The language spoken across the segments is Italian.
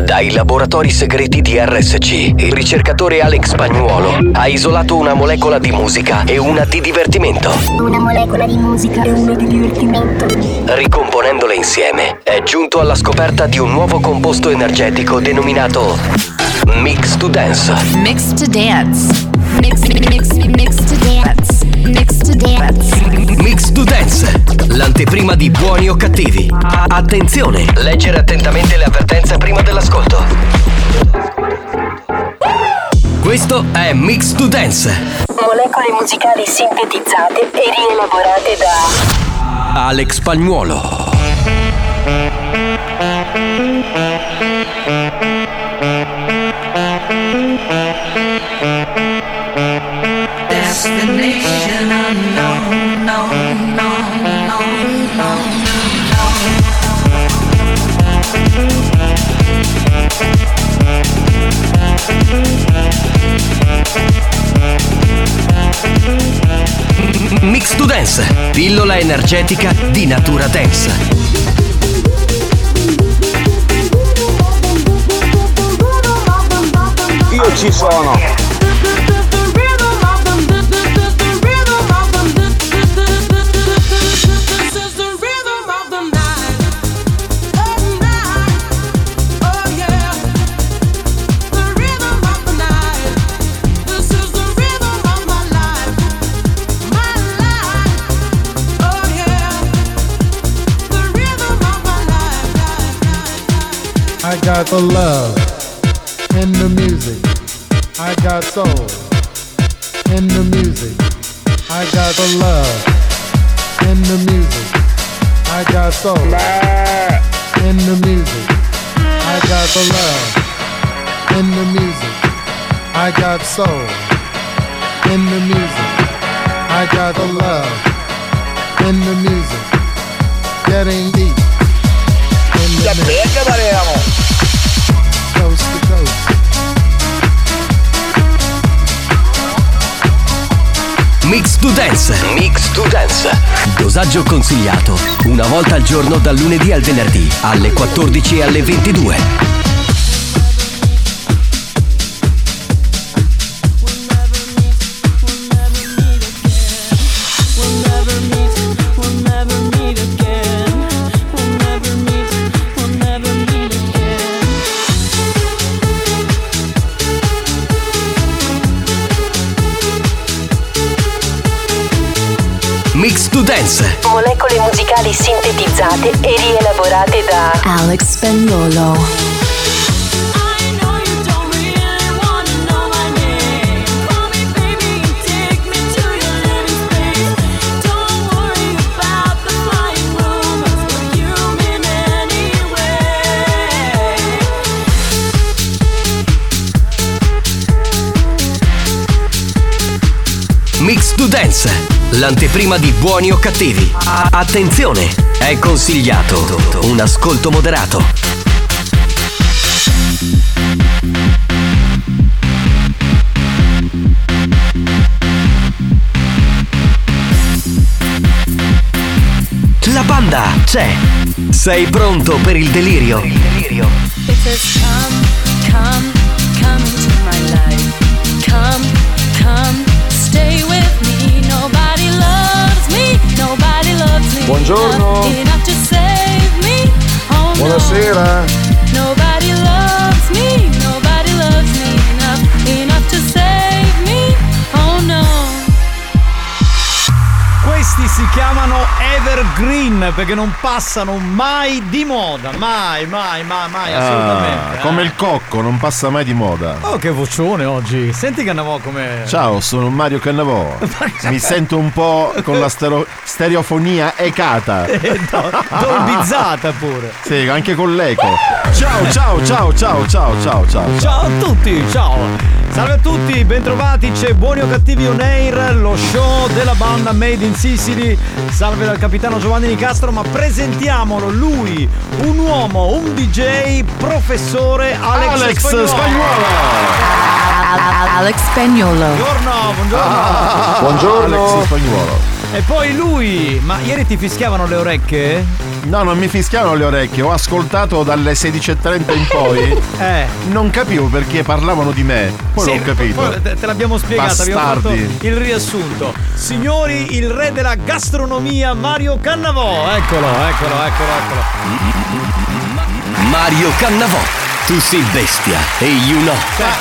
Dai laboratori segreti di RSC, il ricercatore Alex Spagnuolo ha isolato una molecola di musica e una di divertimento. Una molecola di musica e una di divertimento. Ricomponendole insieme, è giunto alla scoperta di un nuovo composto energetico denominato Mix to Dance. Mix to Dance. Mix to Dance. Mix to Dance. Mix to Dance, l'anteprima di Buoni o Cattivi. Attenzione, leggere attentamente le avvertenze prima dell'ascolto. Questo è Mix to Dance. Molecole musicali sintetizzate e rielaborate da Alex Spagnuolo. Destination unknown, no, no, no, no, Mix to Dance, pillola energetica di Natura Dance. Io ci sono. I got the love in the music. I got soul in the music. I got the love in the music. I got soul in the music. I got the love in the music. I got soul in the music. I got the love in the music. Getting deep in the music. Coast to coast. Mix to Dance. Mix to Dance. Dosaggio consigliato una volta al giorno dal lunedì al venerdì alle 14 e alle 22. Mix to Dance. Molecole musicali sintetizzate e rielaborate da Alex Spagnuolo. Mix to Dance, l'anteprima di Buoni o Cattivi. Attenzione, è consigliato un ascolto moderato. La banda c'è. Sei pronto per il delirio? It says come into my life. Come, stay with me. Nobody loves me. Buongiorno. Enough to save me. Oh, Buonasera. no. Nobody loves me. Enough to save me. Oh no. Questi si chiamano evergreen perché non passano mai di moda, mai, assolutamente. Come il cocco, non passa mai di moda. Oh, che vocione oggi. Senti Cannavò come... Ciao, sono Mario Cannavò. Mi sento un po' con la stereofonia ecata. Dolbizzata pure. Sì, anche con l'eco. Ciao. Ciao a tutti, ciao. Salve a tutti, bentrovati, c'è Buoni o Cattivi on Air, lo show della banda Made in Sicily. Salve dal capitano Giovanni Nicastro, ma presentiamolo, lui, un uomo, un DJ, professore Alex Spagnuolo. Alex Spagnuolo. Buongiorno. Alex Spagnuolo. E poi lui, ma ieri ti fischiavano le orecchie? No, non mi fischiavano le orecchie, ho ascoltato dalle 16:30 in poi. Non capivo perché parlavano di me. Poi sì, l'ho capito. Poi te l'abbiamo spiegata, abbiamo fatto Bastardi. il riassunto. Signori, il re della gastronomia, Mario Cannavò. Eccolo. Mario Cannavò. Tu sei bestia e you know. Certo.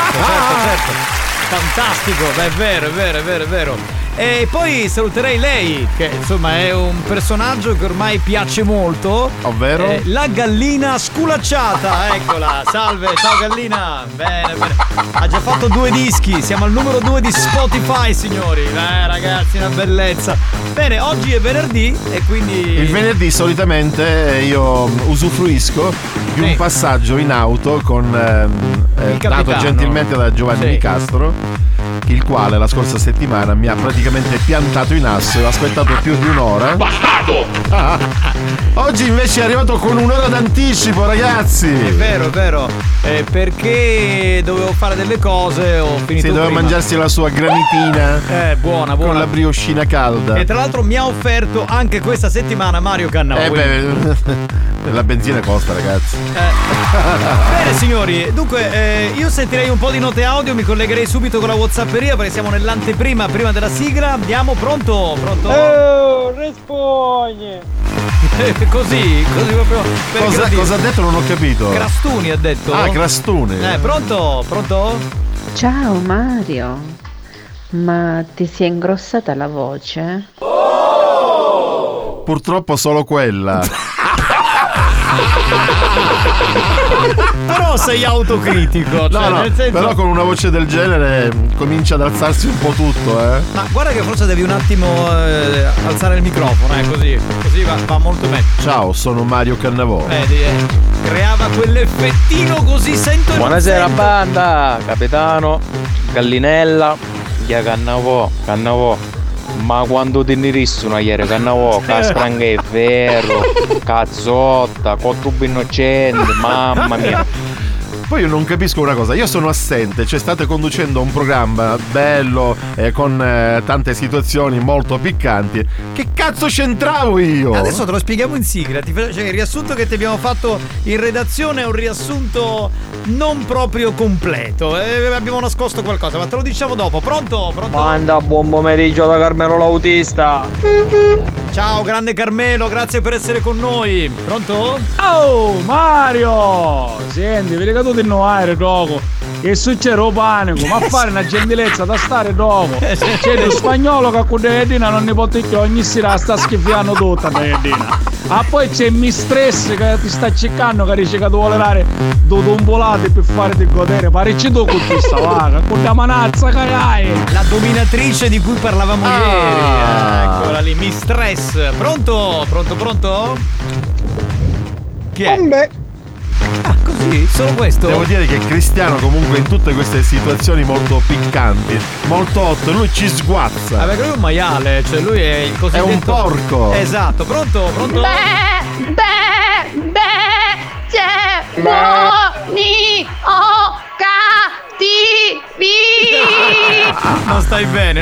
Fantastico, è vero. E poi saluterei lei, che insomma è un personaggio che ormai piace molto. Ovvero? La gallina sculacciata, eccola. Salve, ciao gallina. Bene. Ha già fatto 2 dischi, siamo al numero 2 di Spotify, signori. Ragazzi, una bellezza. Bene, oggi è venerdì e quindi... Il venerdì solitamente io usufruisco di un passaggio in auto con dato gentilmente da Giovanni Nicastro, il quale la scorsa settimana mi ha praticamente piantato in asso e ho aspettato più di un'ora. Bastardo! Oggi invece è arrivato con un'ora d'anticipo, ragazzi. È vero. Perché dovevo fare delle cose, ho finito doveva prima. mangiarsi la sua granitina. Buona. Con la brioscina calda. E tra l'altro mi ha offerto anche questa settimana Mario Cannavò. La benzina costa, ragazzi. Bene signori, dunque io sentirei un po' di note audio, mi collegherei subito con la WhatsApperia perché siamo nell'anteprima prima della sigla. Andiamo, pronto? Rispogne. Così proprio. Cosa ha detto? Non ho capito. Crastuni ha detto. Crastuni. Pronto? Ciao Mario, ma ti si è ingrossata la voce? Purtroppo solo quella. Però sei autocritico, cioè, no, nel senso... però con una voce del genere comincia ad alzarsi un po' tutto, Ma guarda che forse devi un attimo alzare il microfono, così va molto meglio. Ciao, sono Mario Cannavò. Creava quell'effettino così sento. Buonasera banda, capitano, gallinella, via Cannavò. Ma quando ti neristono ieri Cannavò, caspranga è vero, cazzotta, cottubo innocente, mamma mia. Poi io non capisco una cosa, io sono assente, cioè state conducendo un programma bello con tante situazioni molto piccanti. Che cazzo c'entravo io? Adesso te lo spieghiamo in sigla, cioè, il riassunto che ti abbiamo fatto in redazione è un riassunto non proprio completo, abbiamo nascosto qualcosa, ma te lo diciamo dopo. Pronto? Manda, buon pomeriggio da Carmelo l'autista. Ciao grande Carmelo, grazie per essere con noi. Pronto? Oh Mario, senti, vedi che tu ti innovare dopo che succede un panico, ma fare una gentilezza da stare dopo. C'è lo spagnolo che con Dedina non ne può dire, ogni sera sta schifiando tutta Dedina. Ah, poi c'è mi stress che ti sta cercando, che dice che tu vuole dare due tombolate per farti godere. Parecchi tu con questa vaga, con la manazza che hai. La dominatrice di cui parlavamo ieri. Eccola lì, mi stress. Pronto? Chi è? Così, solo questo? Devo dire che Cristiano comunque in tutte queste situazioni molto piccanti, molto hot, lui ci sguazza. Perché lui è un maiale, cioè lui è il cosiddetto... È un porco. Esatto, pronto? C'è buoni o cattivi. Non stai bene.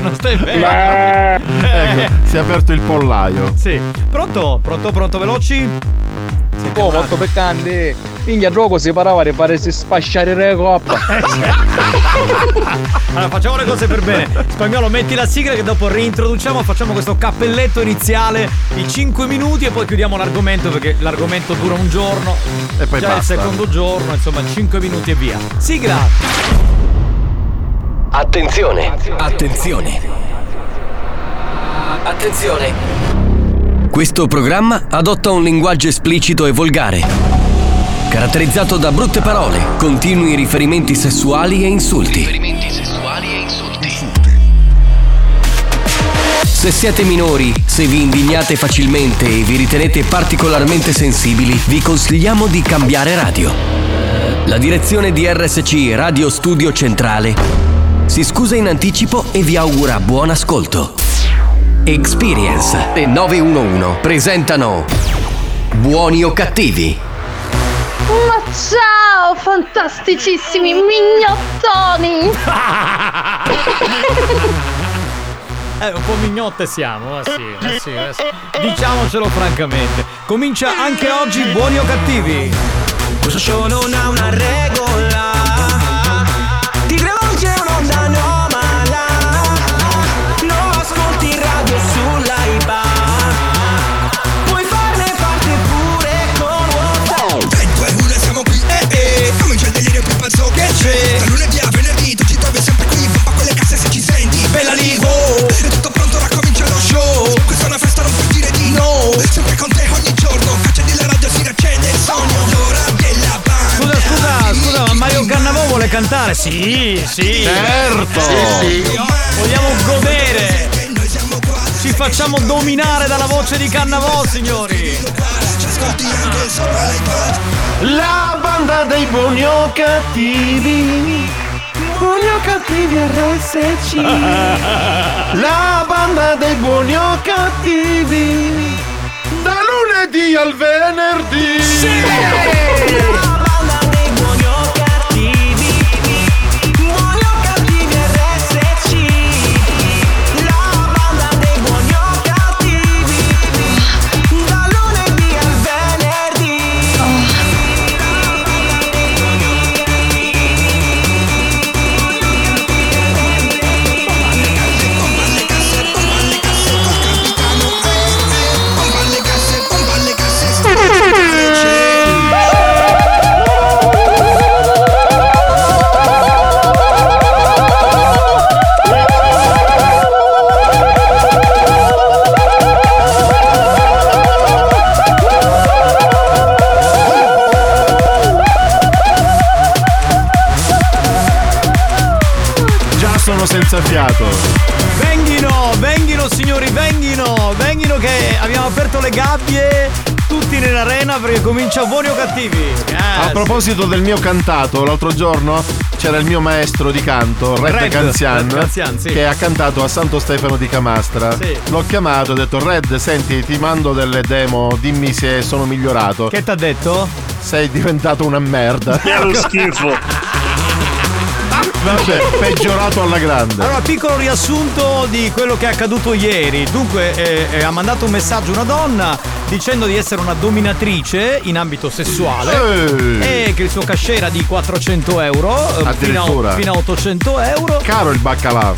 Ecco, si è aperto il pollaio. Sì. Pronto, veloci? Molto peccante. Minchia, gioco si parava di fare si spasciare le coppe. Allora facciamo le cose per bene. Spagnolo, metti la sigla che dopo reintroduciamo, facciamo questo cappelletto iniziale di 5 minuti e poi chiudiamo l'argomento, perché l'argomento dura un giorno e poi già basta. il secondo giorno, insomma 5 minuti e via. Sigla. Attenzione. Questo programma adotta un linguaggio esplicito e volgare, caratterizzato da brutte parole, continui riferimenti sessuali e insulti. Se siete minori, se vi indignate facilmente e vi ritenete particolarmente sensibili, vi consigliamo di cambiare radio. La direzione di RSC Radio Studio Centrale si scusa in anticipo e vi augura buon ascolto. Experience e 911 presentano Buoni o Cattivi. Ma ciao, fantasticissimi mignottoni! Un po' mignotte siamo, sì. Diciamocelo francamente. Comincia anche oggi Buoni o Cattivi. Questo show non ha una regola, ti rivolge un'onda anomala, non ascolti radio sull'AIBA, puoi farne parte pure con WhatsApp. 3, 2, 1 siamo qui, comincia il delirio più pazzo che c'è. Da lunedì a venerdì tu ci trovi sempre qui, pompa quelle casse se ci senti. Bella Livo, è tutto pronto, ora comincia lo show. Questa è una festa, non puoi dire di no. Sempre con te ogni giorno, accendi la radio, si riaccende il sogno. L'ora della banda. Scusa, ma Mario Cannavò vuole cantare? Sì. Certo. Sì. Vogliamo godere. Ci facciamo dominare dalla voce di Cannavò, signori. La banda dei Buoni o Cattivi. Buoni o Cattivi RSC. La banda dei Buoni o Cattivi. Da lunedì al venerdì. Sì! La banda dei Buoni o Cattivi. Buoni o Cattivi RSC. La banda dei Buoni o Cattivi. Da lunedì al venerdì. senza fiato. Venghino signori, venghino che abbiamo aperto le gabbie tutti nell'arena perché comincia Buoni o Cattivi. A proposito del mio cantato, l'altro giorno c'era il mio maestro di canto, Red Canzian, sì, che ha cantato a Santo Stefano di Camastra. Sì. L'ho chiamato, ho detto: Red, senti, ti mando delle demo, dimmi se sono migliorato. Che t'ha detto? Sei diventato una merda. Che è lo schifo. Vabbè, peggiorato alla grande. Allora, piccolo riassunto di quello che è accaduto ieri. Dunque, ha mandato un messaggio una donna dicendo di essere una dominatrice in ambito sessuale e che il suo cachet era di 400 euro addirittura fino a 800 euro. Caro il baccalà.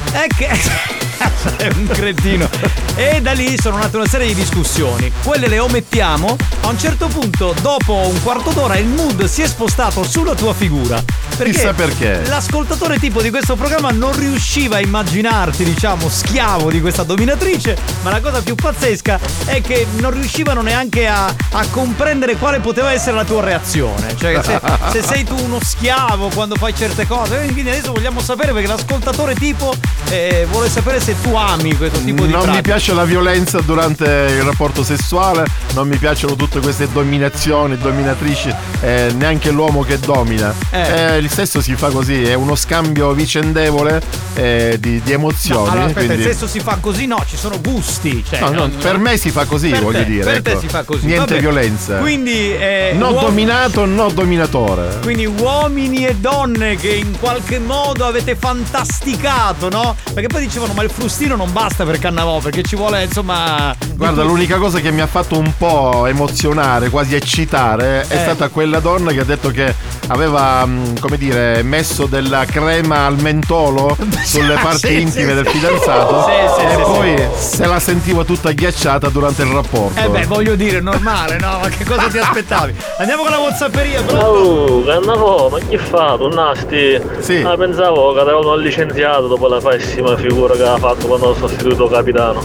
È un cretino. E da lì sono nate una serie di discussioni. Quelle le omettiamo. A un certo punto, dopo un quarto d'ora, il mood si è spostato sulla tua figura. Chissà perché. L'ascoltatore tipo di questo programma non riusciva a immaginarti, diciamo, schiavo di questa dominatrice. Ma la cosa più pazzesca è che non riuscivano neanche a comprendere quale poteva essere la tua reazione. Cioè, se sei tu uno schiavo quando fai certe cose. Quindi adesso vogliamo sapere, perché l'ascoltatore tipo vuole sapere se tu ami questo tipo di non pratica. Mi piace la violenza durante il rapporto sessuale, non mi piacciono tutte queste dominazioni, dominatrici, neanche l'uomo che domina. Il sesso si fa così, è uno scambio vicendevole di emozioni. No, allora, aspetta, quindi... il sesso si fa così? No, ci sono gusti. Cioè, no, per me si fa così, voglio dire. Per ecco. te si fa così. Niente Vabbè. violenza. Quindi no dominato, no dominatore. Quindi uomini e donne che in qualche modo avete fantasticato, no? Perché poi dicevano: ma il frustino non basta per Cannavò, perché ci vuole, insomma. Guarda, l'unica cosa che mi ha fatto un po' emozionare, quasi eccitare, è stata quella donna che ha detto che aveva, come dire, messo della crema al mentolo sulle parti intime del fidanzato e poi se la sentiva tutta ghiacciata durante il rapporto. Beh, voglio dire, normale, no? Ma che cosa ti aspettavi? Andiamo con la WhatsApperia, pronto? Oh, Cannavò, ma che fa? Tornasti? Sì. Pensavo che avevano licenziato dopo la pessima figura che ha fatto quando ho sostituito capitano.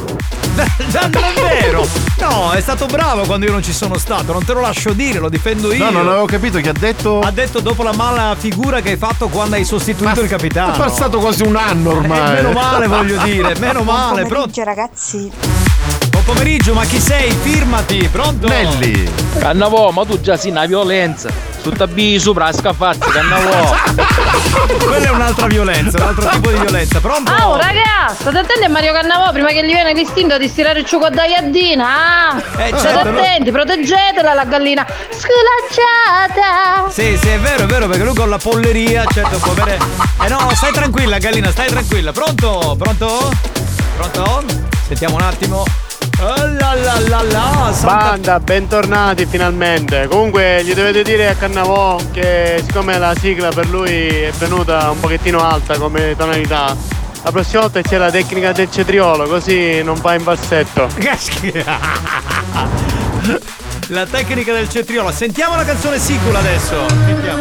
Non è vero! No, è stato bravo quando io non ci sono stato, non te lo lascio dire, lo difendo io. No, non avevo capito che ha detto. Ha detto dopo la mala figura che hai fatto quando hai sostituito il capitano. È passato quasi un anno ormai. Meno male, voglio dire, meno male. Buon pomeriggio, ragazzi. Buon pomeriggio, ma chi sei? Firmati, pronto? Nelly. Cannavò, ma tu già sei una violenza. Tutta B sopra la scafazza, Cannavò. Quella è un'altra violenza, un altro tipo di violenza. Pronto? Oh, raga, state attenti a Mario Cannavò prima che gli viene l'istinto di stirare il ciuco da iadina. State attenti, proteggetela la gallina sculacciata. Sì, è vero, perché lui con la polleria, certo, può avere. No, stai tranquilla, gallina, stai tranquilla. Pronto? Pronto? Sentiamo un attimo. Banda, bentornati finalmente. Comunque gli dovete dire a Cannavò che siccome la sigla per lui è venuta un pochettino alta come tonalità, la prossima volta c'è la tecnica del cetriolo, così non va in falsetto. La tecnica del cetriolo. Sentiamo la canzone sicula adesso. Sentiamo.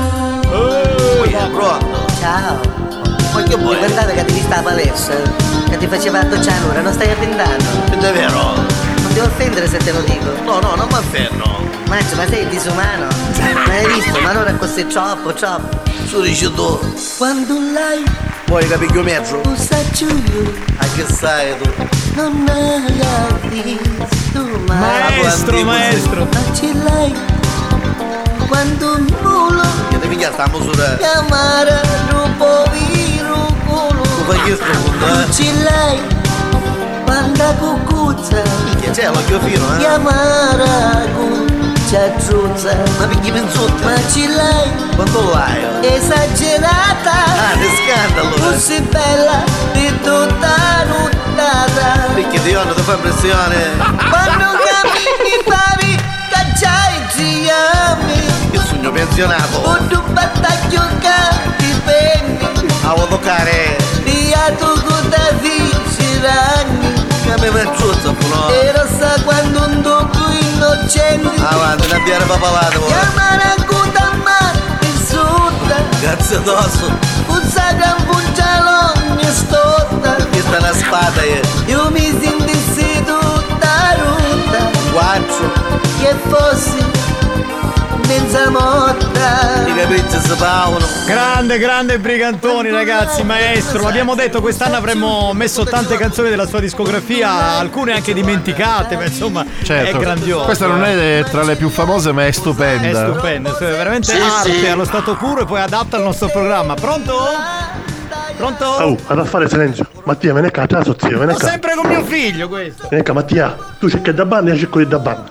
Pronto? Ciao. Ma che vuoi? Guardate che ti vista la palestra, che ti faceva la doccia all'ora, non stai appendando. È vero? Non ti offendere se te lo dico. No, non mi offendo. Ma sei disumano. Ma hai visto? Ma allora così troppo. Su dici tu. Quando l'hai? Vuoi capire mezzo? Tu sai io. A che sai tu? Non hai visto mai. Maestro. Ma ce l'hai? Quando nulla. Che ti piglia sta misura? Chiamare rupo viru culo. Tu fai questo punto, ce l'hai? Quando cucuzza. Che c'è l'occhio fino, Chiamare cuccia giuzza. Ma pigli menzutta. Ma ce l'hai? Quanto lo hai? Esagerata. Che scandalo. Tu sei bella di tutta nuttata. Perché ti hanno da fare impressione. Quando cammini pavi, cacciai giami. Che sogno pensionato. Un battaglio che ti prendi. A toccare. Via tu da vicini. Che mi facciuzza però. E lo sa quando un tocco innocente. Avanti, non abbiamo papalato. Chiamare a cuta ma ti sutta. Grazie addosso. Puzza gran puncialone stotta. Che sta una spada io mi sentissi tutta rotta. Quattro. Che fossi senza motta. I capricci si paolo. Grande Brigantoni, ragazzi, maestro. L'abbiamo detto, quest'anno avremmo messo tante canzoni della sua discografia, alcune anche dimenticate, ma insomma certo. È grandioso. Questa non è tra le più famose, ma è stupenda. È stupenda, è veramente arte allo stato puro e poi adatta al nostro programma. Pronto? Pronto? Oh, vado a fare silenzio. Mattia, vieni qua, zio, vieni qua. Sempre con mio figlio questo. Vieni qua, Mattia, tu cerchi da banda e io cerco di da banda.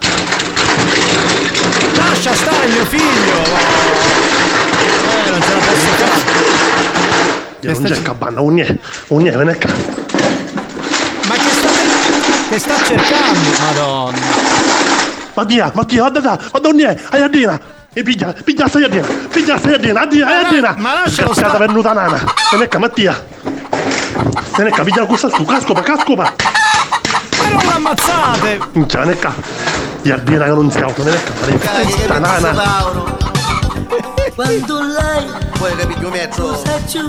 Lascia stare mio figlio! Non ce la posso fare! Io non cerco a banda, un niente, vieni qua. Ma che sta cercando? Madonna! Mattia, guarda, un niente, hai Adina! E piglia stai Adina, Adina! Ma lascialo stare! È venuta nana! Vieni qua, Mattia! Vieni qua, piglia questa su, cascopa! Ma non l'ammazzate! Vieni qua! Giardina che non si auto, vieni qua, sta nana! Quando lei puoi capire mezzo.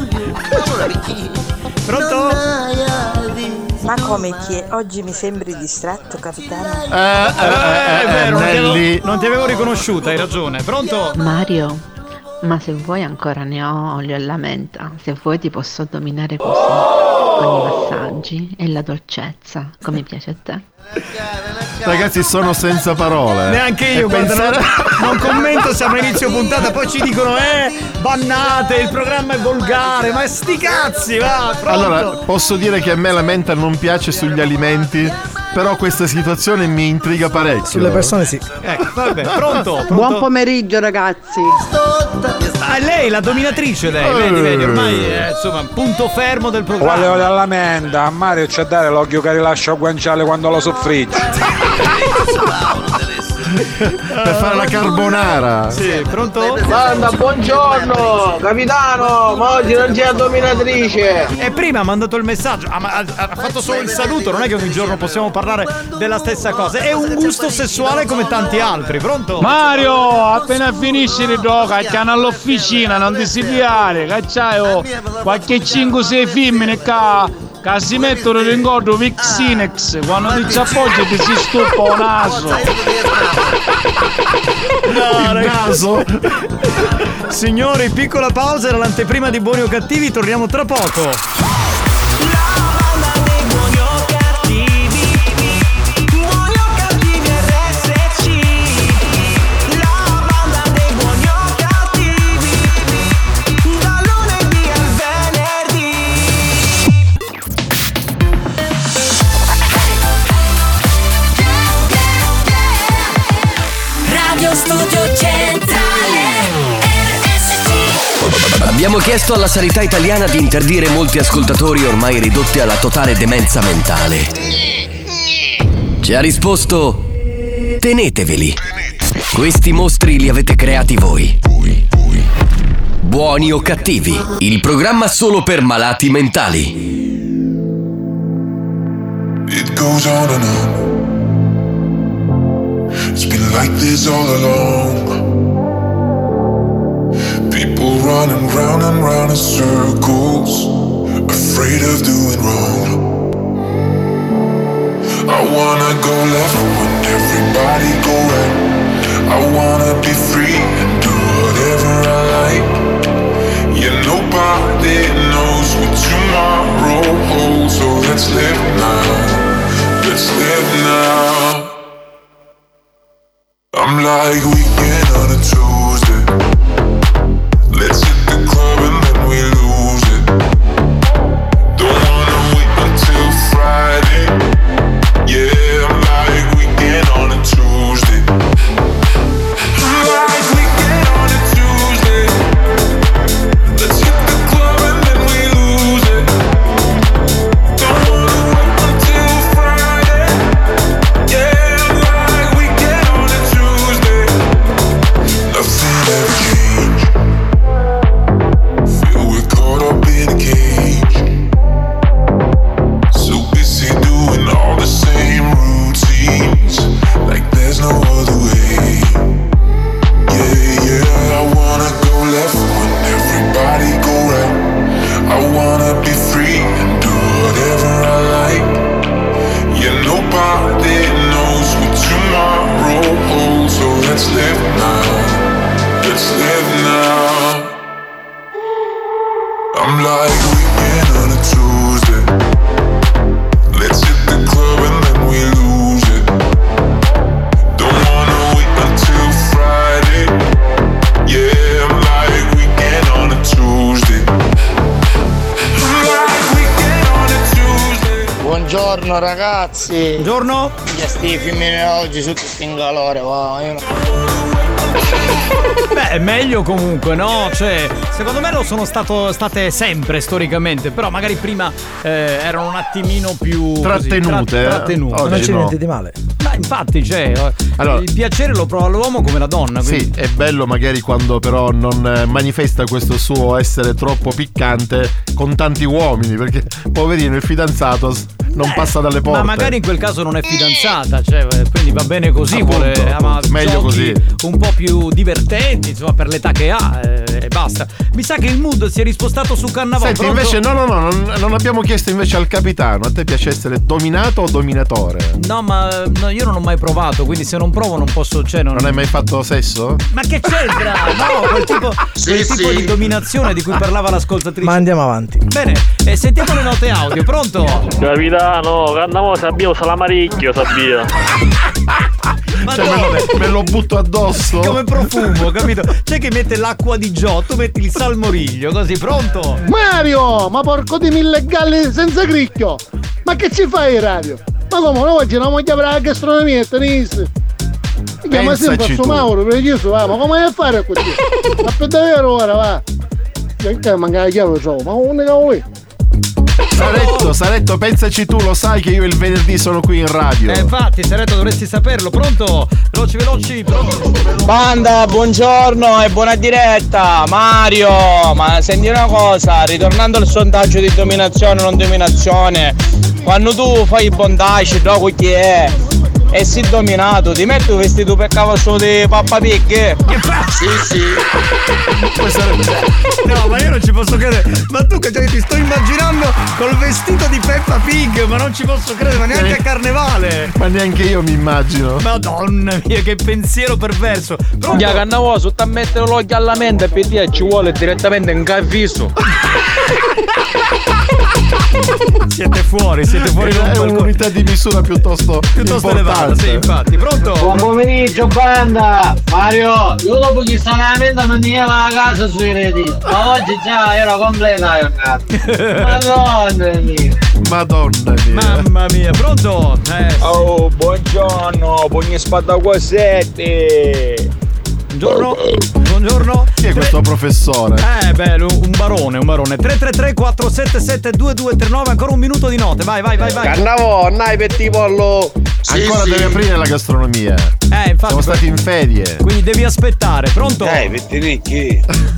Pronto? Ma come chi è? Oggi mi sembri distratto, capitano? È vero, non ti avevo riconosciuta, hai ragione. Pronto? Mario, ma se vuoi ancora ne ho olio alla menta. Se vuoi ti posso dominare così, con i massaggi e la dolcezza, come piace a te. Ragazzi, sono senza parole. Neanche io, non commento, siamo a inizio puntata, poi ci dicono bannate, il programma è volgare, ma sti cazzi, va, pronto? Allora, posso dire che a me la menta non piace sugli alimenti, però questa situazione mi intriga parecchio. Sulle persone sì. Vabbè, pronto? Buon pomeriggio ragazzi. Ah, lei, la dominatrice lei, vedi, ormai è insomma punto fermo del programma. Quale olio alla menta, a Mario c'è a dare l'occhio che rilascia a guanciale quando lo soffrigge. Per fare la carbonara. Sì, pronto? Banda, buongiorno, capitano, ma oggi non c'è la dominatrice. E prima ha mandato il messaggio, ha fatto solo il saluto, non è che ogni giorno possiamo parlare della stessa cosa. È un gusto sessuale come tanti altri, pronto? Mario, appena finisci di giocare, chiama all'officina, non ti si piare, cacciaio, qualche 5-6 femmine che si mettono l'ingodo Vixinex, quando ti ci appoggi ti si stuppa un naso. No, naso. Signori, piccola pausa, era l'anteprima di Buoni o Cattivi, torniamo tra poco. Abbiamo chiesto alla sanità italiana di interdire molti ascoltatori ormai ridotti alla totale demenza mentale. Ci ha risposto: teneteveli. Questi mostri li avete creati voi. Buoni o cattivi, il programma solo per malati mentali. It goes on and on. It's been like this all along. People running round and round in circles, afraid of doing wrong. I wanna go left when everybody go right. I wanna be free and do whatever I like. Yeah, nobody knows what tomorrow holds, so let's live now. Let's live now. I'm like weekend on a Tuesday. Let's hit the club and then we lose it. Don't wanna wait until Friday. Yeah, I'm like weekend on a Tuesday. I'm like weekend on a Tuesday. Let's hit the club and then we lose it. Don't wanna wait until Friday. Yeah, I'm like weekend on a Tuesday. Nothing ever changed. Feel we're caught up in a cage. So busy doing all the same routines, like there's no other way. Yeah, I wanna go left when everybody go right. I wanna be free and do whatever I like. Yeah, nobody knows what tomorrow holds, so let's live now. Let's live now. I'm like weekend on a Tuesday. Let's hit the club and then we lose it. Don't wanna wait until Friday. Yeah, I'm like weekend on a Tuesday. I'm like weekend on a Tuesday. Buongiorno ragazzi. Buongiorno. Sti femmine oggi su tutti in calore, wow. Beh, è meglio comunque, no? Cioè, secondo me lo sono state sempre storicamente, però magari prima erano un attimino più trattenute. Trattenute. Non c'è niente di male. Ma infatti, allora, il piacere lo prova l'uomo come la donna. Quindi. Sì, è bello magari quando però non manifesta questo suo essere troppo piccante con tanti uomini, perché poverino il fidanzato non passa dalle porte. Ma magari in quel caso non è fidanzata, quindi va bene così. Appunto, meglio così. Un po' più divertenti, insomma, per l'età che ha e basta. Mi sa che il mood si è rispostato su Cannavò. Senti, pronto? invece non abbiamo chiesto invece al capitano, a te piace essere dominato o dominatore? No, io non ho mai provato, quindi se non provo non posso, non hai mai fatto sesso? Ma che c'entra? No, quel tipo di dominazione di cui parlava l'ascoltatrice. Ma andiamo avanti. Bene, sentiamo le note audio, pronto? Capitano, Cannavò sabbiamo salamaricchio, sabbia. Ma me lo butto addosso. Come profumo, capito? C'è chi mette l'acqua di Giotto, metti il salmoriglio, così, pronto? Mario, ma porco di mille galli senza gricchio! Ma che ci fai in radio? Ma come, oggi non vogliamo la gastronomia e tennis? Mi chiama sempre su Mauro, preciso, va, ma come vai a fare così? Ma per davvero ora, va! Che magari chiaro so, ma unica vuoi? Saretto, pensaci tu, lo sai che io il venerdì sono qui in radio. Infatti, Saretto, dovresti saperlo. Pronto? Veloci, pronto? Banda, buongiorno e buona diretta. Mario, ma senti una cosa, ritornando al sondaggio di dominazione o non dominazione, quando tu fai i bondage, dopo chi è? E sei dominato, ti metti un vestito per cavolo di Pappa Pig? Sì. No, ma io non ci posso credere. Ma tu che ti sto immaginando col vestito di Peppa Pig, ma non ci posso credere, ma neanche a Carnevale. Ma neanche io mi immagino. Madonna mia, che pensiero perverso. Pronto? Cannavò, sotto a mettere l'occhio alla mente e PD ci vuole direttamente in caviso. Siete fuori è un'unità di misura piuttosto elevata, sì, infatti. Pronto? Buon pomeriggio banda! Mario, io dopo che sta nella mente non mi a casa sui reti, ma oggi già era completa. Madonna mia. Mamma mia, pronto? Oh, buongiorno, buoni spadaguasetti. Buongiorno. Chi è questo professore? Un barone. 333-477-2239, ancora un minuto di notte. Vai. Cannavò, nai per pollo. Ancora deve aprire la gastronomia. Infatti. Siamo stati in ferie. Quindi devi aspettare. Pronto? Pettinicchi.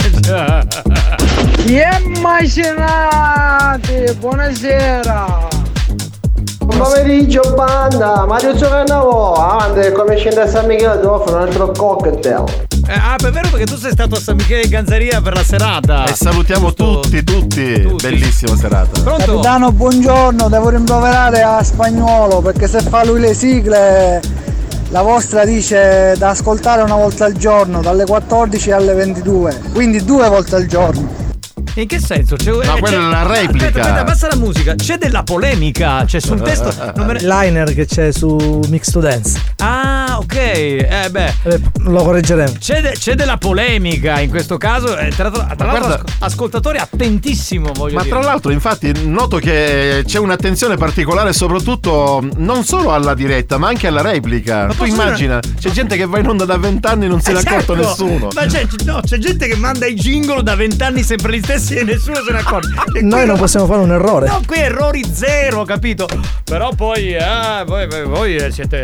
Immaginate, buonasera. Buon pomeriggio banda, Mario Cannavò, avanti come scende a San Michele ti offro un altro cocktail. È vero, perché tu sei stato a San Michele di Ganzaria per la serata. E salutiamo tutti. Bellissima serata. Pronto? Capitano, buongiorno, devo rimproverare a Spagnolo perché se fa lui le sigle la vostra dice da ascoltare una volta al giorno, dalle 14 alle 22, quindi 2 volte al giorno. In che senso? No, quella è la replica. Aspetta, basta la musica. C'è della polemica, c'è sul testo. Liner che c'è su Mix to Dance. Ah, ok. Lo correggeremo. C'è della polemica in questo caso. Tra l'altro, ascoltatore attentissimo, voglio dire. Ma tra l'altro, infatti, noto che c'è un'attenzione particolare, soprattutto non solo alla diretta, ma anche alla replica. Ma tu immagina, c'è gente che va in onda da 20 anni e non se ne è accorto nessuno. Ma c'è gente che manda i jingle da 20 anni sempre gli stessi e nessuno se ne accorge. Noi non possiamo fare un errore. No, qui errori zero, capito? Però poi voi siete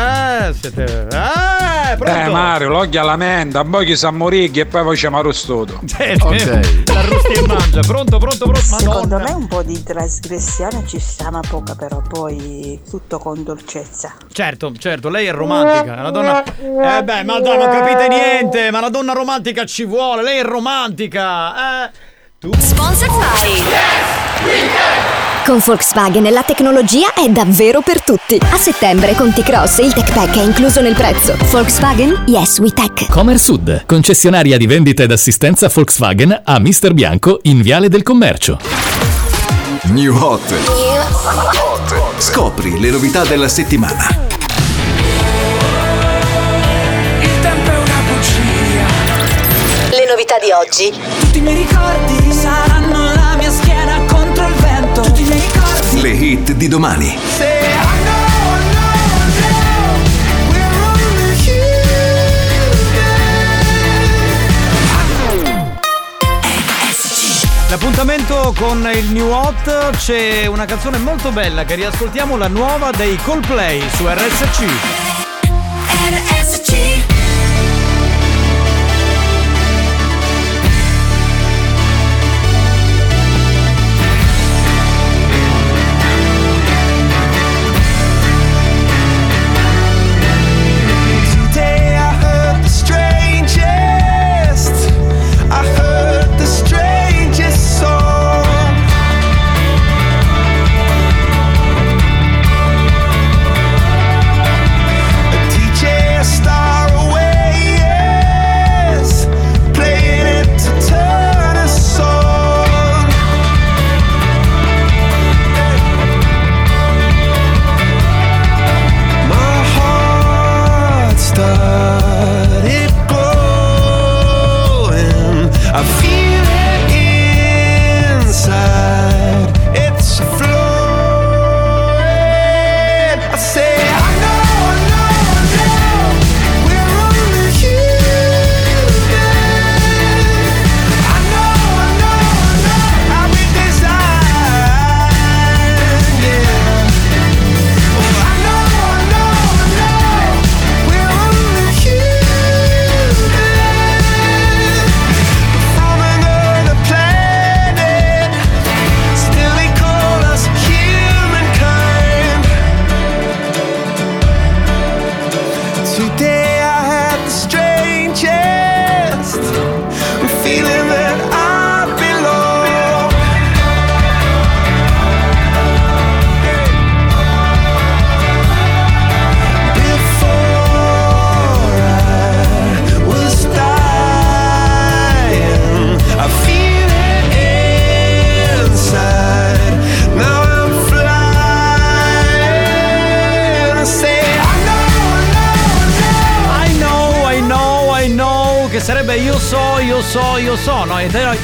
pronto? Mario, l'occhio alla menta, poi chi sa morire e poi facciamo arrostoto. Ok. L'arrosti e mangia. Pronto. Secondo me un po' di trasgressione ci sta, ma poca, però poi tutto con dolcezza. Certo, lei è romantica, è una donna. Ma non capite niente, ma una donna romantica ci vuole, lei è romantica. Sponsor by Con Volkswagen la tecnologia è davvero per tutti. A settembre con T-Cross il Tech Pack è incluso nel prezzo. Volkswagen, yes we tech. Comersud, concessionaria di vendita ed assistenza Volkswagen a Mister Bianco in Viale del Commercio. New Hot. Scopri le novità della settimana. Il tempo è una bugia. Le novità di oggi. Tutti i miei ricordi saranno la mia schiena contro il vento. Tutti i miei ricordi. Le hit di domani. L'appuntamento con il New Hot, c'è una canzone molto bella che riascoltiamo, la nuova dei Coldplay su RSC. RSC. Sarebbe io so, no?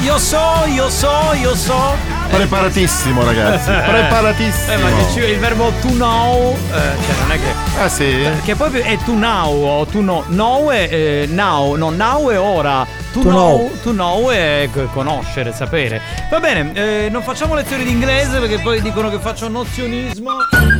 Io so. Preparatissimo, ragazzi. Preparatissimo. Ma che il verbo to know, cioè non è che. Ah sì? Che poi è to now o to know. Now è now è ora. To know è conoscere, sapere. Va bene, non facciamo lezioni di inglese perché poi dicono che faccio nozionismo.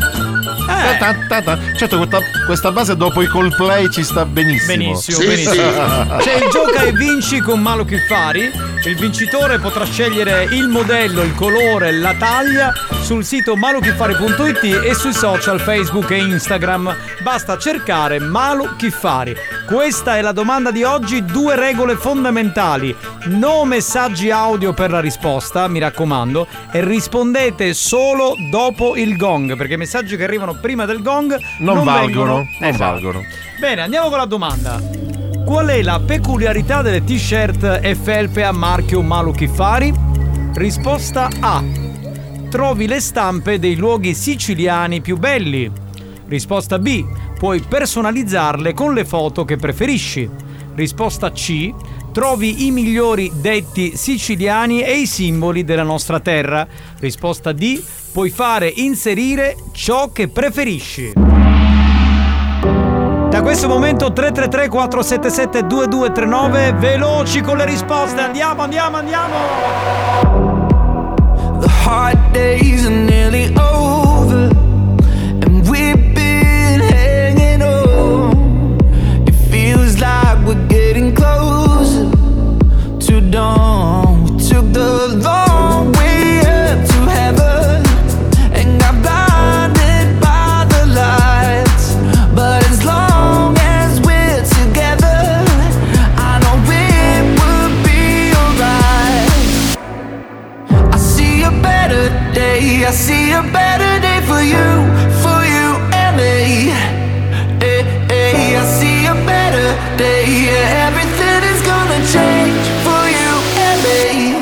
Certo, questa base dopo i Coldplay ci sta benissimo. Benissimo. C'è il gioca e vinci con Malo Kiffari. Il vincitore potrà scegliere il modello, il colore, la taglia sul sito malokiffari.it e sui social Facebook e Instagram. Basta cercare Malo Kiffari. Questa è la domanda di oggi, 2 regole fondamentali. No messaggi audio per la risposta, mi raccomando, e rispondete solo dopo il gong, perché i messaggi che arrivano prima del gong non valgono. Bene, andiamo con la domanda. Qual è la peculiarità delle t-shirt e felpe a marchio Malo Kiffari? Risposta A. Trovi le stampe dei luoghi siciliani più belli. Risposta B. Puoi personalizzarle con le foto che preferisci. Risposta C. Trovi i migliori detti siciliani e i simboli della nostra terra. Risposta D. Puoi fare inserire ciò che preferisci. Da questo momento 333 477 2239, veloci con le risposte, andiamo. The hard days are nearly over and we've been hanging on. It feels like we're getting closer to dawn. We took the long way up to heaven and got blinded by the lights, but as long as we're together, I know it will be alright. I see a better day, I see a better day for you and me. I see a better day, yeah, everything is gonna change for you and me.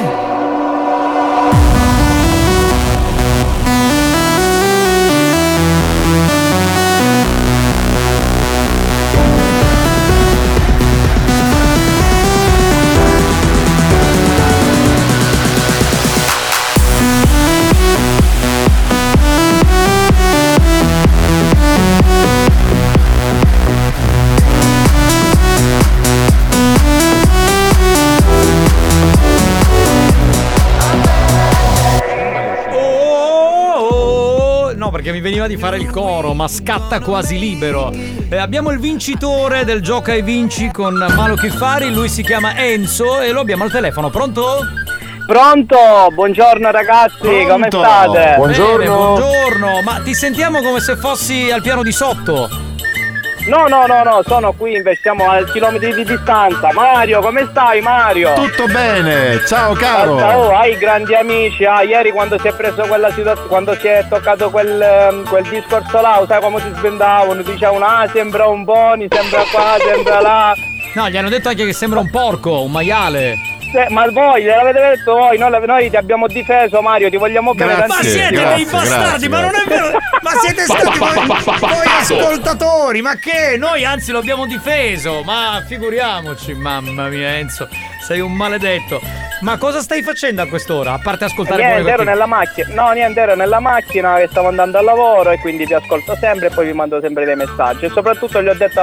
Perché mi veniva di fare il coro, ma scatta quasi libero. Abbiamo il vincitore del Gioca e Vinci con Malo Kiffari, lui si chiama Enzo e lo abbiamo al telefono. Pronto? Pronto, buongiorno ragazzi, come state? Buongiorno. Bene, buongiorno, ma ti sentiamo come se fossi al piano di sotto. No, sono qui, investiamo a chilometri di distanza. Mario, come stai Mario? Tutto bene, ciao caro. Hai grandi amici, ieri quando si è preso quella situazione, quando si è toccato quel discorso là, sai come si sbandavano, dicevano sembra un Boni, sembra qua, sembra là. No, gli hanno detto anche che sembra un porco, un maiale. Ma voi gliel'avete detto voi, noi ti abbiamo difeso Mario, ti vogliamo bene tantissimo. Ma siete dei bastardi, ma non è vero. Ma siete stati voi ascoltatori, ma che? Noi anzi lo abbiamo difeso, ma figuriamoci, mamma mia Enzo, sei un maledetto. Ma cosa stai facendo a quest'ora? A parte ascoltare niente, ero nella macchina. No, niente, ero nella macchina che stavo andando al lavoro e quindi vi ascolto sempre e poi vi mando sempre dei messaggi. E soprattutto gli ho detto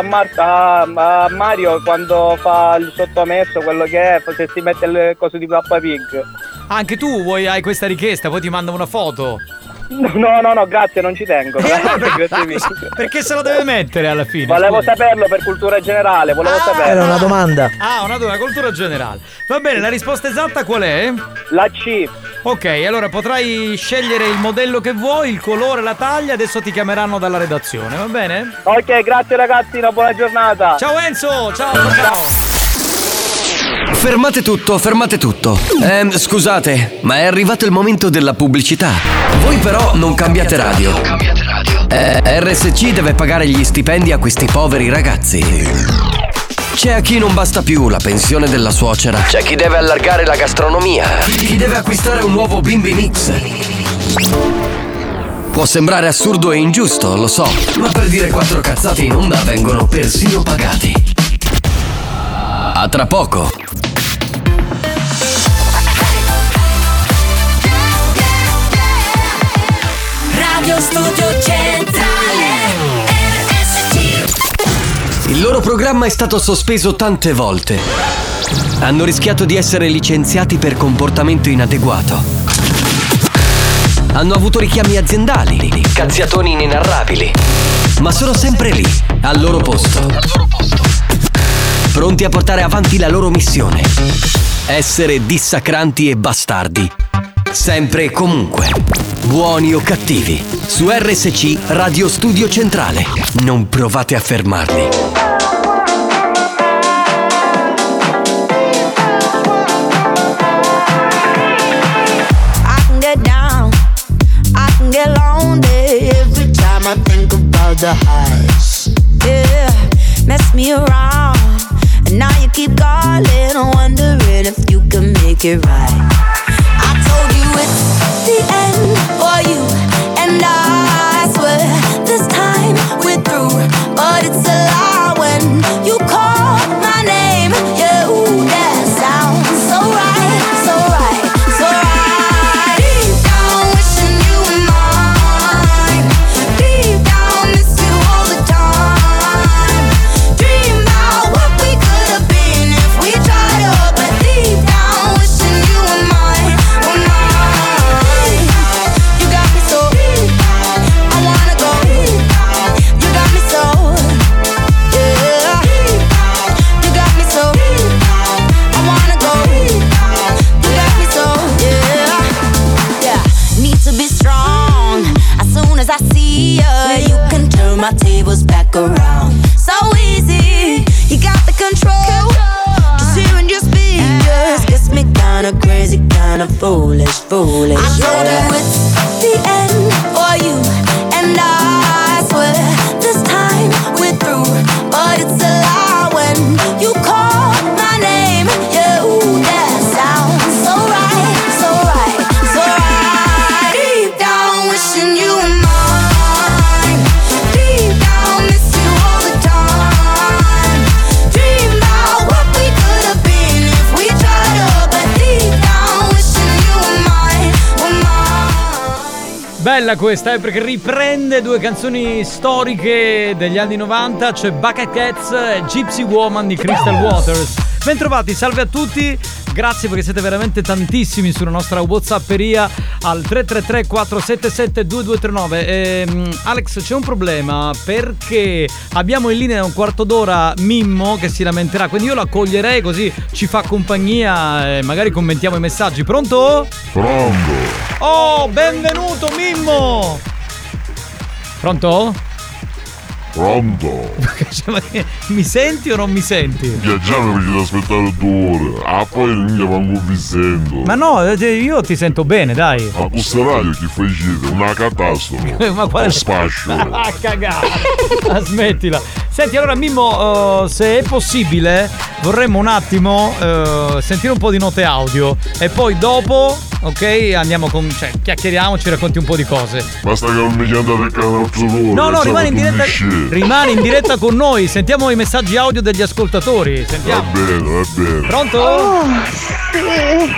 a Mario quando fa il sottomesso, quello che è, se si mette il coso di Peppa Pig. Anche tu hai questa richiesta, poi ti mando una foto. No, grazie, non ci tengo. Perché se lo deve mettere alla fine? Volevo saperlo per cultura generale, saperlo. Era una domanda. Una cultura generale. Va bene, la risposta esatta qual è? La C. Ok, allora potrai scegliere il modello che vuoi, il colore, la taglia, adesso ti chiameranno dalla redazione, va bene? Ok, grazie ragazzi, una buona giornata. Ciao Enzo, ciao. Fermate tutto. Scusate, ma è arrivato il momento della pubblicità. Voi però non cambiate radio. RSC deve pagare gli stipendi a questi poveri ragazzi. C'è a chi non basta più la pensione della suocera. C'è chi deve allargare la gastronomia. Chi deve acquistare un nuovo Bimbi Mix. Può sembrare assurdo e ingiusto, lo so, ma per dire 4 cazzate in onda vengono persino pagati. A tra poco. Radio Studio Centrale RSC. Il loro programma è stato sospeso tante volte. Hanno rischiato di essere licenziati per comportamento inadeguato. Hanno avuto richiami aziendali, cazziatoni inenarrabili. Ma sono sempre lì, al loro posto. Pronti a portare avanti la loro missione. Essere dissacranti e bastardi. Sempre e comunque. Buoni o cattivi. Su RSC Radio Studio Centrale. Non provate a fermarli. Get lonely every time I think about the highs. Yeah, mess me around, and now you keep calling, wondering if you can make it right. I told you it's the end for you, and I swear this time we're through. But it's a lie when you call my name. Yeah, ooh, that sounds so right, so right, so right. Deep down, wishing you were mine. Deep down, miss you all the time. Dream about what we could have been if we tried up. But deep down, wishing you were mine, were mine. You got me so, I wanna go. You got me so, yeah. You got me so, I wanna go. You got me so, yeah. Yeah, need to be strong. As soon as I see you, you can turn my tables back around. So easy, you got the control. Just hearing your speech just gets me kinda crazy, kinda foolish, foolish. I told you it's the end for you, and I swear this time we're through. But it's a lie when you call my name. Yeah, ooh, that sounds so right, so right, so right. Deep down, wishing you were mine. Deep down, miss you all the time. Dream about what we could have been if we tried up. But deep down, wishing you were mine, were mine. Bella questa, perché riprende due canzoni storiche degli anni 90. C'è Bucket Cats e Gypsy Woman di Crystal Waters. Bentrovati, salve a tutti. Grazie perché siete veramente tantissimi sulla nostra WhatsApperia al 333 477 2239. Alex, c'è un problema perché abbiamo in linea un quarto d'ora Mimmo che si lamenterà, quindi io lo accoglierei così ci fa compagnia e magari commentiamo i messaggi. Pronto? Pronto. Oh, benvenuto Mimmo. Pronto? Pronto? Mi senti o non mi senti? Viaggiamo perché devo aspettare 2 ore. Ah, poi non manco vi sento. Ma no, io ti sento bene, dai. Ma questo radio che facete? Una catastrofe. Ma quale spascio? Ah, cagare. Ma smettila. Senti, allora Mimmo, se è possibile vorremmo un attimo sentire un po' di note audio e poi dopo, ok, andiamo con, cioè, chiacchieriamo, ci racconti un po' di cose. Basta che non mi chiamate il canale ore. No, rimani in diretta con noi, sentiamo i messaggi audio degli ascoltatori. Sentiamo. Va bene. Pronto? Oh, sì.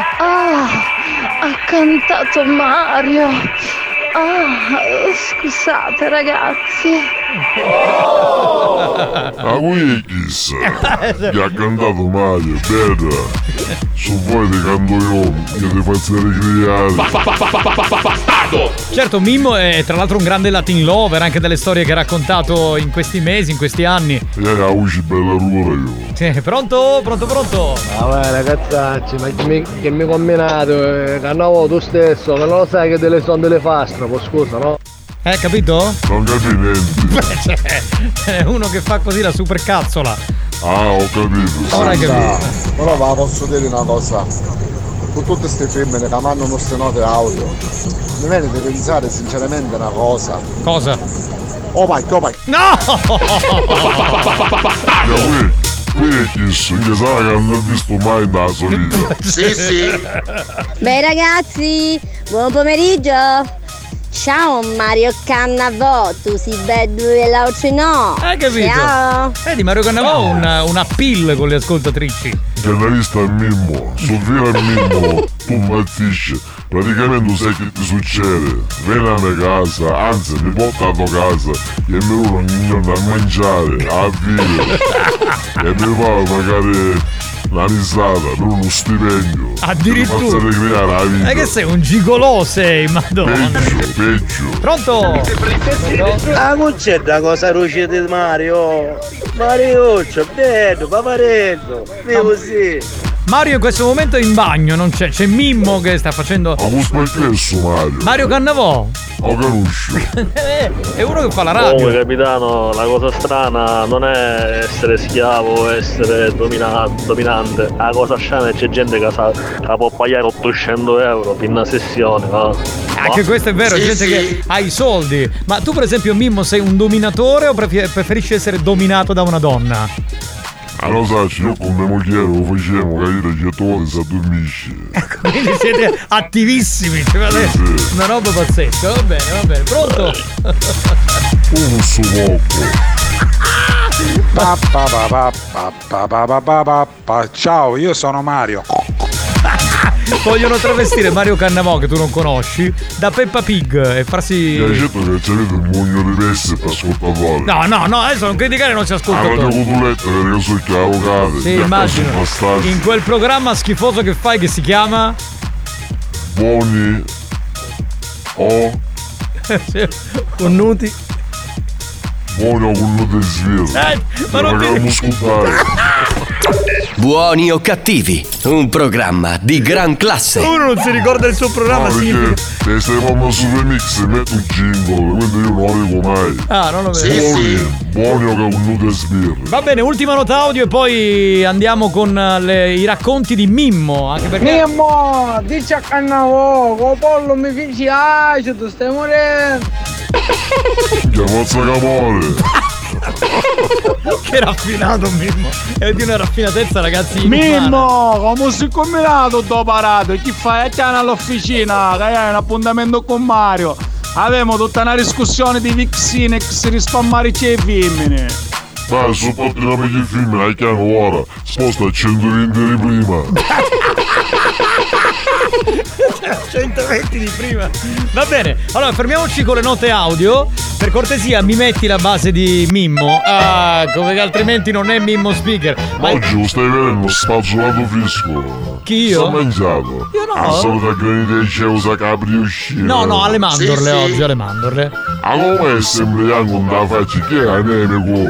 Ha cantato Mario. Scusate ragazzi. Ah, qui chissà. Gli ha cantato Mario, bella. Su voi ti canto io, che ti faccio ricreare. Bastardo! Certo, Mimmo è tra l'altro un grande Latin lover, anche delle storie che ha raccontato in questi mesi, in questi anni. La voce bella allora io. Sì, pronto? Ah vai ragazzacci, ma che mi combinato? Cannavo tu stesso, ma non lo sai che delle sono delle fastre, scusa, no? Capito? Non capi niente. È uno che fa così la super cazzola. Ah, ho capito. Ora hai capito. Però va, posso dire una cosa. Con tutte queste femmine che mandano queste note audio, mi viene di pensare sinceramente una cosa. Cosa? Oh vai. No! Qui è chissà, che sa che non ho visto mai da solita. Sì. Beh ragazzi, buon pomeriggio. Ciao Mario Cannavò, tu sei bello veloce no? Hai capito? Ciao. Di Mario Cannavò un appeal con le ascoltatrici. Giornalista Mimmo, Sofia Mimmo, tu impazzisci. Praticamente sai che ti succede? Vieni a mia casa, anzi mi porta a tua casa e mi uno ogni giorno a mangiare, a vivere e mi fa magari una risata per uno stipendio. Addirittura. Per ricreare la vita. Che sei un gigolò sei, madonna. Peggio. Pronto? Ah, non c'è da cosa ruce di Mario. Marioccio, bello, paparetto, vivo sì. Mario in questo momento è in bagno, non c'è Mimmo che sta facendo. Ma come spesso Mario? Mario Cannavò? O Canuscio. È uno che fa la radio. Comunque capitano, la cosa strana non è essere schiavo o essere dominante. La cosa strana è che c'è gente che può pagare 800 euro per una sessione, no? Anche questo è vero, c'è gente che ha i soldi. Ma tu per esempio Mimmo sei un dominatore o preferisci essere dominato da una donna? Allora sai, io con mia moglie lo facevo capire che tu si addormisci. Quindi siete attivissimi, cioè, una roba pazzesca. Va bene, pronto? Un succo. Ciao, io sono Mario. Vogliono travestire Mario Cannavò, che tu non conosci, da Peppa Pig e farsi. Mi hai detto che c'avete un mugno di pezzi per ascoltatore. No, adesso non criticare i nostri ascoltatori. Radio Cotuletta, perché sono che avvocati. Sì, immagino. In quel programma schifoso che fai che si chiama Buoni Connuti. Buoni o connuti svirri. Ma non ti ascoltare. Buoni o cattivi, un programma di gran classe. Uno non si ricorda il suo programma, perché se stai facendo super mix metto un jingle, quindi io non lo dico mai. Ah, non lo vedo. Buoni o connuti svirri. Va bene, ultima nota audio e poi andiamo con i racconti di Mimmo. Anche perché Mimmo, dici a Cannavò, con pollo mi fici, tu stai morendo. Che forza camore. Che raffinato Mimmo. È di una raffinatezza, ragazzi. Mimmo, come si è combinato dopo parato? Chi fai? E all'officina, che hai un appuntamento con Mario. Avevamo tutta una discussione di Vixinex risparmiare i femmine. Dai, supporti per i film, hai chiaro ora. Sposta a 120 di prima. 120 di prima. Va bene, allora fermiamoci con le note audio. Per cortesia mi metti la base di Mimmo. Come che altrimenti non è Mimmo Speaker. Ma oggi lo stai vedendo spazzolato fisco. Chi io? Sto mangiato. Io no. Assoluta granite e ceusa capri uscire. No, alle mandorle oggi, alle mandorle. Allora è sempre con la faccia che è anemico.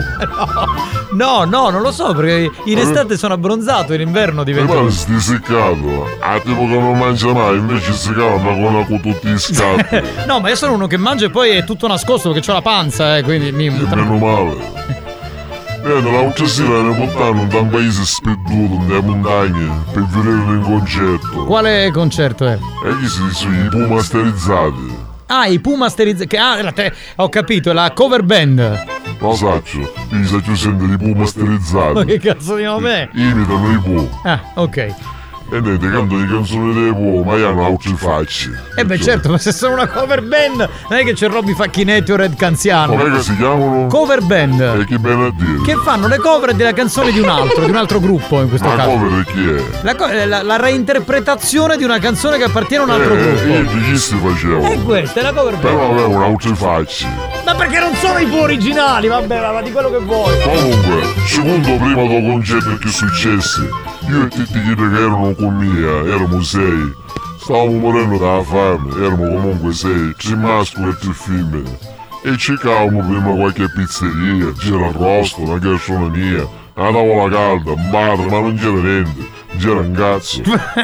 No, non lo so, perché in estate sono abbronzato, in inverno divento. Ma stai seccato. A tipo che non mangia mai, invece si calma con tutti i scatti. No, ma io sono uno che mangia e poi è tutto nascosto perché ho la panza, quindi meno male. L'altra sera ne portano da un paese sperduto, nelle montagne, per vederlo in concerto. Quale concerto è? Chi sono i Puma masterizzati. I Puma masterizzati. Ho capito, è la cover band. Lo saccio, mi sa più sentire i Puma masterizzati. Ma che cazzo di nome è? Imitano i Puma. Ah, ok. E niente, canto di canzoni dei Puma, ma hanno altri facci. Beh certo, ma se sono una cover band non è che c'è Robby Facchinetti o Red Canziano. Come che si chiamano? Cover band. E che bene a dire? Che fanno le cover della canzone di un altro gruppo in questo caso. La cover chi è? La reinterpretazione di una canzone che appartiene a un altro gruppo. Io di chi si faceva? E questa è la cover band. Però avevano altri facci. Ma perché non sono i più originali? Vabbè, ma di quello che vuoi. Comunque, secondo prima del concerto che successe, io e tutti che erano con me, erano 6. Stavamo morendo dalla fame, erano comunque 6, 3 maschi e 3 femmine. E cercavamo prima qualche pizzeria, c'era arrosto, una gastronomia, una tavola calda, un bar, ma non c'era niente, non c'era un cazzo.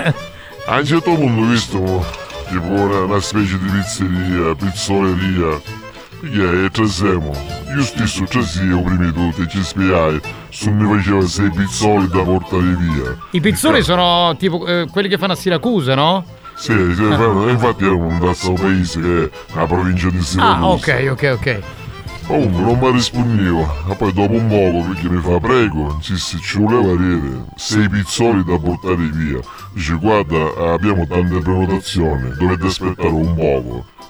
A un certo punto visto tipo una specie di pizzeria, pizzoleria. E trasemo, io stesso trasio prima di tutto e ci spiegai, se mi faceva 6 pizzoli da portare via. I pizzoli sono tipo quelli che fanno a Siracusa, no? Sì, infatti erano un terzo paese che è la provincia di Siracusa. Ah, ok. Comunque non mi rispondeva, e poi dopo un poco perché mi fa prego, ci voleva avere 6 pizzoli da portare via. Dice guarda, abbiamo tante prenotazioni, dovete aspettare un poco.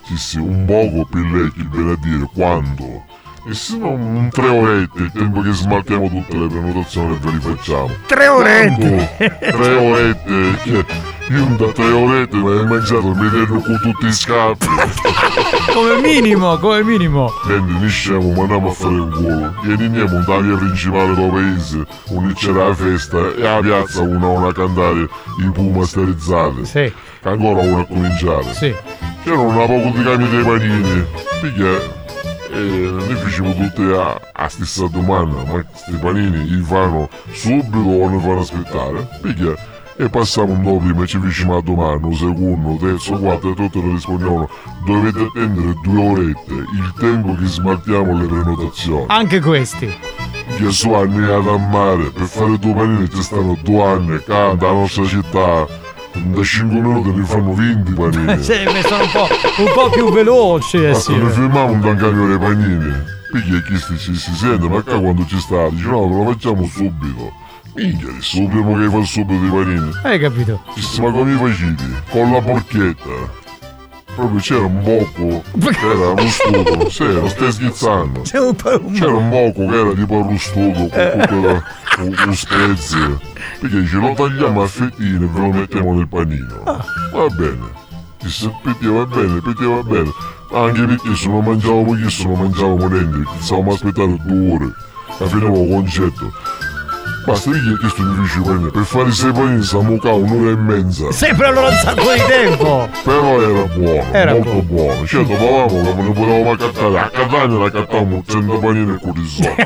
Sì, un poco pillecchi, viene a dire quando. E se no un 3 orette, il tempo che smaltiamo tutte le prenotazioni e ve li facciamo. 3 orette? 3 orette, io da 3 orette mi hai mangiato il medello con tutti i scappi. Come minimo. Senti, ne scemo, ma andiamo a fare un culo. E andiamo da via principale del paese, dove c'era la festa, e alla piazza una a cantare i Puma sterizzati. Sì. Che ancora una a cominciare. Sì. C'erano una poco di cambio dei panini, perché noi facciamo tutte a stessa domanda, ma questi panini li fanno subito o ne fanno aspettare? Perché? E passiamo un po' prima e ci facciamo la domanda, un secondo, terzo, quarto e tutte le rispondiamo. Dovete attendere 2 orette, il tempo che smaltiamo le prenotazioni. Anche questi. Che su anni ad mare, per fare 2 panini ci stanno 2 anni, canta la nostra città. Da 5 minuti ne fanno 20 panini. Sì, sono un po' più veloci. Basta, ne fermiamo un tancagno dei panini. Perché chi si sente, ma qua quando ci sta, dice no, lo facciamo subito. Minchia, adesso prima che fa subito i panini. Hai capito? Ma come facevi? Con la porchetta. Proprio c'era un poco, era arrostuto, sì, lo stai schizzando. C'era un poco che era tipo arrostuto con tutto lo spezio. Perché ce lo tagliamo a fettine e ve lo mettiamo nel panino. Va bene. Pettiva bene. Anche perché se non mangiavo pochissimo, mangiavamo niente. Stavamo a aspettare 2 ore. E finiamo il concetto. Basta che questo mi dice panini. Per fare 6 panini siamo qua 1 ora e mezza. Sempre allora un sacco di tempo. Però era buono, molto buono. Cioè dopavamo che ne potevamo accattare. A Catania la cattavamo 100 panini con i soldi.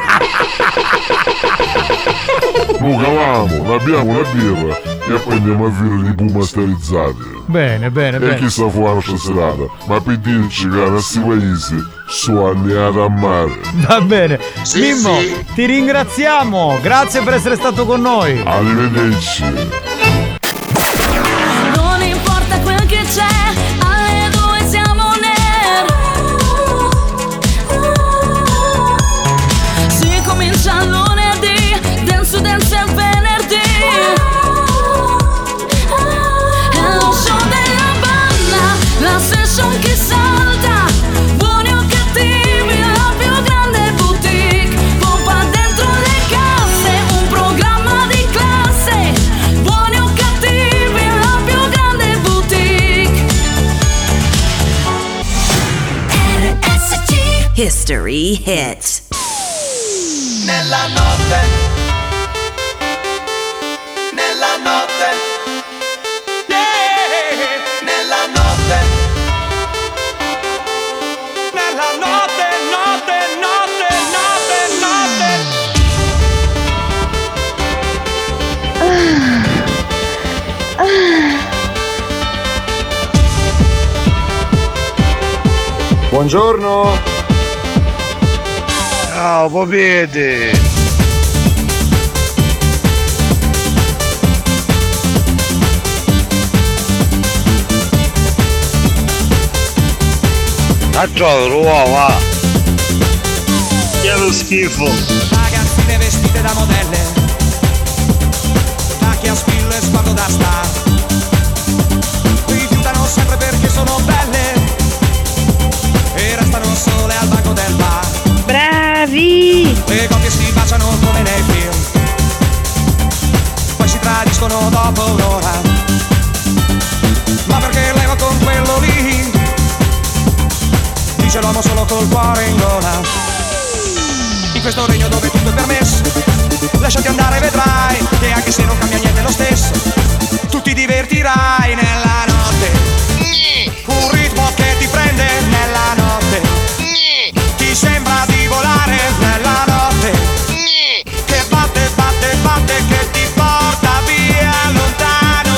Noi cavamo, abbiamo una birra e poi andiamo a vivere i Puma sterizzati. Bene. E chissà fu la nostra serata. Ma per dirci che a questi paesi sono andiati a mare. Va bene. Mimmo, ti ringraziamo. Grazie per essere stato con noi. Arrivederci. Non importa quel che c'è, alle 2 siamo si comincia lunedì, dance il venerdì. È lo show della banda, la session che salta. Buoni o cattivi, la più grande boutique. Pompa dentro le casse, un programma di classe. Buoni o cattivi, la più grande boutique. RSC History Hit. Nella notte, yeah, nella notte, Buongiorno. Ciao, popete. Faccio uova. Che lo schifo. Ragazzine vestite da modelle, tacchi a spille e sguardo da star. Rifiutano sempre perché sono belle e restano sole al banco del bar. Bravi! Le coppie si baciano come nei film, poi si tradiscono dopo un'ora. Ma perché leva con quello lì? Dice l'uomo solo col cuore in gola. In questo regno dove tutto è permesso, lasciati andare, vedrai che anche se non cambia niente è lo stesso. Tu ti divertirai nella notte. Un ritmo che ti prende nella notte. Ti sembra di volare nella notte. Che batte, batte, batte, che ti porta via lontano.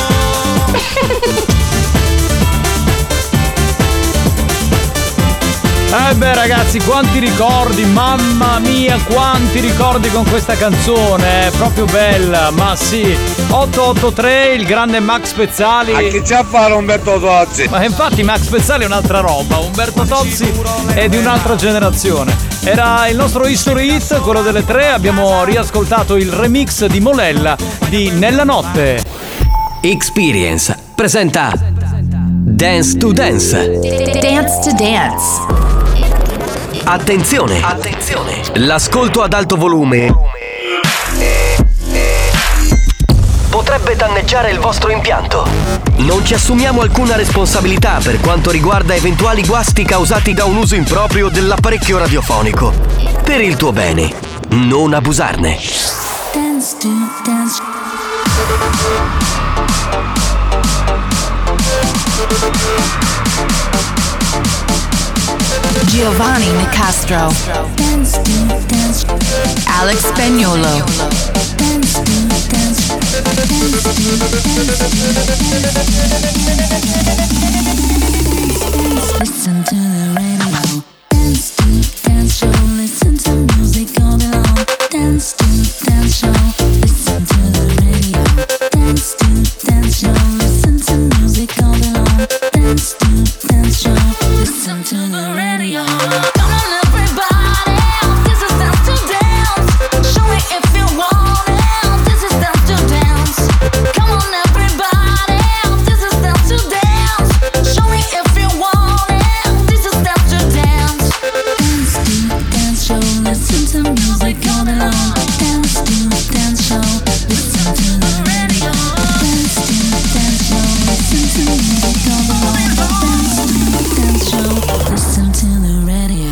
Beh ragazzi, quanti ricordi, mamma mia, quanti ricordi con questa canzone, è proprio bella, ma sì. 883, il grande Max Pezzali. A che c'ha a fare Umberto Tozzi? Ma infatti Max Pezzali è un'altra roba, Umberto Tozzi è di un'altra generazione. Era il nostro History Hit, quello delle 3, abbiamo riascoltato il remix di Molella di Nella Notte. Experience presenta Dance to Dance. Dance to Dance. Attenzione! L'ascolto ad alto volume potrebbe danneggiare il vostro impianto. Non ci assumiamo alcuna responsabilità per quanto riguarda eventuali guasti causati da un uso improprio dell'apparecchio radiofonico. Per il tuo bene, non abusarne. Dance to Dance. Giovanni Nicastro. Dance to Dance. Alex Spagnuolo. Dance to Dance. Listen to the radio. Dance to Dance show. Listen to music all day long. Dance to Dance show. Listen to the radio. Dance to Dance show. Listen to music all day long. Dance to Dance show. Listen to the radio. Come on everybody, this is Dance to Dance. Show me if you want it. This is Dance to Dance. Come on everybody, this is Dance to Dance. Show me if you want it. This is Dance to Dance. Dance to Dance show. Listen to music all day long. Dance to Dance show. Listen to the radio. Dance to Dance show. Listen to music all day long. Dance to Dance show. Listen to the radio.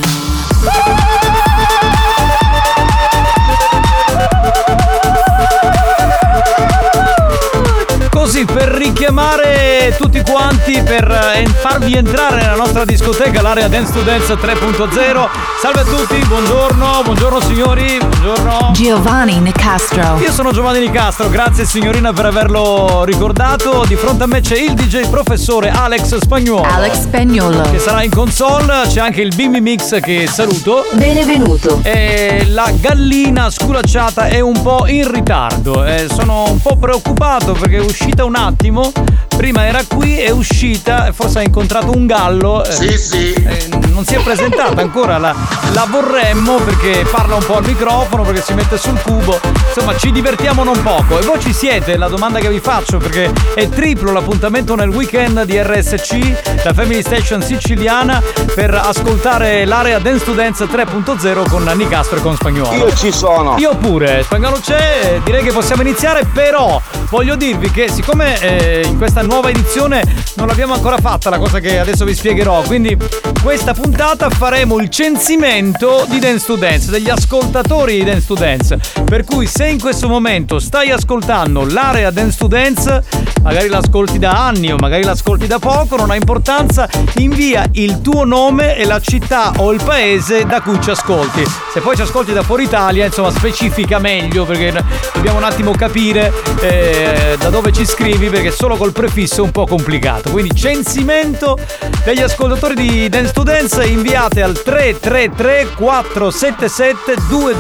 Così per richiamare tutti quanti, per farvi entrare nella nostra discoteca, l'area Dance to Dance 3.0. Salve a tutti, buongiorno signori, buongiorno. Giovanni Nicastro. Io sono Giovanni Nicastro, grazie signorina per averlo ricordato. Di fronte a me c'è il DJ professore Alex Spagnuolo. Alex Spagnuolo. Che sarà in console, c'è anche il Bimbi Mix che saluto. Benvenuto. E la gallina sculacciata è un po' in ritardo. Sono un po' preoccupato perché è uscita un attimo. Prima era qui, è uscita e forse ha incontrato un gallo. Sì. Non si è presentata ancora, la vorremmo perché parla un po' al microfono, perché si mette sul cubo. Insomma, ci divertiamo non poco. E voi ci siete? La domanda che vi faccio, perché è triplo l'appuntamento nel weekend di RSC, la Family Station siciliana, per ascoltare l'area Dance to Dance 3.0 con Nicastro e con Spagnuolo. Io ci sono. Io pure, Spagnuolo c'è, direi che possiamo iniziare, però voglio dirvi che siccome in questa nuova edizione non l'abbiamo ancora fatta, la cosa che adesso vi spiegherò, quindi questa puntata faremo il censimento di Dance to Dance, degli ascoltatori di Dance to Dance, per cui se in questo momento stai ascoltando l'area Dance to Dance, magari l'ascolti da anni o magari l'ascolti da poco, non ha importanza, invia il tuo nome e la città o il paese da cui ci ascolti. Se poi ci ascolti da fuori Italia, insomma, specifica meglio, perché dobbiamo un attimo capire da dove ci scrivi, perché solo col prefisso è un po' complicato. Quindi censimento degli ascoltatori di Dance to Dance, inviate al 333 477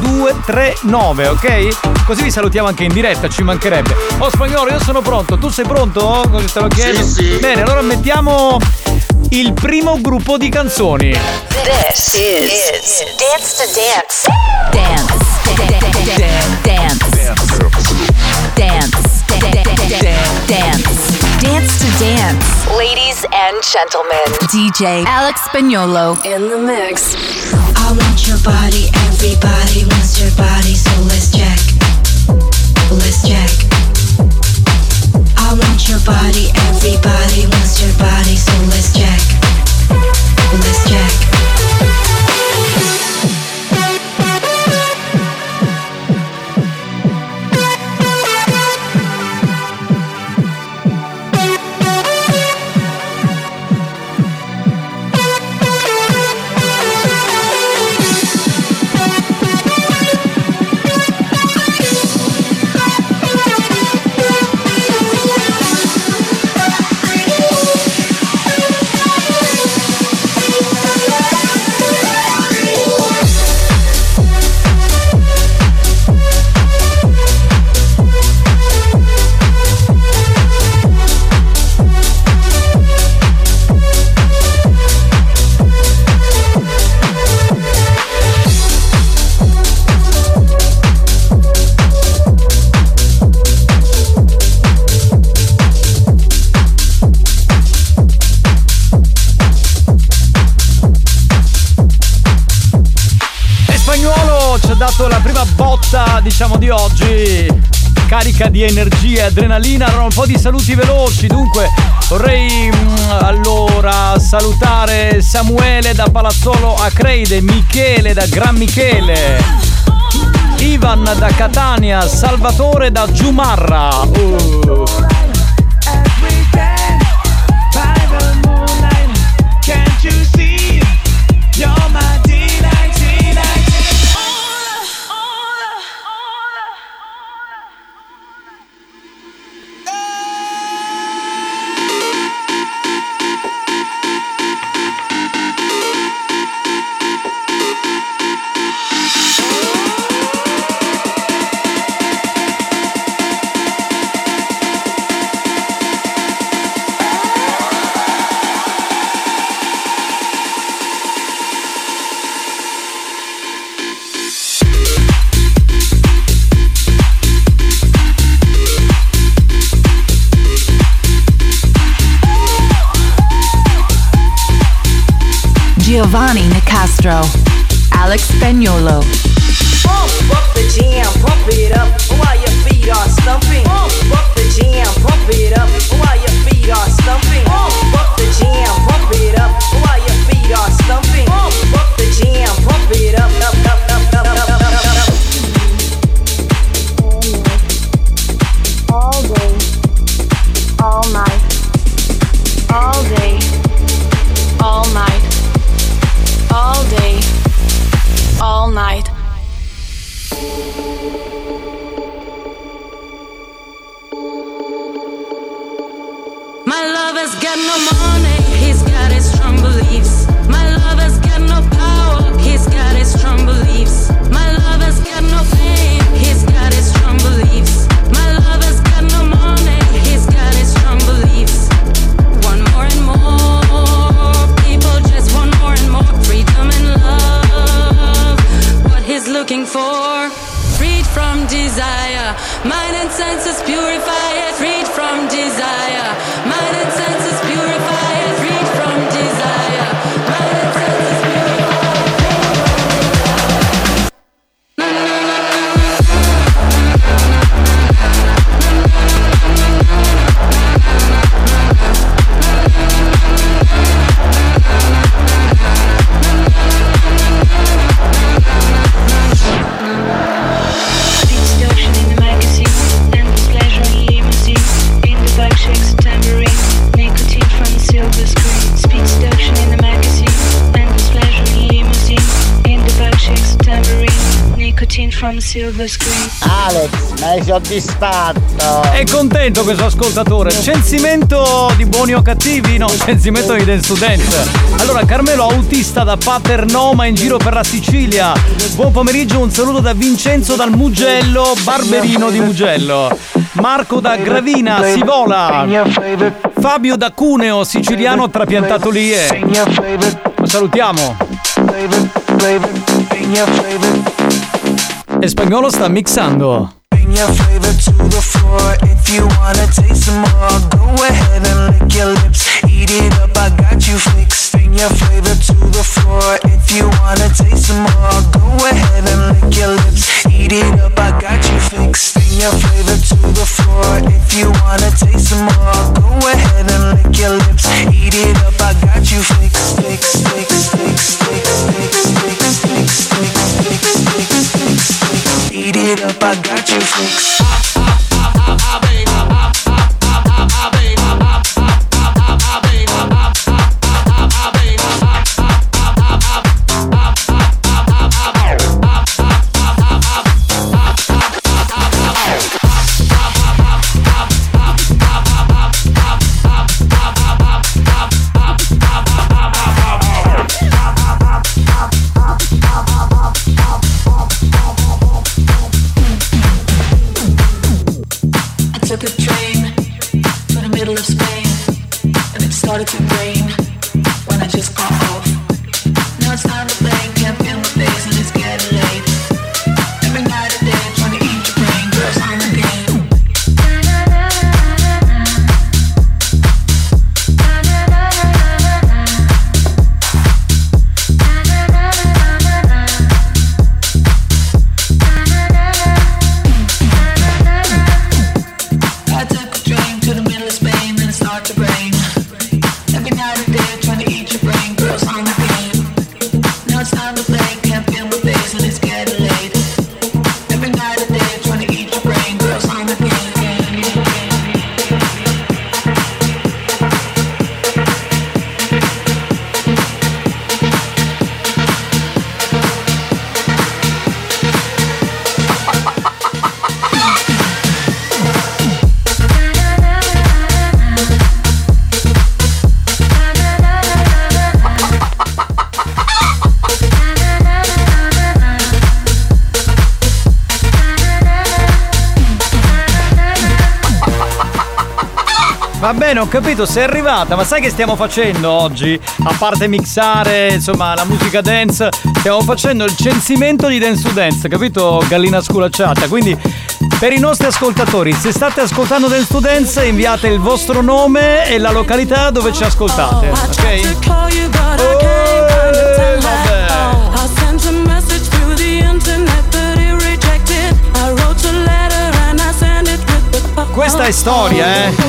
2239, ok? Così vi salutiamo anche in diretta, ci mancherebbe. Oh Spagnolo, io sono pronto, tu sei pronto? Così te lo chiedo. Sì. Bene, allora mettiamo il primo gruppo di canzoni. This is Dance to Dance. Dance. Dance to Dance. Ladies and gentlemen, DJ Alex Spagnuolo in the mix. I want your body, everybody wants your body, so let's check. I want your body, everybody wants your body, so let's check. puntata, diciamo, di oggi carica di energia e adrenalina. Allora, un po' di saluti veloci. Dunque, vorrei allora salutare Samuele da Palazzolo Acreide, Michele da Gran Michele, Ivan da Catania, Salvatore da Giumarra. Giovanni Nicastro, Alex Spagnolo. Pump up the jam, pump it up while your feet are stumping. Pump up the jam, pump it up while your feet are stumping. Pump up the jam, pump it up while your feet are stumping. Pump up the jam, pump it up, up, up, up, up, up, up, up, up. All day, all night, all day, all night, all day, all night. My lover's got no money, he's got his strong beliefs. My lover's got no power, he's got his strong beliefs. My lover's got no fame, he's got his strong beliefs. My lover's got no money, he's got his strong beliefs. Want more and more, people just want more and more freedom and love. What he's looking for, freed from desire, mind and senses purify it. Freed from desire, mind and senses purify it. Freed from desire, mind and senses Distortion in the magazine, endless pleasure in limousine. In the bike shakes a tambourine, nicotine from the silver screen. Speed seduction in the magazine, endless pleasure in limousine. In the bike shakes a tambourine, nicotine from the silver screen. Alex, mi hai soddisfatto. È contento questo ascoltatore. Censimento di buoni o cattivi? No, censimento di Dance to Dance. Allora, Carmelo autista da Paternoma in giro per la Sicilia. Buon pomeriggio, un saluto da Vincenzo dal Mugello, Barberino di Mugello. Marco da Gravina, si vola. Fabio da Cuneo, siciliano trapiantato lì. Lo salutiamo. E Spagnolo sta mixando. Bring your flavor to the floor. If you wanna taste some more, go ahead and lick your lips. Eat it up, I got you fixed. Bring your flavor to the floor. If you wanna taste some more, go ahead and lick your lips. Eat it up, I got you fixed. Bring your flavor to the floor. If you wanna taste some more, go ahead and lick your lips. Eat it up, I got you fixed. Fix, fix, fix, fix, fix, fix, fix, fix, fix, fix, fix. Eat it up, I got you fixed. took a train to the middle of Spain, and it started to rain when I just got off. Now it's time to play, can't feel my face, and it's getting late. Every night and day, trying to eat your brain, girls on the game. Va bene, ho capito, sei arrivata, ma sai che stiamo facendo oggi? A parte mixare, insomma, la musica dance, stiamo facendo il censimento di Dance to Dance, capito, gallina sculacciata? Quindi, per i nostri ascoltatori, se state ascoltando Dance to Dance, inviate il vostro nome e la località dove ci ascoltate, ok? Questa è storia, eh?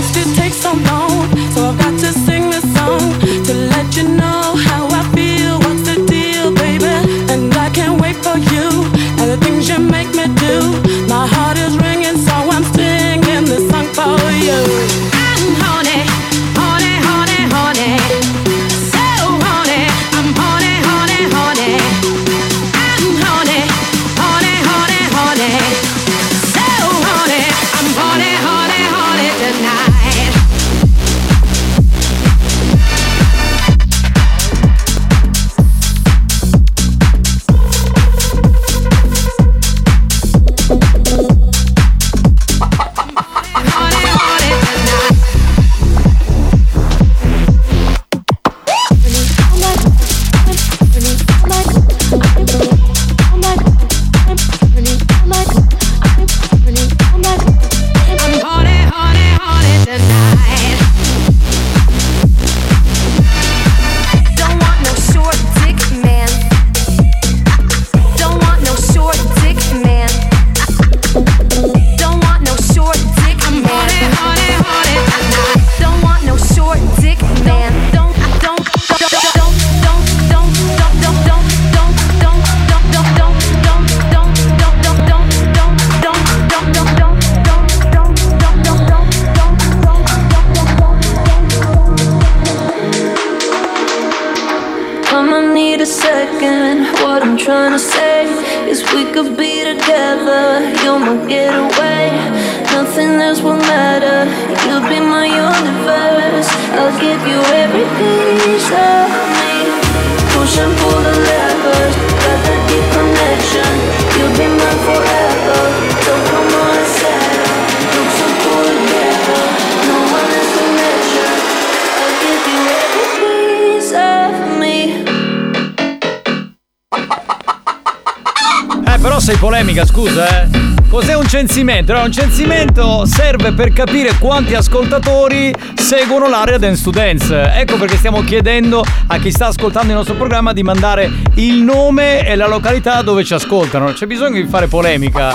Però sei polemica, scusa, eh. Cos'è un censimento? No, un censimento serve per capire quanti ascoltatori seguono l'area Dance to Dance. Ecco perché stiamo chiedendo a chi sta ascoltando il nostro programma di mandare il nome e la località dove ci ascoltano. C'è bisogno di fare polemica.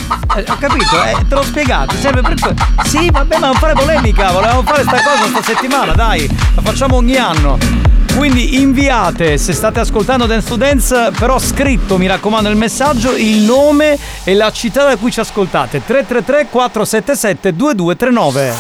Ho capito, te l'ho spiegato, serve per questo. Sì, vabbè, ma non fare polemica, volevamo fare sta cosa sta settimana, dai, la facciamo ogni anno. Quindi inviate, se state ascoltando Dance to Dance, però scritto, mi raccomando, il messaggio, il nome e la città da cui ci ascoltate. 333 477 2239.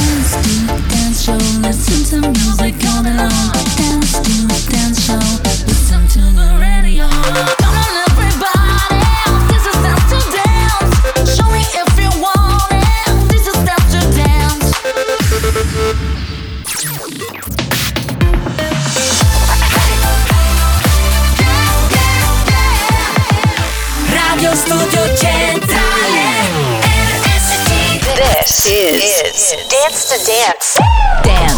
Studio Centrale RSC. This is Dance to Dance.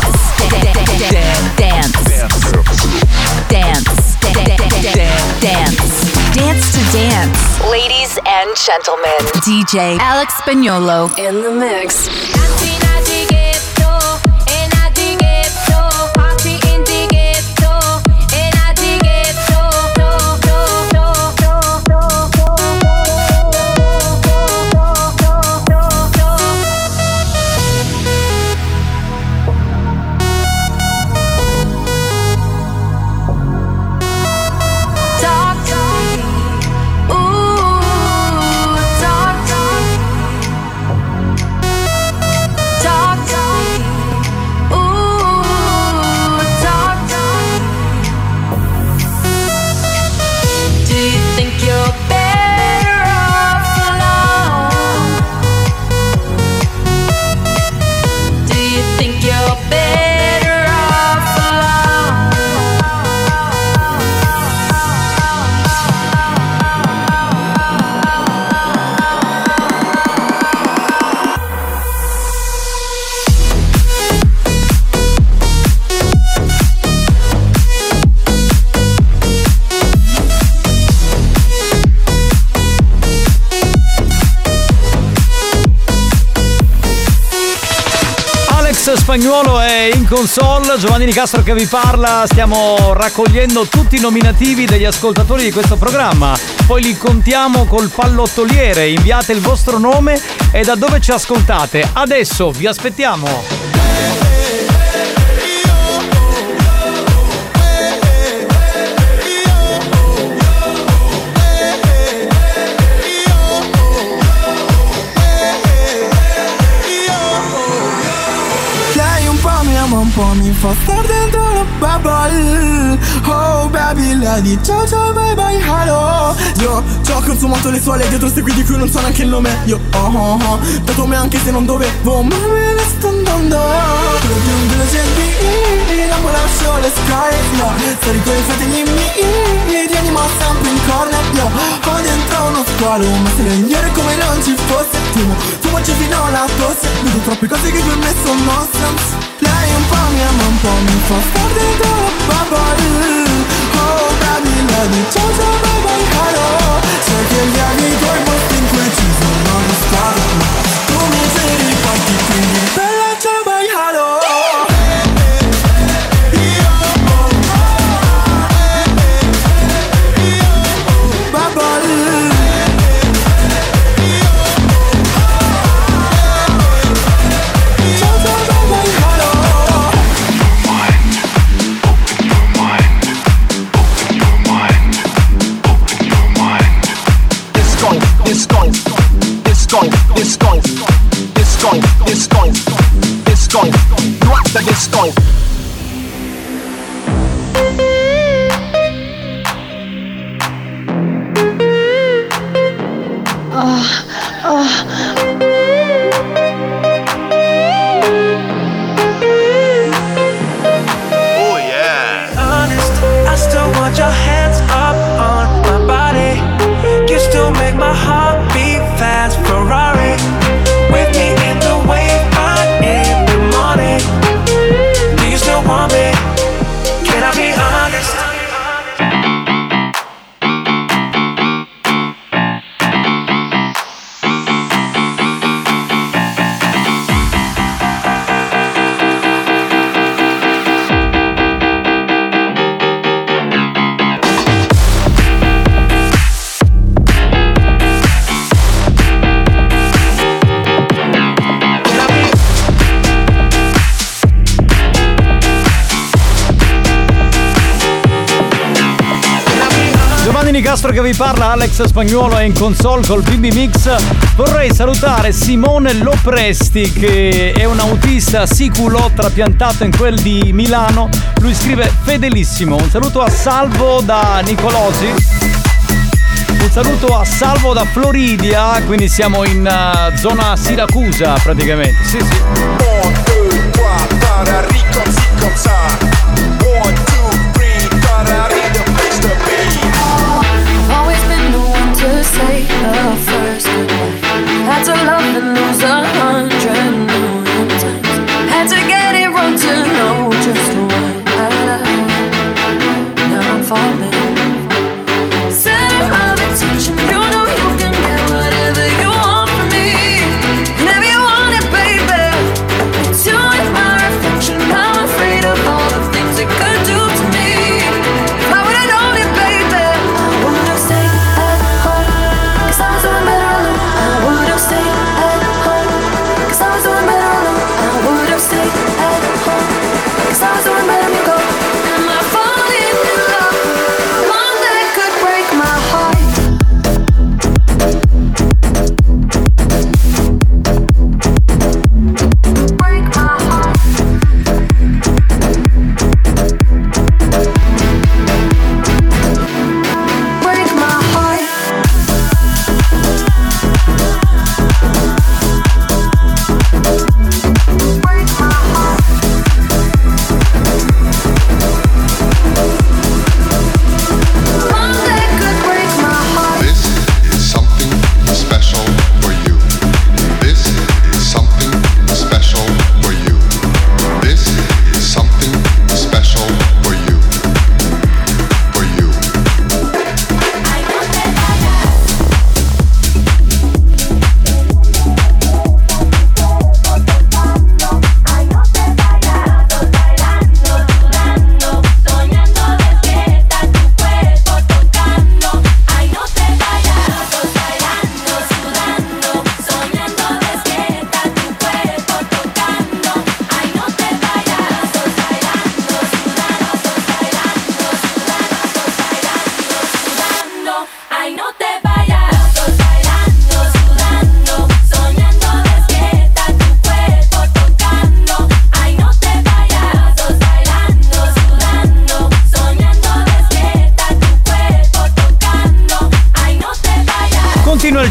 Dance to Dance. Ladies and gentlemen, DJ Alex Spagnolo in the mix. Talk Spagnuolo è in console, Giovanni Nicastro che vi parla. Stiamo raccogliendo tutti i nominativi degli ascoltatori di questo programma, poi li contiamo col pallottoliere. Inviate il vostro nome e da dove ci ascoltate. Adesso vi aspettiamo. Un po' mi fa star dentro la bubble. Oh baby, lei di ciao ciao bye bye hello. Io ci ho consumato le suole dietro questi di cui non so neanche il nome. Io dato me anche se non dovevo, ma me ne sto andando. Non lascio le sky, no. Stare con i fratelli miei, ti anima sempre in corner. Io ho dentro uno squalo, ma se legnare come non ci fosse. Fumaci fino alla tosse. Vedo troppe cose che per me sono nonsense. Lei un po' mi ama, un po' mi fa star dentro la bubble. Oh baby, lei di ciao ciao bye bye hello. Sai che gli anni tuoi posti in cui ci sono stato, ma tu mi sei riparti, quindi bella ciao bye hello. It's going, you act like it's going. Oh yeah. Honest, I still want your hands up on my body. You still make my heart beat fast, Ferrari. With me in the wave, I'm in the morning. Do you still want me? Can I be honest? Nicastro che vi parla, Alex Spagnuolo è in console col BB Mix. Vorrei salutare Simone Lopresti che è un autista siculo trapiantato in quel di Milano. Lui scrive fedelissimo. Un saluto a Salvo da Nicolosi. Un saluto a Salvo da Floridia, quindi siamo in zona Siracusa praticamente. Sì, sì. 1, 2, 3, Rico, One, two, three, gotta be the place to be. I've always been the one to say the first goodbye. Had to love and lose 100 million times. Had to get it wrong to know just what I love. Now I'm falling. Center of attention, you know you can get whatever you want from me. Whenever you want it, baby. It's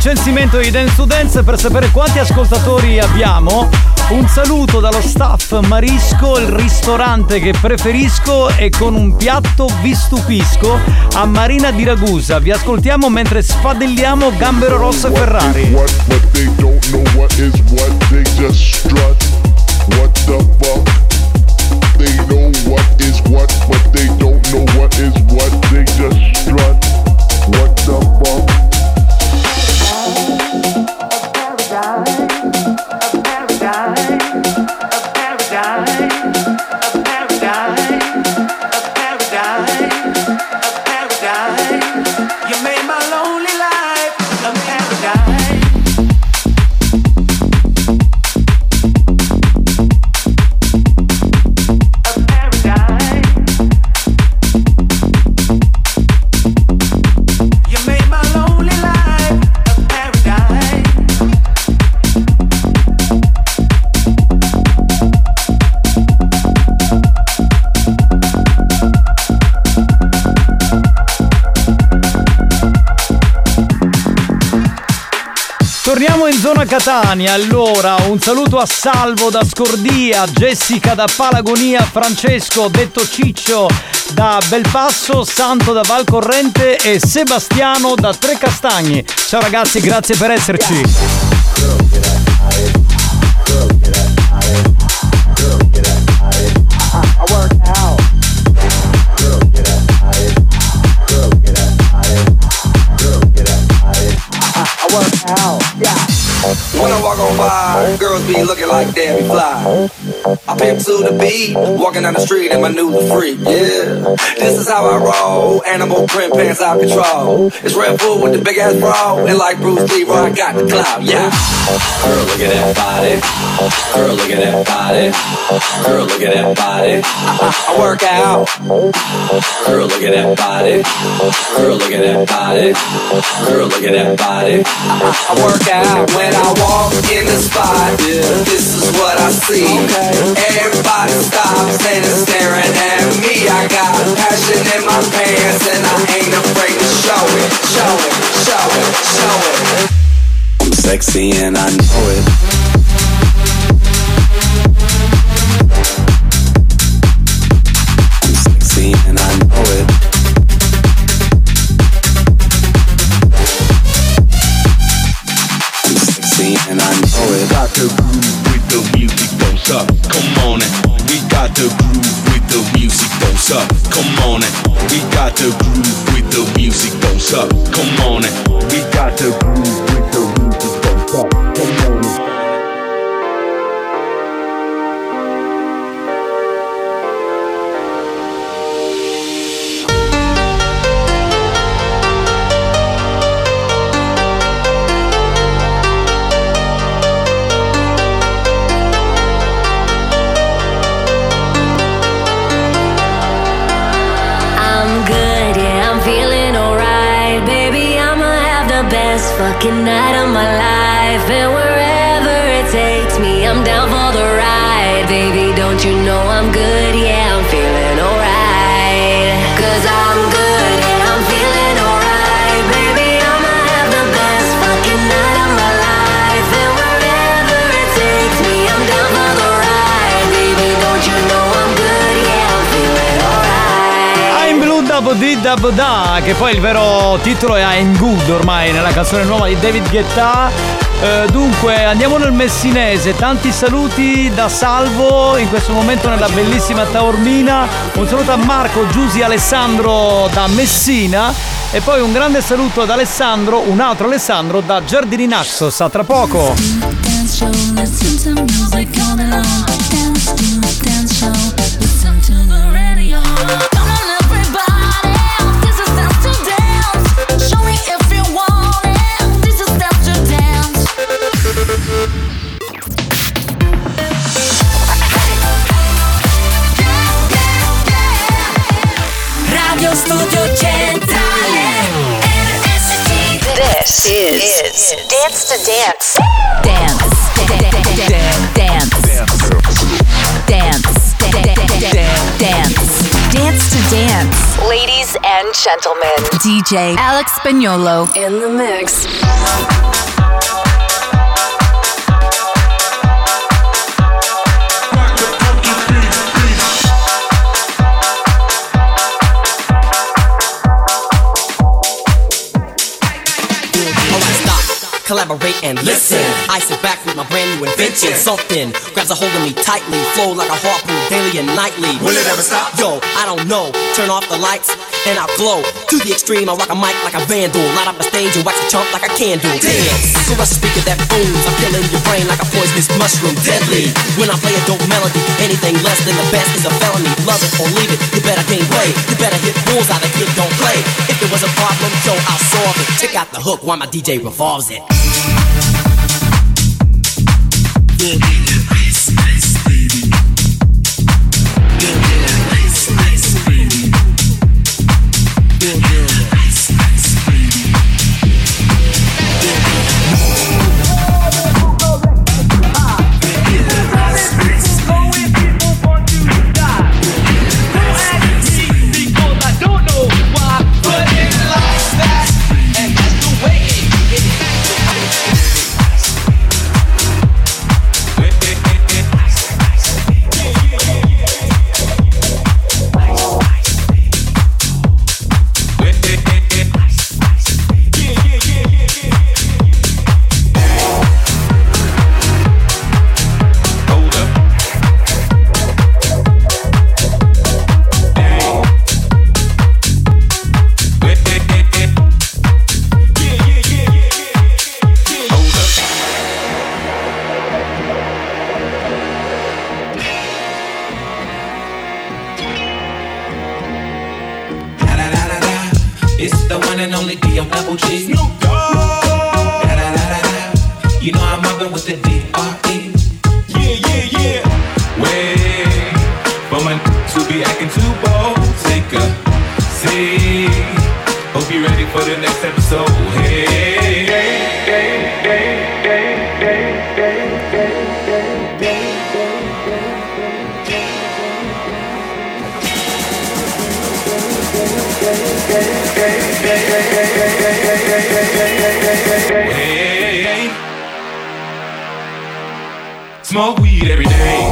censimento di Dance to Dance per sapere quanti ascoltatori abbiamo. Un saluto dallo staff Marisco, il ristorante che preferisco e con un piatto vi stupisco a Marina di Ragusa. Vi ascoltiamo mentre spadelliamo Gambero Rosso e Ferrari. What they don't know what is what, they just strut. What the fuck? They know what is what, but they don't know what is what, they just strut. What the fuck? Torniamo in zona Catania, allora un saluto a Salvo da Scordia, Jessica da Palagonia, Francesco detto Ciccio da Belpasso, Santo da Valcorrente e Sebastiano da Trecastagni. Ciao ragazzi, grazie per esserci. When I walk on by, girls be looking like Debbie Fly. I pimp to the beat, walking down the street in my new freak, yeah. This is how I roll, animal print pants out control. It's Red Bull with the big ass bra, and like Bruce Lee, I got the clout, yeah. Girl, look at that body. Girl, look at that body. Girl, look at that body. I work out. Girl, look at that body. Girl, look at that body. Girl, look at that body. I work out when I walk in the spot. This is what I see. Everybody stops and is staring at me. I got passion in my pants and I ain't afraid to show it. Show it, show it, show it. I'm sexy and I know it. I'm sexy and I know it. And I know it. Got the groove with the music, bounce up. Come on it. We got the groove with the music, bounce up. Come on it. We got the groove with the music, bounce up. Come on it. We got the groove with the music, bounce up. Come on it. Fucking night of my life, and wherever it takes me, I'm down for the ride. Baby, don't you know I'm good? Yeah, I'm feeling alright. 'Cause I'm good, yeah, I'm feeling alright. Baby, I'ma have the best fucking night of my life, and wherever it takes me, I'm down for the ride. Baby, don't you know I'm good? Yeah, I'm feeling alright. I'm Blue Dabba Da, che poi il vero titolo è I'm Good ormai nella canzone nuova di David Guetta. Dunque andiamo nel messinese, tanti saluti da Salvo in questo momento nella bellissima Taormina. Un saluto a Marco, Giusy, Alessandro da Messina e poi un grande saluto ad Alessandro, un altro Alessandro da Giardini Naxos. A tra poco. Radio Studio Centrale RSC. This is Dance to Dance. Dance. Dance to Dance. Ladies and gentlemen, DJ Alex Spagnolo in the mix. Collaborate and listen. I sit back with my brand new invention. Something grabs a hold of me tightly, flow like a harpoon daily and nightly. Will it ever stop? Yo, I don't know. Turn off the lights and I'll glow. To the extreme, I rock a mic like a vandal. Light up the stage and wax a chump like a candle. Dance. So rush a speaker that booms. I'm killing your brain like a poisonous mushroom. Deadly. When I play a dope melody, anything less than the best is a felony. Love it or leave it. You better gain weight. You better hit bullseye. The kid don't play. If there was a problem, yo, I'll solve it. Check out the hook while my DJ revolves it. It's the one and only D.O.G. Snoop Dogg. You know I'm mobbing with the D.R.E. Yeah. Way for my to be acting too bold. Take a seat. Hope you're ready for the next episode. Hey, smoke weed every day.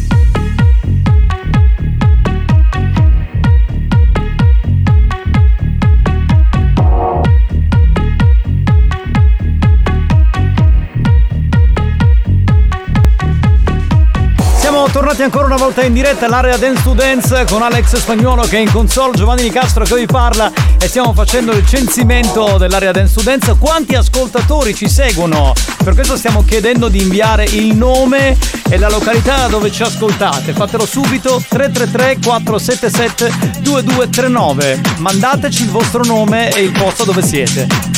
Tornati ancora una volta in diretta all'area Dance to Dance con Alex Spagnolo che è in console, Giovanni Nicastro che vi parla e stiamo facendo il censimento dell'area Dance to Dance. Quanti ascoltatori ci seguono? Per questo stiamo chiedendo di inviare il nome e la località dove ci ascoltate. Fatelo subito, 333 477 2239. Mandateci il vostro nome e il posto dove siete.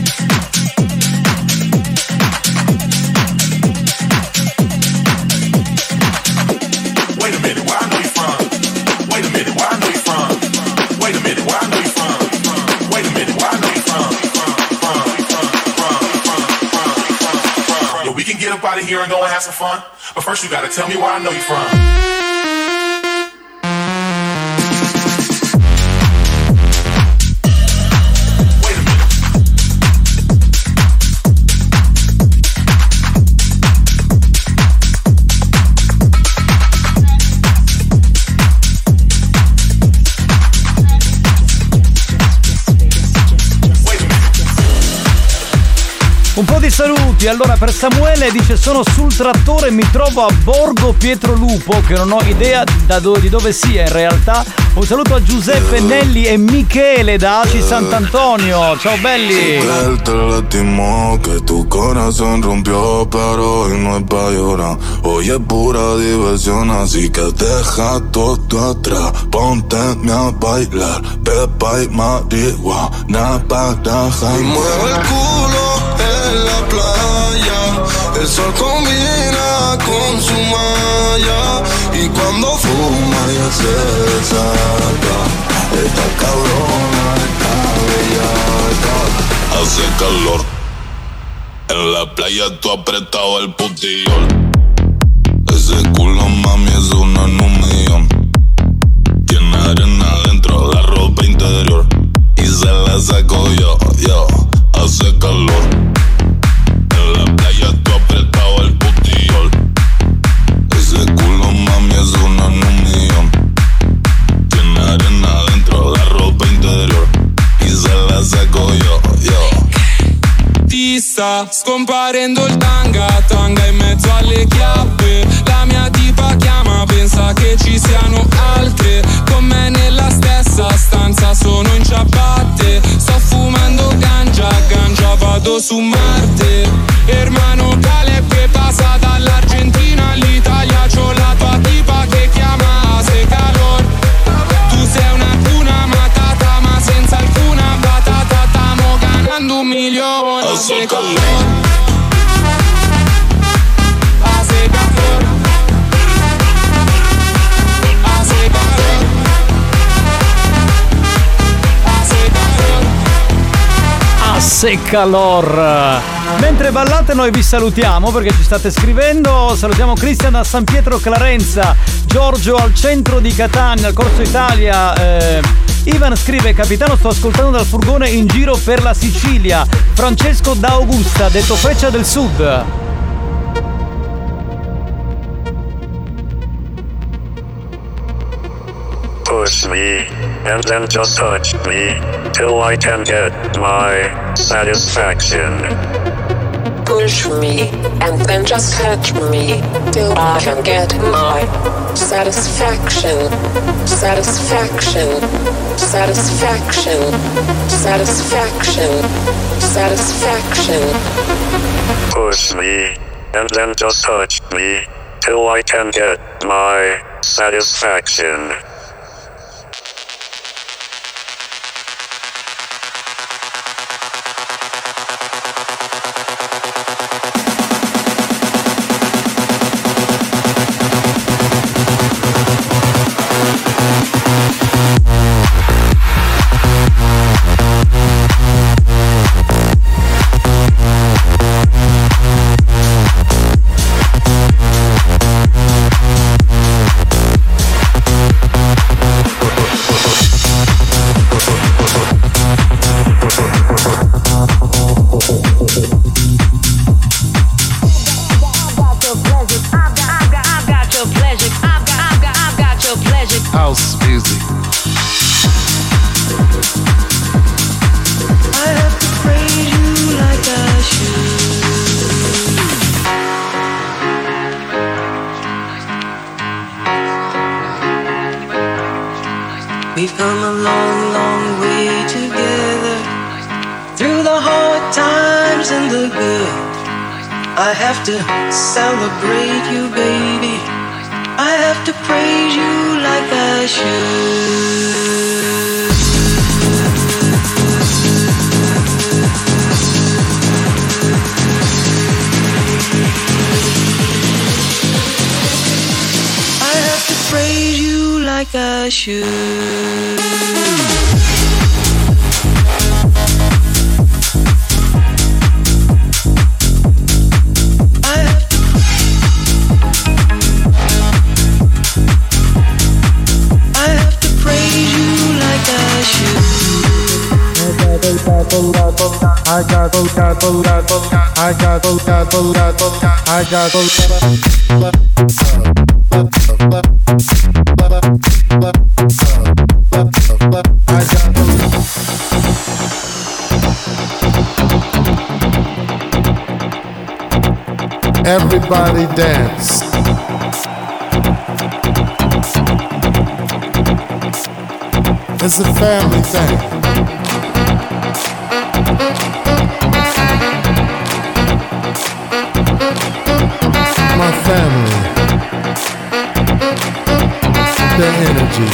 Get up out of here and go and have some fun. But first you gotta tell me where I know you from. Un po' di saluti, allora per Samuele dice sono sul trattore e mi trovo a Borgo Pietrolupo che non ho idea di dove sia in realtà. Un saluto a Giuseppe, Nelly e Michele da Aci Sant'Antonio, ciao belli. Él te lastimó, que tu corazón rompió, pero hoy no es pa' llorar. Hoy es pura diversión, así que deja todo atrás. Ponte a bailar, pepa y marihuana para Y mueve el culo en la playa, el sol combina con su malla y cuando fuma ya se desata. Esta cabrona está bellaca. Hace calor, en la playa tú apretado el putillol. Ese culo mami es una en un millón. Tiene arena dentro de la ropa interior. sta scomparendo il tanga in mezzo alle chiappe. La mia tipa chiama, pensa che ci siano altre con me nella stessa stanza, sono in ciabatte. Sto fumando ganja vado su Marte. Hermano Caleb passa dall'Argentina all'Italia, c'ho la tua tipa che chiama Hace calor. Tu sei una matata ma senza alcuna patata, stiamo ganando 1 milione. Hace calor, hace calor, hace calor, hace calor, hace calor. Mentre ballate noi vi salutiamo perché ci state scrivendo. Salutiamo Cristian da San Pietro Clarenza, Giorgio al centro di Catania, al Corso Italia. Ivan scrive: capitano, sto ascoltando dal furgone in giro per la Sicilia. Francesco da Augusta, detto Freccia del Sud. Push me, and then just touch me, till I can get my satisfaction. Push me, and then just touch me, till I can get my satisfaction. Satisfaction. Satisfaction. Satisfaction. Satisfaction. Push me, and then just touch me, till I can get my satisfaction. House music. I have to praise you like I should. We've come a long, long way together, through the hard times and the good. I have to celebrate you, baby. I have to praise you like I should. I have to praise you like I should. I got everybody dance. It's a family thing. My family, the energy.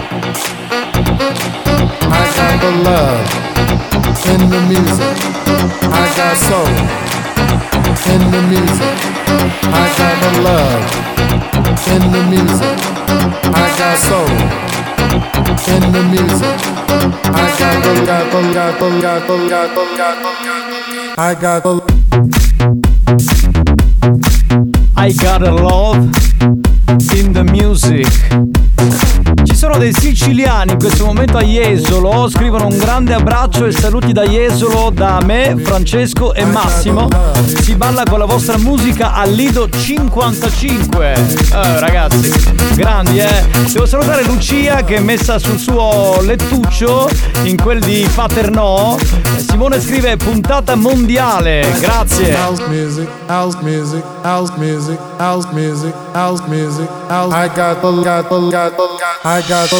I got the love in the music. I got soul in the music. I got the love in the music. I got soul in the music. I got I got a love in the music. Ci sono dei siciliani in questo momento a Jesolo. Scrivono un grande abbraccio e saluti da Jesolo da me, Francesco e Massimo. Si balla con la vostra musica al Lido 55. Ragazzi, grandi, Devo salutare Lucia che è messa sul suo lettuccio in quel di Paternò. Simone scrive puntata mondiale. Grazie. House music, house music, house music, house music, house music, house. I got the I got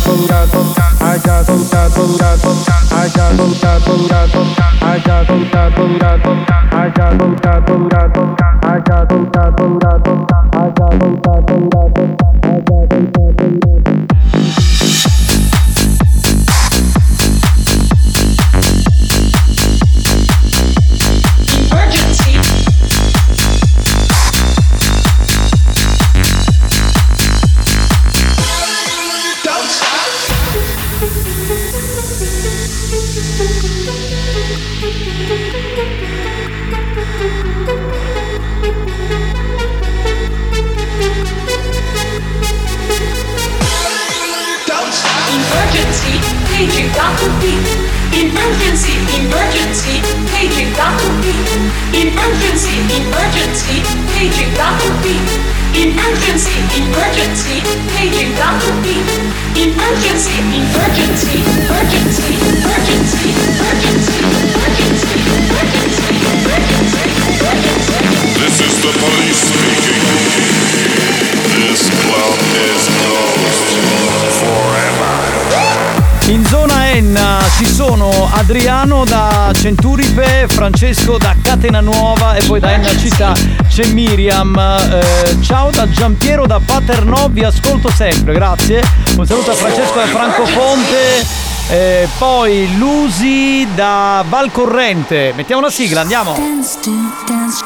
paging Dr. B. Emergency, emergency, paging Dr. B. Emergency, emergency, paging Dr. B. Emergency, emergency, paging Dr. B. Emergency, emergency, emergency, emergency, emergency, emergency, emergency, emergency, emergency. This is the police speaking. This club is closed forever. In zona N ci sono Adriano da Centuripe, Francesco da Catena Nuova e poi da N città c'è Miriam. Ciao da Giampiero da Paternò, vi ascolto sempre, grazie. Un saluto a Francesco da Francofonte. Poi Lusi da Valcorrente. Mettiamo una sigla, andiamo. Dance to dance.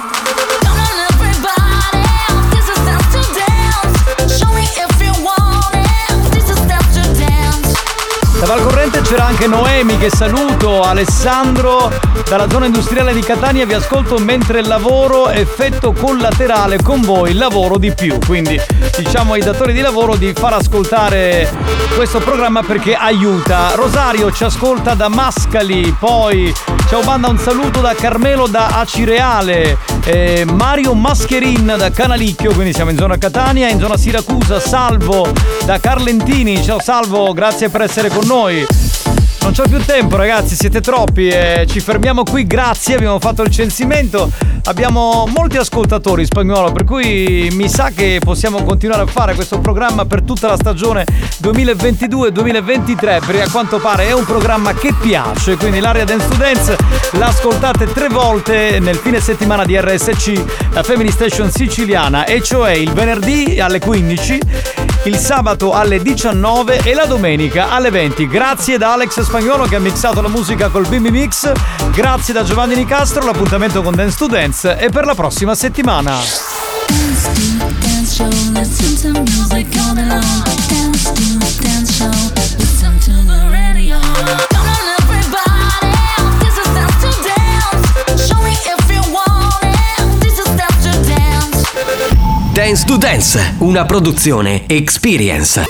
Da Valcorrente c'era anche Noemi che saluto, Alessandro dalla zona industriale di Catania, vi ascolto mentre lavoro, effetto collaterale con voi, lavoro di più, quindi diciamo ai datori di lavoro di far ascoltare questo programma perché aiuta. Rosario ci ascolta da Mascali, poi ciao banda, un saluto da Carmelo da Acireale, Mario Mascherin da Canalicchio, quindi siamo in zona Catania, in zona Siracusa Salvo da Carlentini, ciao Salvo, grazie per essere con noi. Non c'ho più tempo ragazzi, siete troppi e ci fermiamo qui, grazie, abbiamo fatto il censimento, abbiamo molti ascoltatori Spagnuolo, per cui mi sa che possiamo continuare a fare questo programma per tutta la stagione 2022-2023, perché a quanto pare è un programma che piace, quindi l'Area Dance to Dance l'ascoltate 3 volte nel fine settimana di RSC, la Family Station siciliana, e cioè il venerdì alle 15, il sabato alle 19 e la domenica alle 20. Grazie da Alex Spagnuolo che ha mixato la musica col Bimbi Mix, grazie da Giovanni Nicastro, l'appuntamento con Dance to Dance è per la prossima settimana. Dance to dance show, listen to music all day long. Dance to dance show, listen to the radio. Come on everybody, this is dance to dance. Show me if you want it, this is dance to dance. Dance to Dance, una produzione Experience.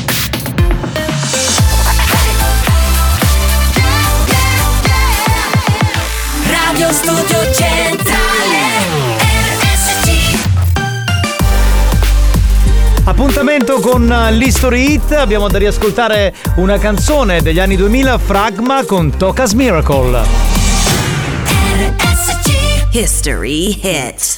Radio Studio Centrale RSC. Appuntamento con l'History Hit, abbiamo da riascoltare una canzone degli anni 2000, Fragma con Toca's Miracle. RSC History Hit.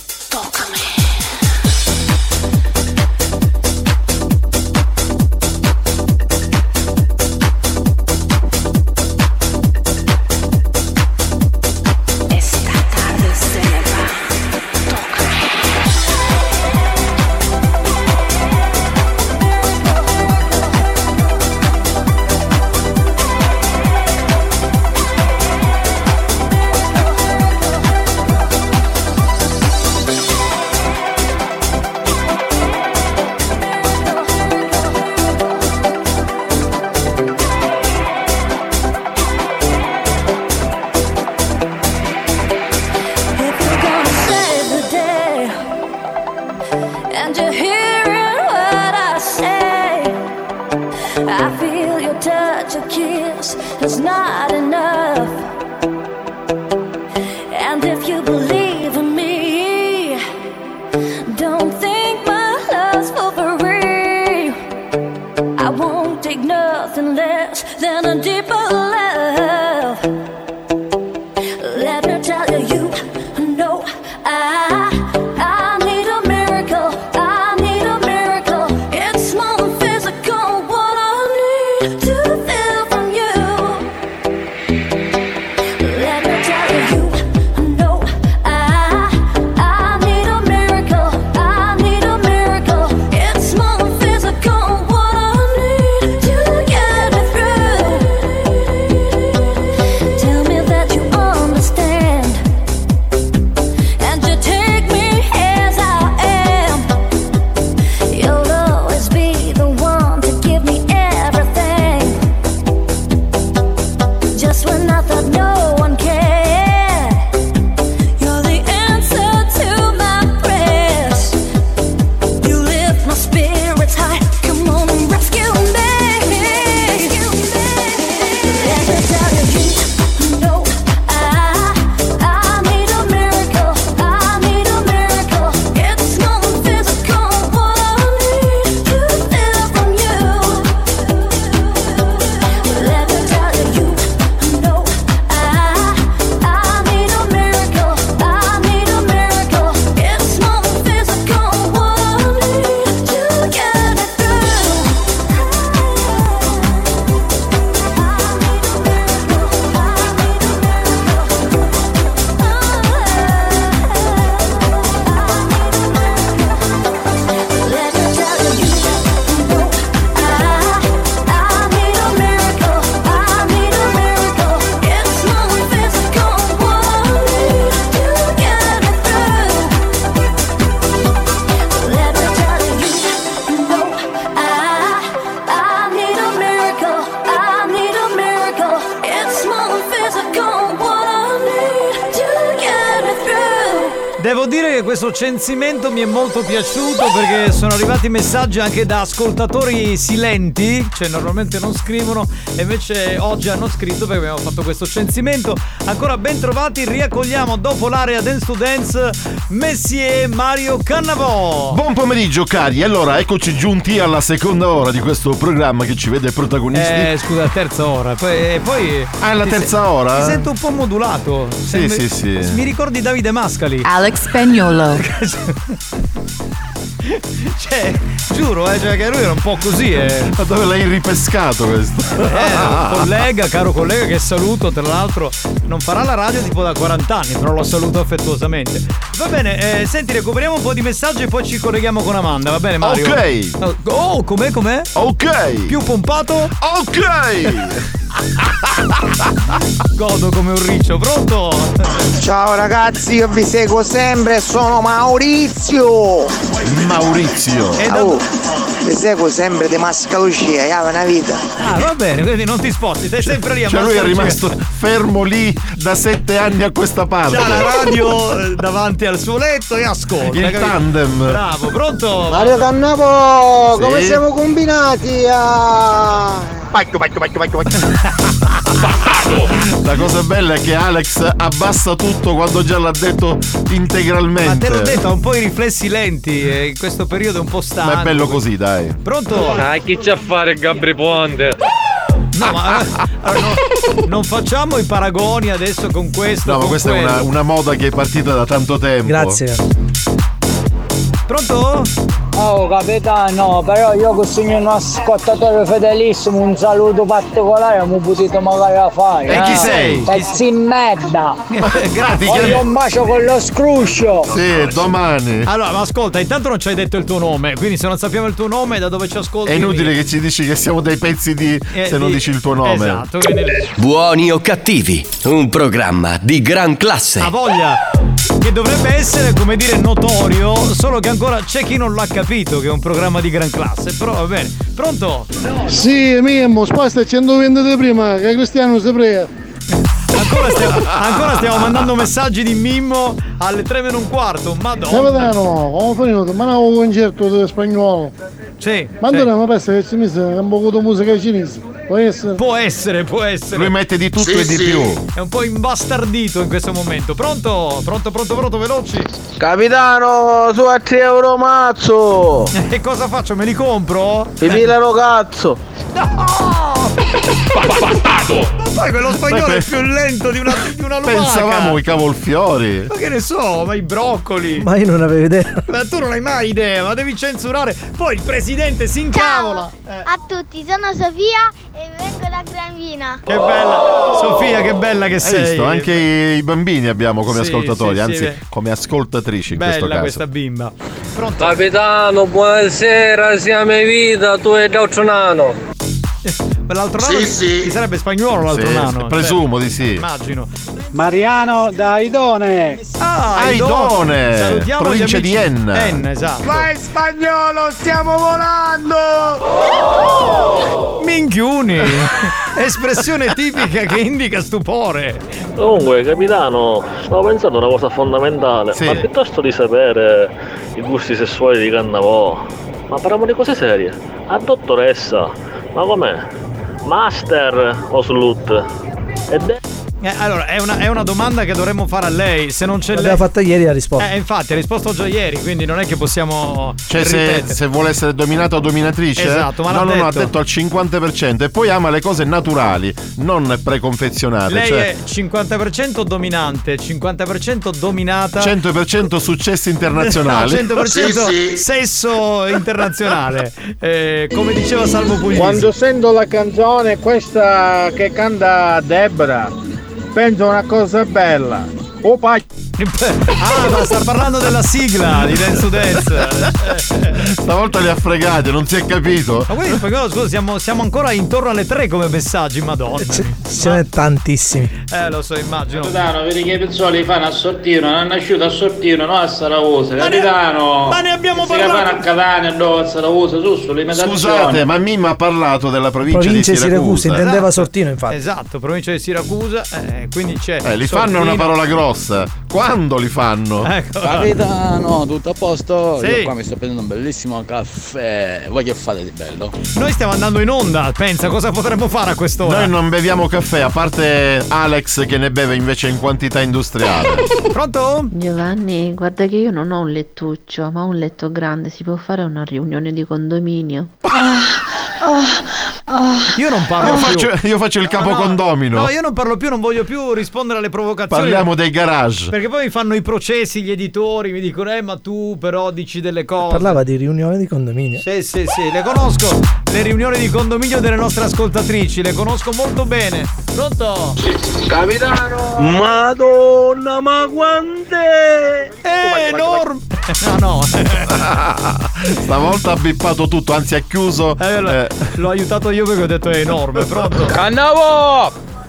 I feel your touch, your kiss is not enough. And if you believe in me, don't think my love's for free. I won't take nothing less than a deeper love. Let me tell you, no, I need a miracle. I need a miracle. It's more than physical. What I need to feel from you. Let me tell you, no, I need a miracle. I need a miracle. It's more than physical. What I need to get me through. Tell me that you understand, and you take me as I am. You'll always be the one to give me everything. Just when I thought no one cared, you're the answer to my prayers. You lift my spirits high. Come on and rescue me. Let me tell you, no, I need a miracle. I need a miracle. It's more than physical. What I need to feel from you. Let me tell you, no, I need a miracle. I need a miracle. It's more than physical. What I need to get me through. Let me tell you, no, I need a miracle. I need a miracle. It's more than physical. What I need to get me through. Let me tell you, no, I need a miracle. I need a miracle. It's more than physical. What I need to get me through. Devo dire che questo censimento mi è molto piaciuto perché sono arrivati messaggi anche da ascoltatori silenti, cioè normalmente non scrivono e invece oggi hanno scritto perché abbiamo fatto questo censimento. Ancora ben trovati, riaccogliamo dopo l'area Dance to Dance Messier Mario Cannavò. Buon pomeriggio cari, allora eccoci giunti alla seconda ora di questo programma che ci vede protagonisti. Scusa, terza ora. Poi Ah, è la terza ora? Ti sento un po' modulato. Sì. Mi ricordi Davide Mascali? Alex Spagnuolo. Cioè, giuro, cioè che lui era un po' così. Ma dove l'hai ripescato questo? Un collega, caro collega che saluto, tra l'altro non farà la radio tipo da 40 anni, però lo saluto affettuosamente. Va bene, senti, recuperiamo un po' di messaggi e poi ci colleghiamo con Amanda, va bene Mario? Ok. Oh, com'è? Ok. Più pompato? Ok. Godo come un riccio, pronto? Ciao ragazzi, io vi seguo sempre, sono Maurizio. Vi seguo sempre di Mascalucia, è una vita. Ah, va bene, quindi non ti sposti, stai sempre lì a Cioè lui è Mascalucia. rimasto fermo lì da 7 anni a questa parte. C'ha la radio davanti al suo letto e ascolta. Il capito? tandem. Bravo, pronto? Mario Cannavò, Sì? come siamo combinati a... La cosa bella è che Alex abbassa tutto quando già l'ha detto integralmente. Ma te l'ho detto, ha un po' i riflessi lenti e in questo periodo è un po' stanco. Ma è bello così, dai. Pronto? Ah, chi c'ha a fare Gabri Ponte? No, ma non facciamo i paragoni adesso con questo. No, ma con questa quello. è una moda che è partita da tanto tempo. Grazie. Pronto? Oh capitano, però io che sono un ascoltatore fedelissimo, un saluto particolare mi potete magari fare. E chi sei? Pezzi in merda. Grazie. Voglio un bacio con lo scruscio. Sì, domani. Allora, ma ascolta, intanto non ci hai detto il tuo nome, quindi se non sappiamo il tuo nome da dove ci ascolti. È inutile che ci dici che siamo dei pezzi di se non dici il tuo nome. Esatto, quindi Buoni o cattivi, un programma di gran classe. ha voglia. Che dovrebbe essere, come dire, notorio, solo che ancora c'è chi non l'ha capito che è un programma di gran classe, però va bene. Pronto? Sì, Mimmo, sposta 120 di prima, che Cristiano si prega. Ancora stiamo mandando messaggi di Mimmo alle 3:15, madonna. Capitano, come finito? Ma non ho un concerto di spagnolo. Sì. Ma sì. non penso che ci mise un po' di musica cinese. Può essere? Può essere. Lui mette di tutto e di più. È un po' imbastardito in questo momento. Pronto, veloci. Capitano, su a 3 euro mazzo. E cosa faccio? Me li compro? Mi pilano cazzo. No! Ma poi quello spagnolo è più lento di una lumaca. Pensavamo i cavolfiori. Ma che ne so, ma i broccoli. Ma io non avevo idea. Ma tu non hai mai idea, ma devi censurare. Poi il presidente si incavola. A tutti, sono Sofia e vengo da Granvina. Che bella, Sofia, che bella che sei. Hai visto? Anche i bambini abbiamo come Sì, ascoltatori, sì, anzi sì. come ascoltatrici in questo Bella caso. questa bimba. Pronto? Capitano, buonasera, siamo in vita, tu e l'altro nano. L'altro nano chi sarebbe spagnolo l'altro Sì, nano? presumo di sì. Immagino. Mariano da Idone. Aidone, Salutiamo provincia gli di amici. Enna. Enna, esatto. Vai spagnolo, stiamo volando. Minchiuni. Espressione tipica che indica stupore. Comunque, capitano, stavo pensando a una cosa fondamentale. Sì. Ma piuttosto di sapere i gusti sessuali di Cannavò, ma parliamo di cose serie. A dottoressa, ma com'è? Master o slut? Ed è... Allora, è una domanda che dovremmo fare a lei. Se non c'è L'abbiamo fatta ieri, ha risposto. Infatti, ha risposto già ieri, quindi non è che possiamo. Cioè se vuole essere dominato o dominatrice. Esatto, ma no, l'ha ha detto. detto al 50% e poi ama le cose naturali, non preconfezionate. Lei cioè è 50% dominante, 50% dominata. 100% successi internazionali. No, 100% sesso internazionale. Come diceva Salvo Puglisi. Quando sento la canzone questa che canta Debra, penso a una cosa bella. Opa! Ma sta parlando della sigla di Dance to Dance. Stavolta li ha fregati, non si è capito. Ma quindi scusa, siamo ancora intorno alle 3 come messaggi, madonna. Ce n'è tantissimi. Lo so, immagino. Capitano, vedi che i pizzoli fanno a Sortino, non hanno nasciuto a Sortino, no a Saragossa. Capitano, ma ne abbiamo parlato. Si fanno a Catania, no a Saragossa, su sull'imitazione. Scusate, ma Mimma ha parlato della provincia di Siracusa. Intendeva Sortino, infatti. Esatto, provincia di Siracusa, quindi c'è. Li fanno è una parola grossa. Quando li fanno? Ecco. Capitano, tutto a posto? Sì. Io qua mi sto prendendo un bellissimo caffè. Voi che fate di bello? Noi stiamo andando in onda, pensa cosa potremmo fare a quest'ora? Noi non beviamo caffè, a parte Alex che ne beve invece in quantità industriale. Pronto? Giovanni, guarda che io non ho un lettuccio, ma un letto grande. Si può fare una riunione di condominio? Io non parlo più. Io faccio il capocondomino. No, io non parlo più, non voglio più rispondere alle provocazioni. Parliamo dei garage. Perché poi mi fanno i processi gli editori, mi dicono ma tu però dici delle cose. Parlava di riunione di condominio. Sì, le conosco. Le riunioni di condominio delle nostre ascoltatrici, le conosco molto bene. Pronto? Capitano. Madonna, ma quant'è? È enorme. No. Stavolta ha bippato tutto, anzi ha chiuso. L'ho aiutato io perché ho detto è enorme. Pronto? Cannavo!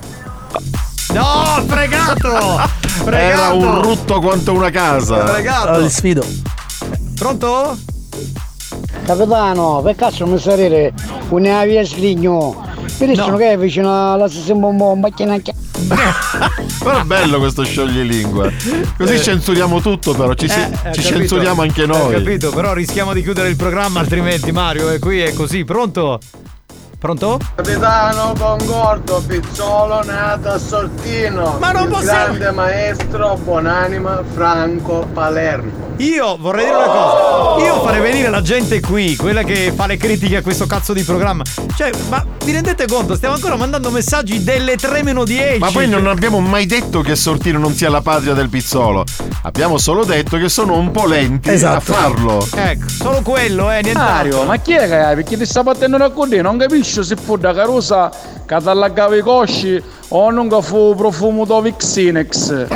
No, fregato! Era un rutto quanto una casa. Fregato. Li sfido. Pronto? Capitano, per caso mi sarete una via sligno. Mi dicono che è vicino alla stessa bomba. Però è bello questo scioglilingua. Così censuriamo tutto, però ci censuriamo anche noi. Ho capito, però rischiamo di chiudere il programma altrimenti, Mario. E qui è così. Pronto? Pronto? Capitano, concordo, pizzolo nato a Sortino. Ma non il possiamo. grande maestro, buonanima, Franco Palermo. Io vorrei dire una cosa. Io farei venire la gente qui, quella che fa le critiche a questo cazzo di programma. Cioè, ma vi rendete conto? Stiamo ancora mandando messaggi delle 3-10. Ma poi non abbiamo mai detto che Sortino non sia la patria del pizzolo. Abbiamo solo detto che sono un po' lenti a farlo. Ecco, solo quello, niente. Mario, ma chi è che è? Perché ti sta battendo una cordina? Non capisci se fu da carosa che ti allagava i cosci o non che fu profumo da Vixinex.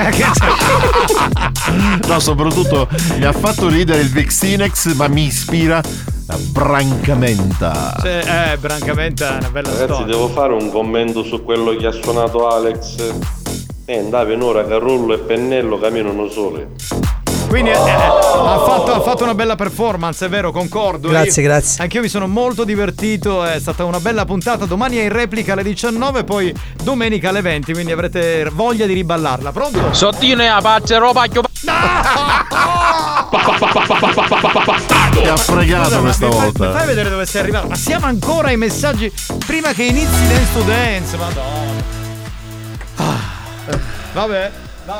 No, soprattutto mi ha fatto ridere il Vixinex, ma mi ispira la Brancamenta. Brancamenta è una bella Ragazzi, storia. devo fare un commento su quello che ha suonato Alex. Andava in ora che Rullo e Pennello camminano soli. Quindi ha fatto una bella performance, è vero, concordo. Grazie. Anch'io mi sono molto divertito, è stata una bella puntata. Domani è in replica alle 19, poi domenica alle 20, quindi avrete voglia di riballarla. Pronto? Sottino e a paccia, ropacchio. Ti ha fregato questa volta. Mi fai vedere dove sei arrivato? Ma siamo ancora ai messaggi prima che inizi Dance to Dance, madonna. Vabbè.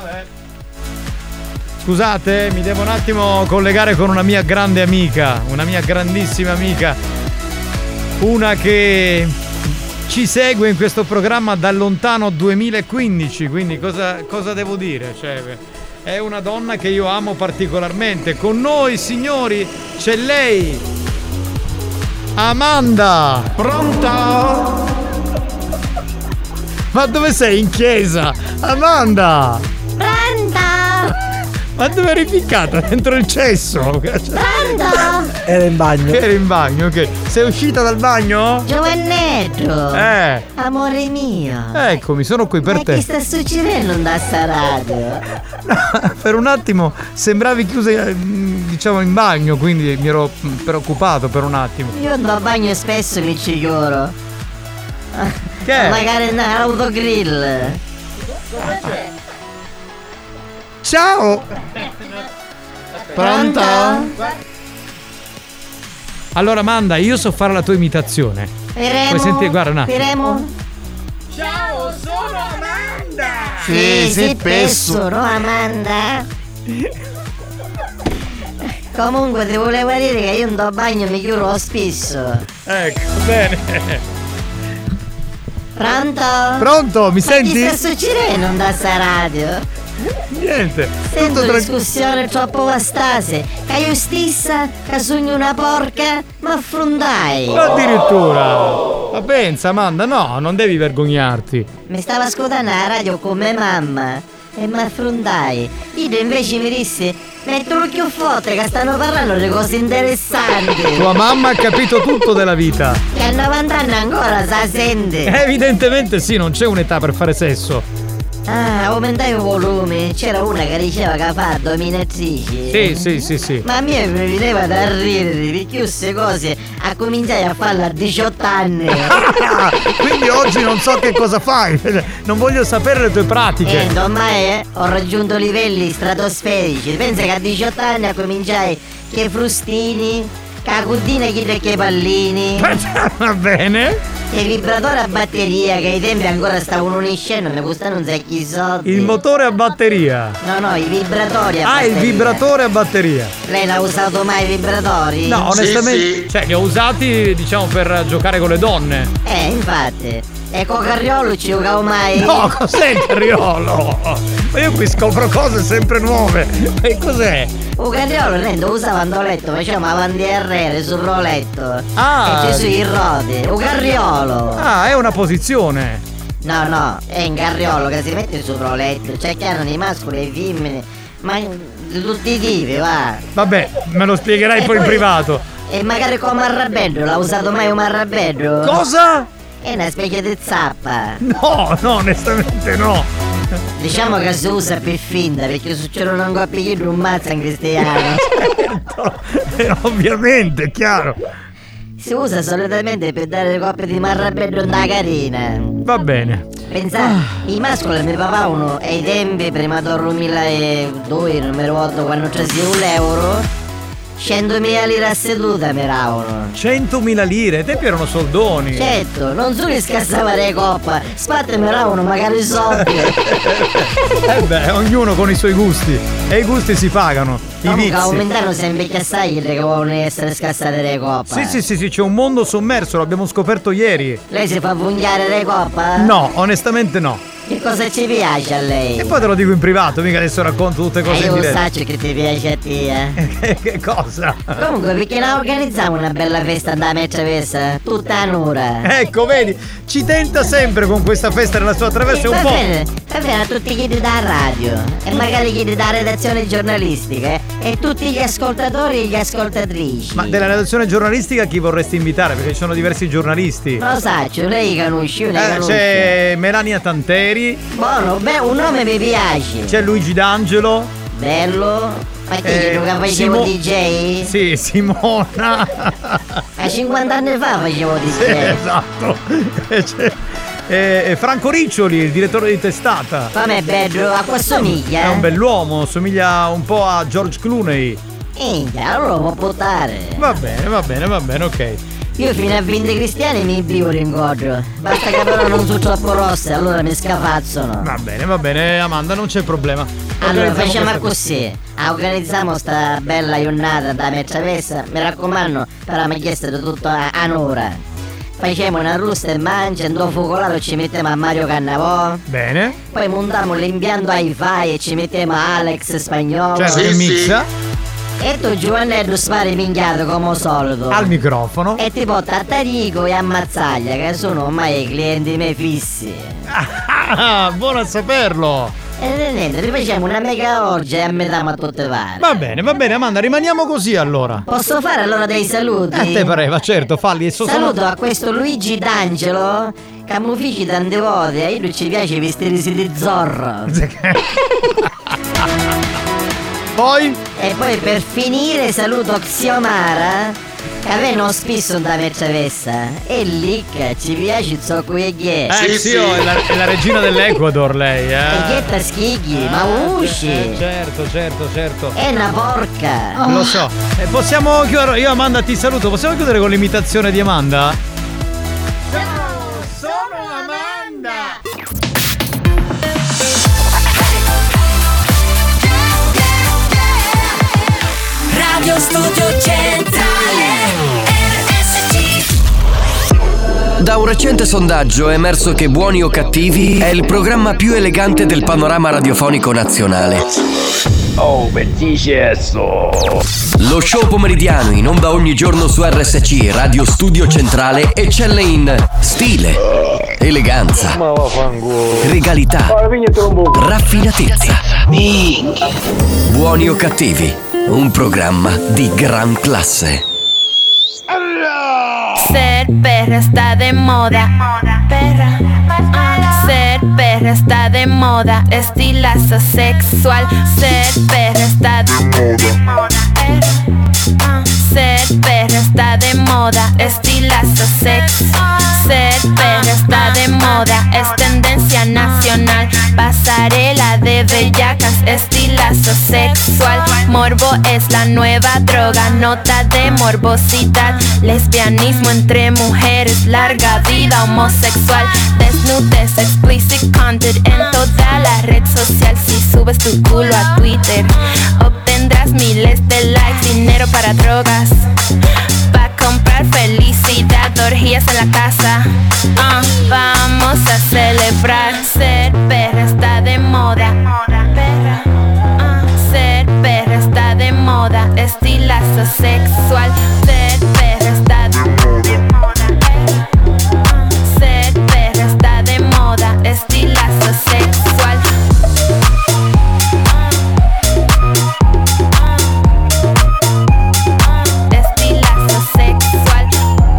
Scusate, mi devo un attimo collegare con una mia grande amica, una mia grandissima amica, una che ci segue in questo programma dal lontano 2015, quindi cosa devo dire? Cioè, è una donna che io amo particolarmente. Con noi, signori, c'è lei, Amanda. Pronta? Ma dove sei? In chiesa? Amanda! Pronto? Ma dove eri ficcata? Dentro il cesso? Pronto? Era in bagno. Eri in bagno, ok. Sei uscita dal bagno? Giovannetto! Amore mio! Eccomi, sono qui per Ma te. che sta succedendo da sta radio? Per un attimo sembravi chiusa, diciamo, in bagno, quindi mi ero preoccupato per un attimo. Io andavo a bagno spesso, mi ci chiuro. Che? Magari in autogrill. Ciao! Pronto? Allora Amanda, io so fare la tua imitazione. Puoi sentire, guarda un attimo. Piremo? Ciao, sono Amanda! Sì, spesso, no Amanda? Comunque ti volevo dire che io andò a bagno e mi chiuro spesso. Ecco, bene. Pronto? Pronto, mi senti? Ma che sta succedendo da sta radio? Niente. Sento discussione troppo vastase. Che io stessa, che sogno una porca, ma affrontai. Addirittura. Ma pensa Amanda, no, non devi vergognarti. Mi stava ascoltando la radio con mia mamma e mi affrontai. Io invece mi disse: mettilo più forte che stanno parlando di cose interessanti. Tua mamma ha capito tutto della vita. Che a 90 anni ancora sa sente. Evidentemente sì, non c'è un'età per fare sesso. Ah, aumentai il volume. C'era una che diceva che fa dominatrice. Sì. Ma a me mi vedeva da ridere, perché queste cose a cominciare a farle a 18 anni. Quindi oggi non so che cosa fai. Non voglio sapere le tue pratiche. Ormai ho raggiunto livelli stratosferici. Pensa che a 18 anni cominciai che frustini, cacudina che pallini. Va bene. E il vibratore a batteria che ai tempi ancora stavano uniscendo, mi costano un sacco di soldi. Il motore a batteria. No, i vibratori a batteria. Il vibratore a batteria. Lei l'ha usato mai i vibratori? No, onestamente, cioè li ho usati, diciamo, per giocare con le donne. Infatti. E con Carriolo ci giocavo mai? No, cos'è il Carriolo? Ma io qui scopro cose sempre nuove. E cos'è? Un Carriolo lo usava a letto, facevamo avanti e arredo sul roletto. E Gesù in rode. Un Carriolo. È una posizione. No, è un Carriolo che si mette sul roletto. C'è chiaro nei mascoli e femmine. Ma di tutti i tipi, va. Vabbè, me lo spiegherai poi in privato. E magari come arrabeddo, l'ha usato mai un arrabeddo? Cosa? È una specie di zappa. No, onestamente no. Diciamo che si usa per finta, perché succedono un coppia di un mazzo in cristiano. Certo, ovviamente, è chiaro. Si usa solitamente per dare le coppie di marrabello da carina. Va bene. Pensate, i mascoli mi pagavano ai tempi, prima del 2002, non mi ricordo quando c'è l'euro. 100.000 lire a seduta mi eravano. 100.000 lire? Ai tempi erano soldoni. Certo, non solo scassava le coppe, spatte mi eravano magari soldi. Ognuno con i suoi gusti. E i gusti si pagano. I vizi. Aumentano sempre i cassagli che vogliono essere scassate le coppe. Sì, c'è un mondo sommerso, l'abbiamo scoperto ieri. Lei si fa funghiare le coppe? No, onestamente no. Che cosa ci piace a lei? E poi te lo dico in privato, mica adesso racconto tutte cose in diretta. Io so che ti piace a te, Che cosa? Comunque, perché non organizziamo una bella festa da Metravessa? Tutta nura. Ecco, vedi, ci tenta sempre con questa festa nella sua traversa un po'. Va bene a tutti chi da radio e magari chi da redazione giornalistica e tutti gli ascoltatori e gli ascoltatrici. Ma della redazione giornalistica chi vorresti invitare? Perché ci sono diversi giornalisti. Lo saccio, lei conosci, c'è Melania Tanteri. Buono, un nome mi piace. C'è Luigi D'Angelo. Bello. Ma che facevo DJ? Sì, Simona. A 50 anni fa facevo DJ. Sì, esatto. E Franco Riccioli, il direttore di testata. Com'è bello? A qua somiglia? È un bell'uomo, somiglia un po' a George Clooney. Allora lo può buttare. Va bene, ok. Io fino a 20 cristiani mi vivo ringoggio. Basta che però non sono troppo rosse, allora mi scafazzano. Va bene, Amanda, non c'è problema. Allora facciamo così. Organizziamo sta bella giornata da Merciavessa. Mi raccomando, però mi chiesto tutto a un'ora. Facciamo una rusta e mangia, in due focolare ci mettiamo a Mario Cannavò. Bene. Poi montiamo l'impianto hi-fi e ci mettiamo a Alex Spagnolo. Certo, che mixa. E tu Giovannello spari minchiato come al solito al microfono e ti porta a Tarico e a Mazzaglia, che sono ormai i clienti miei fissi. Buono a saperlo. E niente, rifacciamo una mega orgia e ammettiamo a tutte varie. Va bene, Amanda, rimaniamo così allora. Posso fare allora dei saluti? A te pareva, certo, falli. Saluto a questo Luigi D'Angelo, che mi fece tante volte, a lui ci piace vestirsi di Zorro. Poi? E poi per finire saluto Xiomara, che aveva spisso da Merciavessa. E lì che ci piace il so qui che sì, è la regina dell'Ecuador lei, E che ta schighi, ma usci. Certo. È una porca. Lo so. Possiamo chiudere, io Amanda ti saluto, possiamo chiudere con l'imitazione di Amanda? Ciao, sono Amanda. Radio Studio Centrale RSC. Da un recente sondaggio è emerso che Buoni o Cattivi è il programma più elegante del panorama radiofonico nazionale. Oh, bellissimo! Lo show pomeridiano in onda ogni giorno su RSC Radio Studio Centrale eccelle in stile, eleganza, regalità, raffinatezza. Buoni o Cattivi, un programma di gran classe. Ser perra está de moda. Perra. Ser perra está de moda. Estilazo sexual. Ser perra está de moda. Ser perra está de moda. Estilazo sexual. Ser perra está de moda. Es tendencia nacional. Pasarela de bellacas. Estilazo sexual. Morbo es la nueva droga. Nota de morbosidad. Lesbianismo entre mujeres. Larga vida homosexual. Desnudez, explicit content en toda la red social. Si subes tu culo a Twitter, obtendrás miles de likes. Dinero para drogas, pa' comprar felicidad. Orgías en la casa, vamos a celebrar. Ser perra está de moda. Perra, ser perra está de moda. Estilazo sexual. Ser perra está de moda. Ser perra está de moda. Estilazo sexual. Estilazo sexual.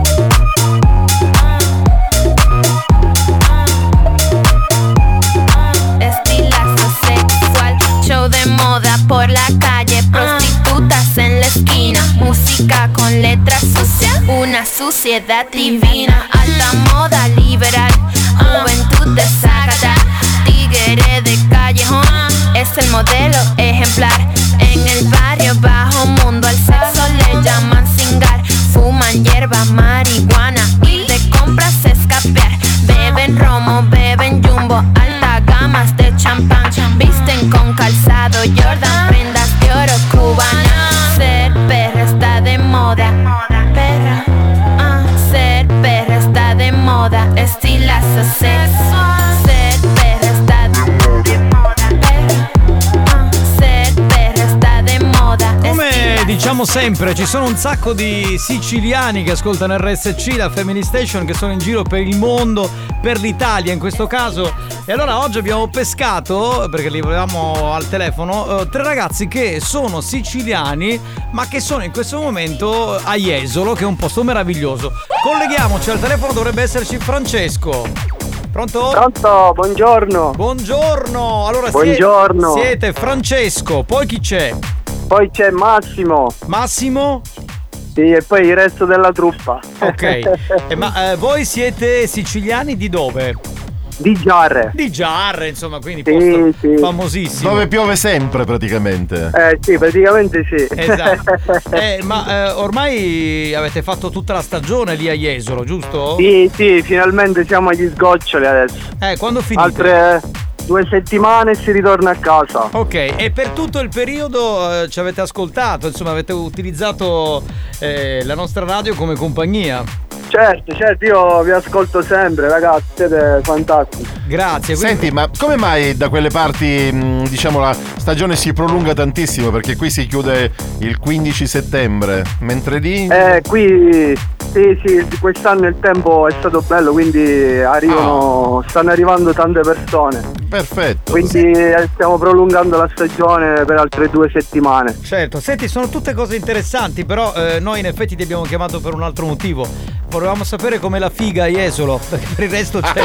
Estilazo sexual. Show de moda por la calle. Prostitutas en la esquina. Música con letras sucias. Una suciedad divina. Alta moda liberal. Juventud desagrada. Tigre de callejón. Es el modelo ejemplar. En el barrio bajo mundo al sexo le llaman cingar. Fuman hierba, marihuana y de compras escapear. Beben romo, beben jumbo, alta gamas de champán. Visten con calzado Jordan, prendas de oro cubana. Ser perra está de moda. Perra, ser perra está de moda. Estilazo sexual. Ser perra está de moda. Perra, ser perra está de moda. Come diciamo sempre, ci sono un sacco di siciliani che ascoltano RSC, la Family Station, che sono in giro per il mondo, per l'Italia in questo caso. E allora oggi abbiamo pescato, perché li avevamo al telefono, 3 ragazzi che sono siciliani, ma che sono in questo momento a Jesolo, che è un posto meraviglioso. Colleghiamoci al telefono, dovrebbe esserci Francesco. Pronto? Pronto, buongiorno. Buongiorno. Allora buongiorno. Siete Francesco, poi chi c'è? Poi c'è Massimo. Massimo? Sì, e poi il resto della truppa. Ok. Ma voi siete siciliani di dove? Di Giarre. Di Giarre, insomma, quindi Sì, posto famosissimo. Dove piove sempre praticamente. Sì, praticamente sì. Esatto. Ma ormai avete fatto tutta la stagione lì a Jesolo, giusto? Sì, finalmente siamo agli sgoccioli adesso. Quando finite? Altre 2 settimane e si ritorna a casa. Ok, e per tutto il periodo ci avete ascoltato, insomma avete utilizzato la nostra radio come compagnia. Certo, io vi ascolto sempre, ragazzi, siete fantastici. Grazie. Senti, ma come mai da quelle parti, diciamo, la stagione si prolunga tantissimo? Perché qui si chiude il 15 settembre, mentre lì... Qui... Sì, quest'anno il tempo è stato bello, quindi stanno arrivando tante persone. Perfetto. Quindi stiamo prolungando la stagione per altre 2 settimane. Certo, senti, sono tutte cose interessanti, però noi in effetti ti abbiamo chiamato per un altro motivo. Volevamo sapere com'è la figa a Jesolo, perché per il resto c'è.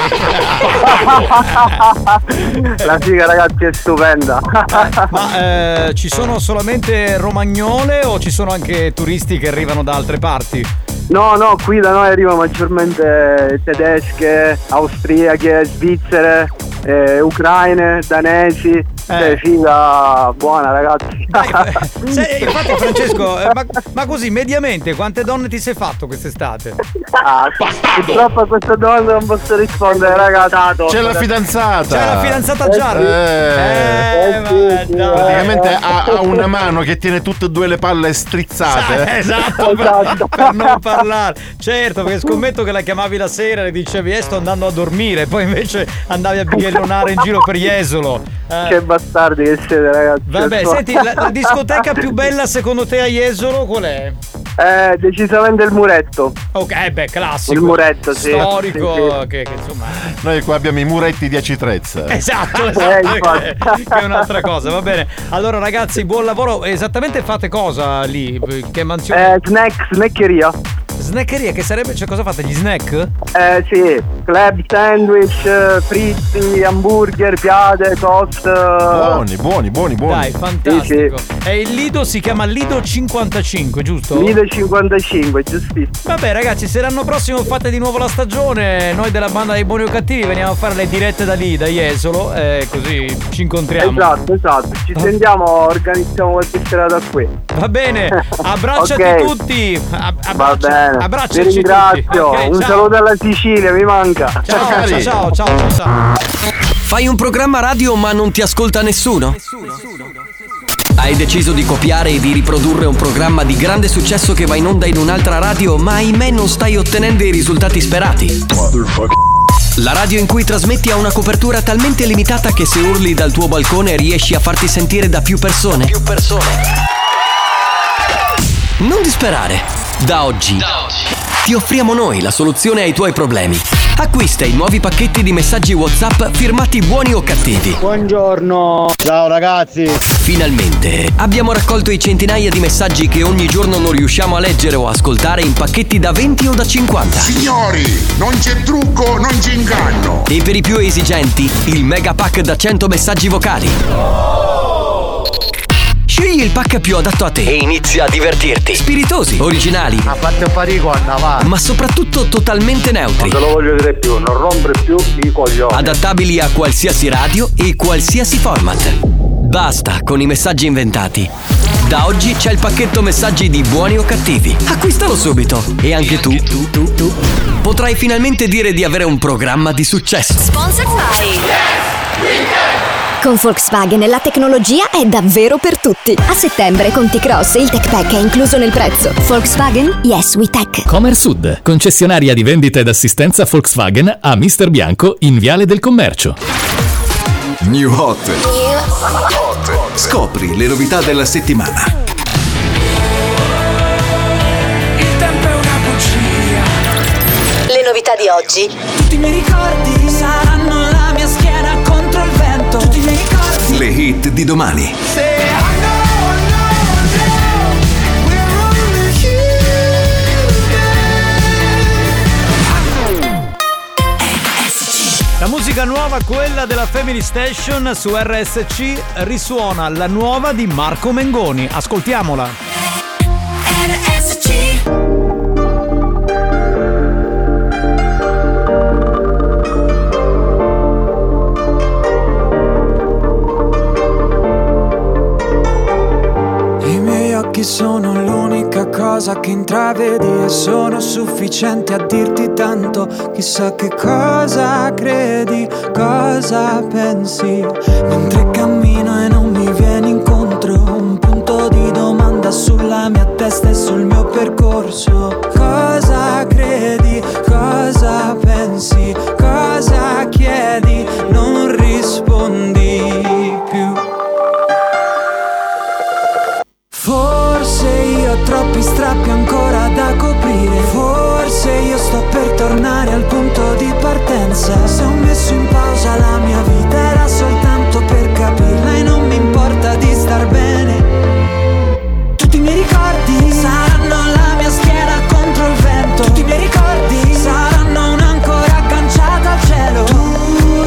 La figa, ragazzi, è stupenda. Ma ci sono solamente romagnole o ci sono anche turisti che arrivano da altre parti? No, qui da noi arrivano maggiormente tedesche, austriache, svizzere, ucraine, danesi. Figa buona, ragazzi. Infatti, Francesco, ma così mediamente quante donne ti sei fatto quest'estate? Purtroppo a questa domanda non posso rispondere, ragazzi. C'è la fidanzata. C'è la fidanzata Giarri. Praticamente ha una mano che tiene tutte e 2 le palle strizzate. Esatto, per non parlare. Certo, perché scommetto che la chiamavi la sera e le dicevi sto andando a dormire, poi invece andavi a bighellonare in giro per Jesolo. Che bastardi che siete, ragazzi. Vabbè, senti, la discoteca più bella secondo te a Jesolo qual è? Decisamente il Muretto. Ok, classico. Il Muretto, sì. Storico, sì. Che insomma. Noi qua abbiamo i muretti di Acitrezza. Esatto, che è un'altra cosa, va bene. Allora ragazzi, buon lavoro. Esattamente fate cosa lì? Che mansione? Snaccheria. Snaccheria, che sarebbe, cosa fate? Gli snack? Sì, club sandwich, fritti, hamburger, piade, toast. Buoni. Dai, fantastico. Sì. E il Lido si chiama Lido 55, giusto? Lido 55, giustissimo. Vabbè ragazzi, se l'anno prossimo fate di nuovo la stagione, noi della banda dei Buoni o Cattivi veniamo a fare le dirette da lì, da Jesolo, così ci incontriamo. Esatto, ci sentiamo, organizziamo qualche serata qui. Va bene, abbracciati tutti. Va bene. Abbracciaci. Vi ringrazio. Tutti. Okay, un saluto alla Sicilia, mi manca. Ciao. Fai un programma radio ma non ti ascolta nessuno? Hai deciso di copiare e di riprodurre un programma di grande successo che va in onda in un'altra radio, ma ahimè non stai ottenendo i risultati sperati? La radio in cui trasmetti ha una copertura talmente limitata che se urli dal tuo balcone riesci a farti sentire da più persone. Non disperare. Da oggi ti offriamo noi la soluzione ai tuoi problemi. Acquista i nuovi pacchetti di messaggi WhatsApp firmati Buoni o Cattivi. Buongiorno. Ciao ragazzi. Finalmente abbiamo raccolto i centinaia di messaggi che ogni giorno non riusciamo a leggere o ascoltare in pacchetti da 20 o da 50. Signori, non c'è trucco, non c'è inganno. E per i più esigenti, il mega pack da 100 messaggi vocali. Scegli il pack più adatto a te e inizia a divertirti. Spiritosi, originali, Ha fatto parico a ma soprattutto totalmente neutri. Non te lo voglio dire più, non rompere più i coglioni. Adattabili a qualsiasi radio e qualsiasi format. Basta con i messaggi inventati. Da oggi c'è il pacchetto messaggi di Buoni o Cattivi. Acquistalo subito e anche tu potrai finalmente dire di avere un programma di successo. Sponsor by Con Volkswagen la tecnologia è davvero per tutti. A settembre con T-Cross il Tech Pack è incluso nel prezzo. Volkswagen, yes we tech. Comersud, concessionaria di vendita ed assistenza Volkswagen a Mister Bianco in Viale del Commercio. New Hot. Scopri le novità della settimana. Il tempo è una bugia. Le novità di oggi. Tutti i miei ricordi saranno la mia schiena contro il vento. Tutti i miei ricordi. Le hit di domani. La musica nuova, quella della Family Station su RSC, risuona la nuova di Marco Mengoni. Ascoltiamola. RSC. sono l'unica cosa che intravedi e sono sufficiente a dirti tanto. Chissà che cosa credi, cosa pensi, mentre cammino e non mi vieni incontro. Un punto di domanda sulla mia testa e sul mio percorso. Cosa credi, cosa pensi, cosa chiedi, non rispondi più. Forse io ho troppi strappi ancora da coprire. Forse io sto per tornare al punto di partenza. Se ho messo in pausa la mia vita era soltanto per capirla e non mi importa di star bene. Tutti i miei ricordi saranno la mia schiena contro il vento. Tutti i miei ricordi saranno un'ancora agganciata al cielo. Tu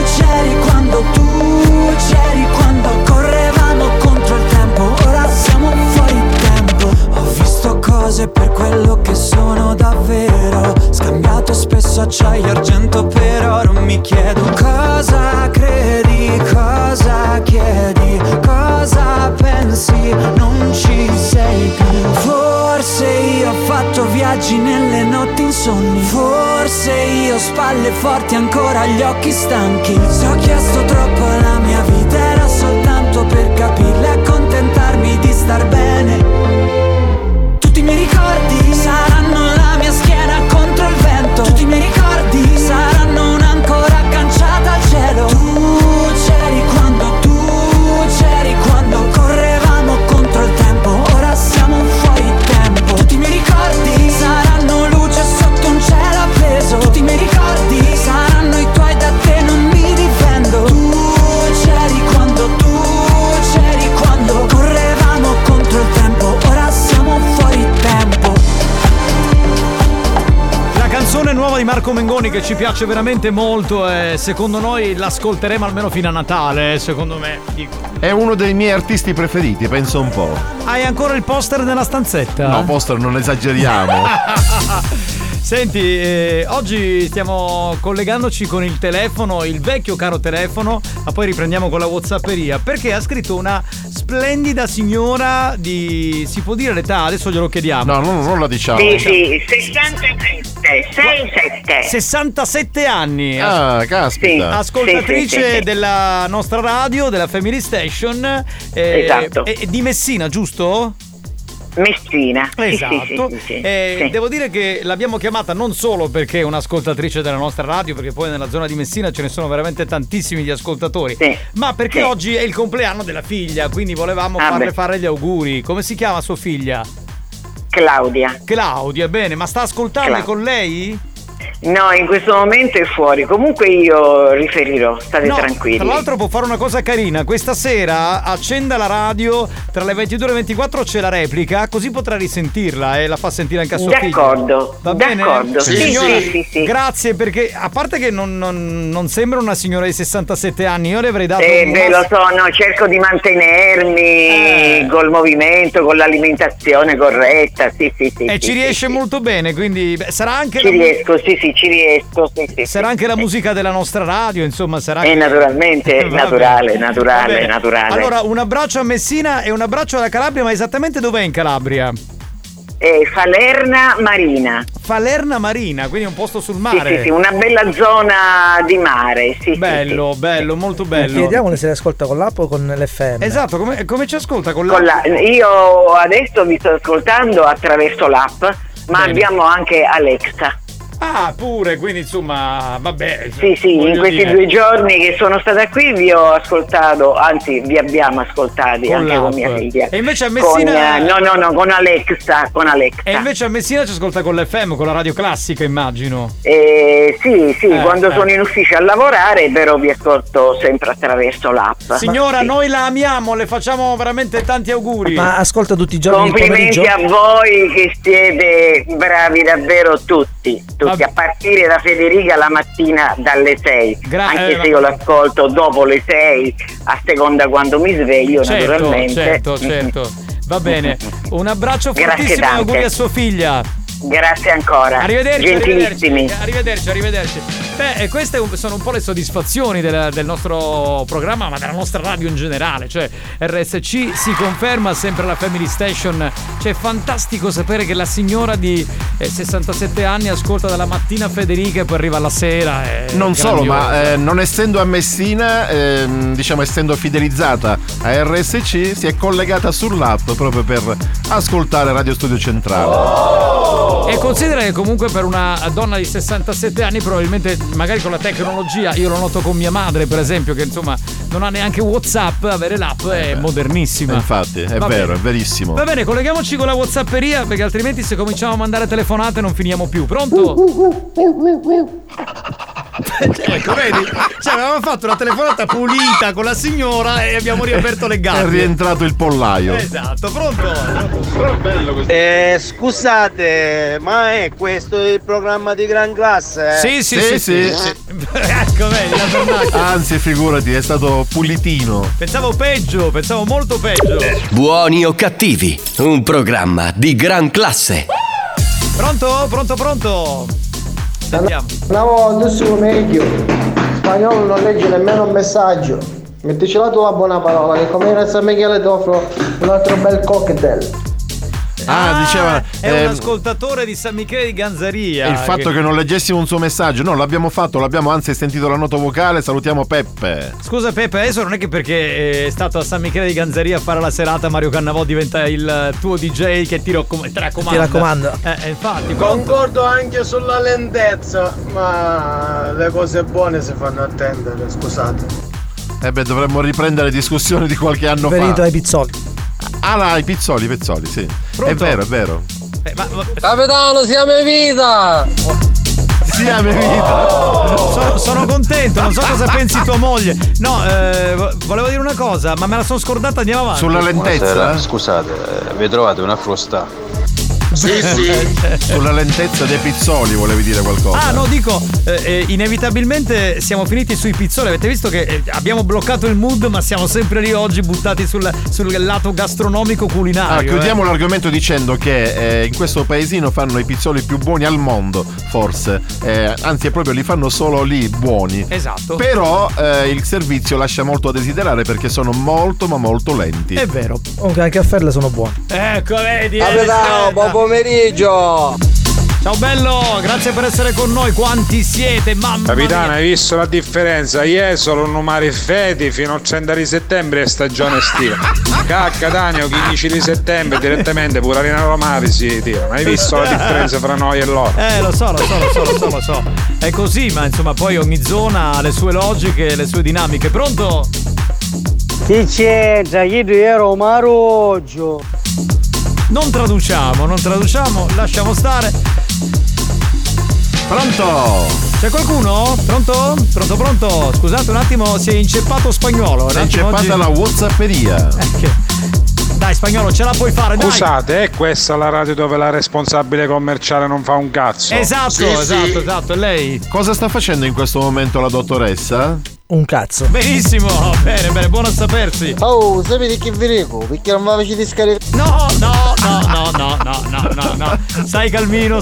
c'eri quando correvamo contro il tempo. Ora siamo fuori tempo. Ho visto cose per quello che sono davvero. Scambiato spesso acciaio e argento per oro. Mi chiedo cosa credi, cosa chiedi, cosa pensi, non ci sei più. Forse io ho fatto viaggi nelle notti insonni. Forse io ho spalle forti ancora gli occhi stanchi. Se ho chiesto troppo alla mia vita era soltanto per capirla e accontentarmi di star bene. Tutti i miei ricordi saranno la mia schiena contro il vento. Tutti i miei ricordi saranno un'ancora agganciata al cielo. Tu c'eri quando correvamo contro il tempo. Ora siamo fuori tempo. Tutti i miei ricordi saranno luce sotto un cielo appeso. Tutti i miei ricordi saranno i tuoi, da te non mi difendo. Tu c'eri quando correvamo contro il tempo. Ora siamo fuori tempo. La canzone nuova di Marco Mengoni che ci piace veramente molto e secondo noi l'ascolteremo almeno fino a Natale, secondo me. È uno dei miei artisti preferiti, penso un po'. Hai ancora il poster nella stanzetta? No, poster non esageriamo. Senti, oggi stiamo collegandoci con il telefono, il vecchio caro telefono, ma poi riprendiamo con la WhatsApperia, perché ha scritto una splendida signora di... si può dire l'età? Adesso glielo chiediamo. No, non la diciamo. Sì, 67 anni. Ah, caspita. Ascoltatrice sì. della nostra radio, della Family Station. Esatto. Di Messina, giusto? Messina. Esatto. Sì. Devo dire che l'abbiamo chiamata non solo perché è un'ascoltatrice della nostra radio, perché poi nella zona di Messina ce ne sono veramente tantissimi di ascoltatori, ma perché oggi è il compleanno della figlia, quindi volevamo farle fare gli auguri. Come si chiama sua figlia? Claudia, bene, ma sta ascoltando con lei? No, in questo momento è fuori. Comunque io riferirò, state tranquilli. Tra l'altro può fare una cosa carina. Questa sera accenda la radio, tra le 22 e le 24 c'è la replica, così potrà risentirla e la fa sentire anche a sua figlia. Va bene? Signora, sì. Grazie, perché a parte che non sembra una signora di 67 anni, io le avrei dato lo so, no, cerco di mantenermi col movimento, con l'alimentazione corretta, sì. E ci riesce molto bene, quindi sarà anche ci riesco. Sarà anche la musica della nostra radio, insomma, sarà naturalmente naturale. Allora, un abbraccio a Messina e un abbraccio alla Calabria, ma esattamente dov'è in Calabria? Falerna Marina, quindi un posto sul mare. Sì, una bella zona di mare, bello, molto bello. Chiediamole se le ascolta con l'app o con l'FM. Esatto, come ci ascolta con l'app? Io adesso vi sto ascoltando attraverso l'app, ma abbiamo anche Alexa. Ah, pure, quindi insomma, vabbè. Sì, in questi 2 giorni che sono stata qui vi ho ascoltato, anzi vi abbiamo ascoltati con anche l'app. Con mia figlia. E invece a Messina con Alexa. E invece a Messina ci ascolta con l'FM, con la radio classica, immagino. Sì, quando sono in ufficio a lavorare, però vi ascolto sempre attraverso l'app. Signora, noi la amiamo, le facciamo veramente tanti auguri. Ma ascolta tutti i giorni. Complimenti a voi che siete bravi davvero tutti, a partire da Federica la mattina dalle 6, anche se io l'ascolto dopo le 6 a seconda quando mi sveglio, naturalmente. Certo. Va bene, un abbraccio fortissimo e auguri a sua figlia. Grazie ancora. Arrivederci. Gentilissimi. Arrivederci. Beh, queste sono un po' le soddisfazioni del nostro programma, ma della nostra radio in generale. Cioè, RSC si conferma sempre la Family Station. Cioè, è fantastico sapere che la signora di 67 anni ascolta dalla mattina Federica e poi arriva alla sera. Non solo, ma non essendo a Messina, diciamo essendo fidelizzata a RSC, si è collegata sull'app proprio per ascoltare Radio Studio Centrale. E considera che comunque per una donna di 67 anni probabilmente magari con la tecnologia, io lo noto con mia madre per esempio, che insomma non ha neanche WhatsApp, avere l'app è modernissima. Infatti, è vero, è verissimo. Va bene, colleghiamoci con la WhatsApperia, perché altrimenti se cominciamo a mandare telefonate non finiamo più. Pronto? Ecco, vedi? Cioè, avevamo fatto una telefonata pulita con la signora e abbiamo riaperto le gabbie. È rientrato il pollaio. Esatto, pronto? Però è bello così. Scusate, ma è questo il programma di gran classe? Sì. Ecco, vedi, la tornata. Anzi, figurati, è stato pulitino. Pensavo molto peggio. Buoni o cattivi, un programma di gran classe. Pronto? Sentiamo. Una volta su meglio. Spagnolo non legge nemmeno un messaggio. Mettici la tua buona parola, che come era San Michele ti offro un altro bel cocktail. Diceva è un ascoltatore di San Michele di Ganzaria. Il fatto che non leggessimo un suo messaggio. No, l'abbiamo fatto, l'abbiamo anzi sentito la nota vocale. Salutiamo Peppe. Scusa Peppe, adesso non è che perché è stato a San Michele di Ganzaria a fare la serata Mario Cannavò diventa il tuo DJ che ti raccomanda. Infatti. Concordo anche sulla lentezza, ma le cose buone si fanno attendere, scusate. Dovremmo riprendere discussioni di qualche anno fa. Venito ai pizzoli. I pizzoli, sì. Pronto? È vero. Capitano, siamo in vita! Siamo in vita! Sono contento, non so cosa pensi tua moglie. No, volevo dire una cosa, ma me la sono scordata, andiamo avanti. Sulla lentezza? Scusate, vi trovate una frusta? Sì. Sulla lentezza dei pizzoli volevi dire qualcosa? No, dico, inevitabilmente siamo finiti sui pizzoli. Avete visto che abbiamo bloccato il mood, ma siamo sempre lì oggi buttati sul lato gastronomico culinario. Chiudiamo l'argomento dicendo che in questo paesino fanno i pizzoli più buoni al mondo, forse. Anzi, proprio li fanno solo lì buoni. Esatto. Però il servizio lascia molto a desiderare perché sono molto ma molto lenti. È vero. Comunque anche a Ferle sono buoni. Ecco, vedi. Capitano, buon pomeriggio. Ciao bello, grazie per essere con noi. Quanti siete, mamma Capitano, mia. hai visto la differenza? Ieri sono un mare freddi fino al 30 di settembre è stagione estiva. Cacca Danio, 15 di settembre direttamente pure Arena Romari si tira. Hai visto la differenza fra noi e loro? Lo so. È così, ma insomma poi ogni zona ha le sue logiche, le sue dinamiche. Pronto? Chi c'entra? Io ero Maroggio. Non traduciamo, lasciamo stare. Pronto? C'è qualcuno? Pronto? Scusate un attimo, si è inceppato Spagnolo. Si è inceppata la WhatsApperia. Dai Spagnolo, ce la puoi fare, dai. Scusate, è questa la radio dove la responsabile commerciale non fa un cazzo? Esatto, lei. Cosa sta facendo in questo momento la dottoressa? Un cazzo. Benissimo, bene, buono a sapersi. Oh, sapete che vi dico? Perché non mi facete scaricare. No. Stai calmino.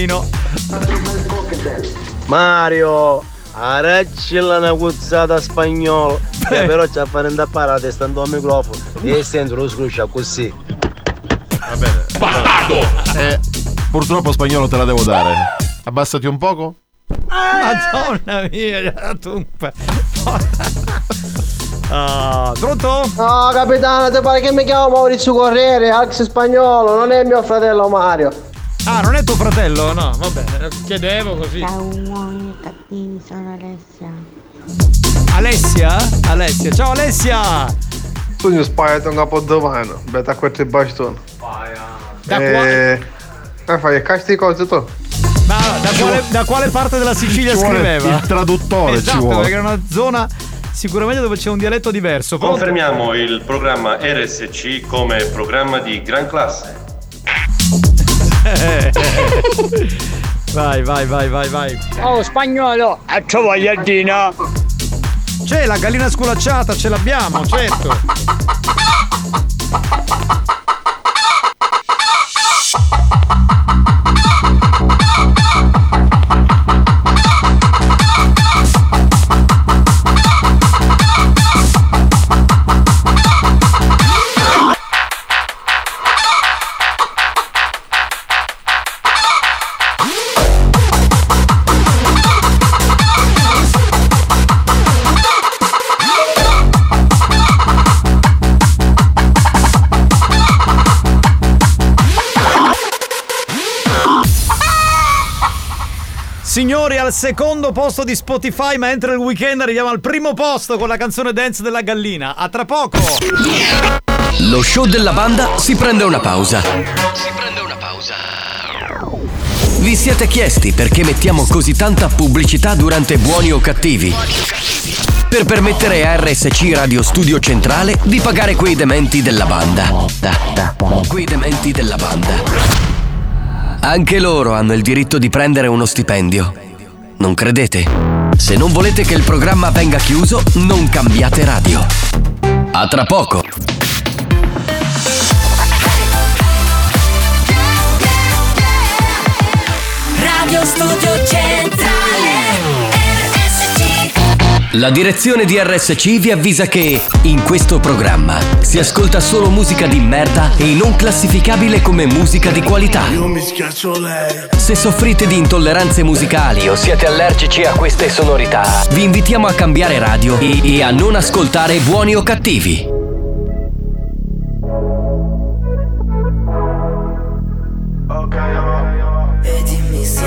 Mario, arreccila una cuzzata spagnolo. Però c'ha a fare indappare la testa al microfono e sento lo scruscia così. Va bene. Bastardo! Purtroppo Spagnolo te la devo dare. Abbassati un poco. Madonna mia, gli ha dato un pronto? No, capitano, ti pare che mi chiamo Maurizio Corriere, ex spagnolo, non è mio fratello Mario. Non è tuo fratello? No, va bene, chiedevo così. Ciao uomini cattivi, sono Alessia. Alessia? Ciao Alessia! Tu mi spari un capo domani, beta questi bastoni. Fai cazzo cose tu. Ma da quale parte della Sicilia scriveva? Il traduttore esatto, ci vuole. Perché è una zona sicuramente dove c'è un dialetto diverso. Confermiamo il programma RSC come programma di gran classe. Vai. Oh spagnolo, a tovagliardina. C'è la gallina sculacciata, ce l'abbiamo, certo. Signori, al secondo posto di Spotify, ma entro il weekend arriviamo al primo posto con la canzone Dance della gallina. A tra poco. Lo show della banda si prende una pausa. Vi siete chiesti perché mettiamo così tanta pubblicità durante Buoni o Cattivi? Per permettere a RSC Radio Studio Centrale di pagare quei dementi della banda. Quei dementi della banda. Anche loro hanno il diritto di prendere uno stipendio. Non credete? Se non volete che il programma venga chiuso, non cambiate radio. A tra poco. Radio Studio Centrale RSC. La direzione di RSC vi avvisa che in questo programma si ascolta solo musica di merda e non classificabile come musica di qualità. Io mi schiaccio lei. Se soffrite di intolleranze musicali o siete allergici a queste sonorità, vi invitiamo a cambiare radio e a non ascoltare Buoni o Cattivi. E dimmi se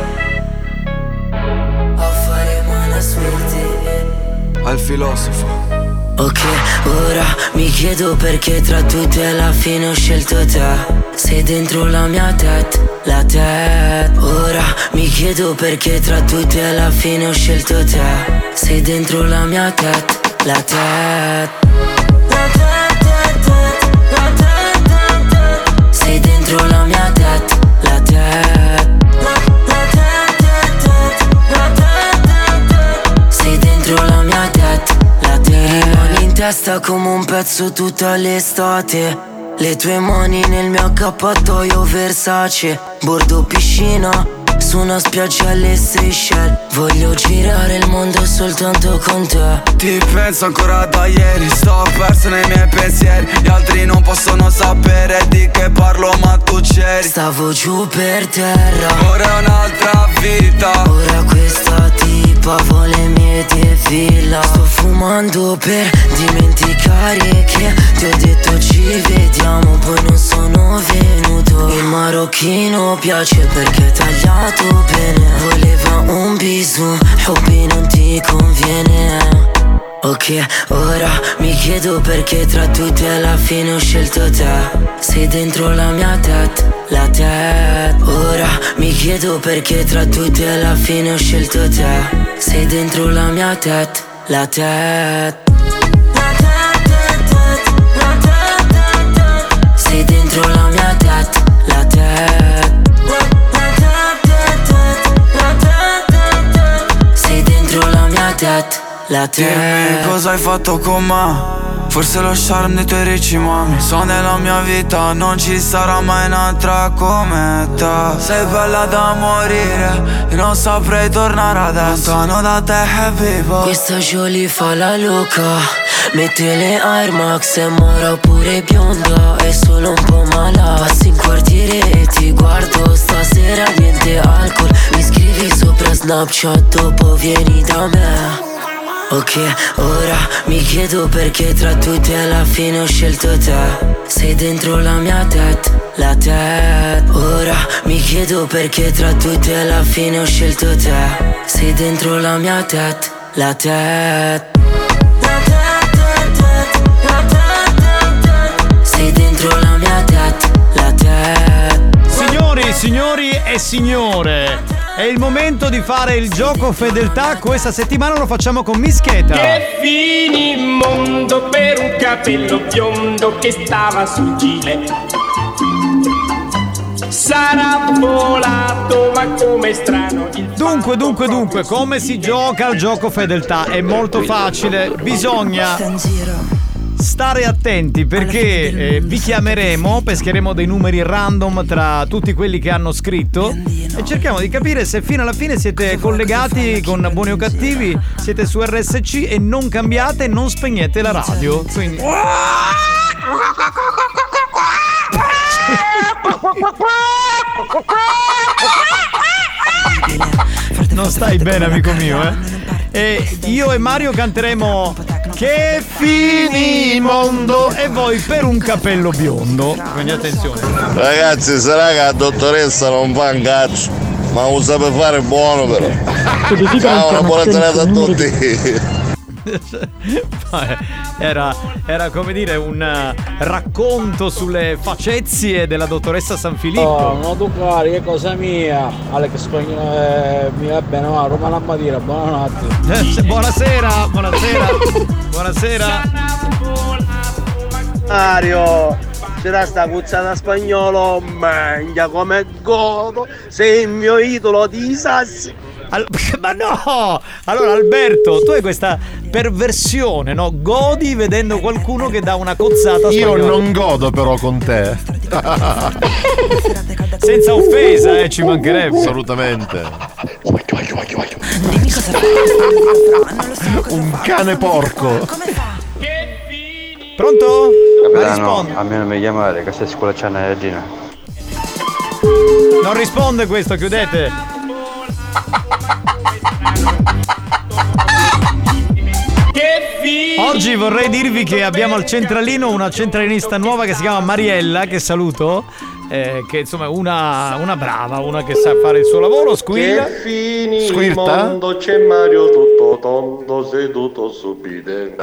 faremo una suerte al filosofo. Ok, ora mi chiedo perché tra tutti alla fine ho scelto te. Sei dentro la mia testa, la testa. Ora mi chiedo perché tra tutti alla fine ho scelto te. Sei dentro la mia testa, la testa. Sei dentro la mia testa, la testa. Sei dentro la mia testa, la testa. Rimani in testa come un pezzo tutta l'estate. Le tue mani nel mio accappatoio Versace. Bordo piscina su una spiaggia alle Seychelles. Voglio girare il mondo soltanto con te. Ti penso ancora da ieri, sto perso nei miei pensieri. Gli altri non possono sapere di che parlo ma tu c'eri. Stavo giù per terra, ora è un'altra vita. Ora questa tipa vuole mie defila. Sto fumando per dimenticare che ti ho detto ci vediamo, poi non sono venuto. Il marocchino piace perché è tagliato bene. Voleva un bisou, hobby non ti conviene. Ok, ora mi chiedo perché tra tutti alla fine ho scelto te. Sei dentro la mia testa, la testa. Ora mi chiedo perché tra tutti alla fine ho scelto te. Sei dentro la mia testa, la testa. Sei dentro la mia testa, la testa. Sei dentro la mia testa, la testa. Dimmi cosa hai fatto con me. Forse lo charme dei tuoi ricci mami. So nella mia vita non ci sarà mai un'altra come te. Sei bella da morire e non saprei tornare adesso. Lontano da te vivo. Questa Jolie fa la loca. Mette le Air Max e mora pure bionda. È solo un po' malata. Passi in quartiere e ti guardo. Stasera niente alcol. Mi scrivi sopra Snapchat, dopo vieni da me. Ok, ora mi chiedo perché tra tutti alla fine ho scelto te. Sei dentro la mia testa, la testa. Ora mi chiedo perché tra tutti alla fine ho scelto te. Sei dentro la mia testa, la testa. Sei dentro la mia testa, la testa. Signori e signore, è il momento di fare il gioco fedeltà. Questa settimana lo facciamo con Mischeta. Che finimondo per un capello biondo che stava sul gilet. Sarà volato ma come strano il Dunque, come si gioca al gioco fedeltà? È molto facile, bisogna stare attenti perché vi chiameremo, pescheremo dei numeri random tra tutti quelli che hanno scritto e cerchiamo di capire se fino alla fine siete collegati con Buoni o Cattivi, siete su RSC e non cambiate, non spegnete la radio. Quindi non stai bene, amico mio, eh? E io e Mario canteremo Che finimondo e voi per un capello biondo. Quindi attenzione. Ragazzi, sarà che la dottoressa non fa un cazzo. ma lo sape fare buono però. Ciao, una buona serata a tutti. Era come dire un racconto sulle facezie della dottoressa Sanfilippo. Oh, non toccare, che cosa mia. Alex Spagnolo, mi va bene, ma Roma la mattina, buonanotte. Buonasera. Buonasera. Mario, c'era sta puzzata spagnolo, mangia come godo, sei il mio idolo di sassi. Ma no! Allora Alberto, tu hai questa perversione, no? Godi vedendo qualcuno che dà una cozzata Io spagnola. non godo però con te. Senza offesa, ci mancherebbe. Assolutamente. Un cane porco. Pronto? Capitano, a me non mi chiamare, che stai scolacciando la regina. Non risponde questo, chiudete. Oggi vorrei dirvi che abbiamo al centralino una centralinista nuova che si chiama Mariella, che saluto, che insomma è una brava, una che sa fare il suo lavoro, squilla. Che fini Squirta? il mondo, c'è Mario tutto tondo seduto su bide.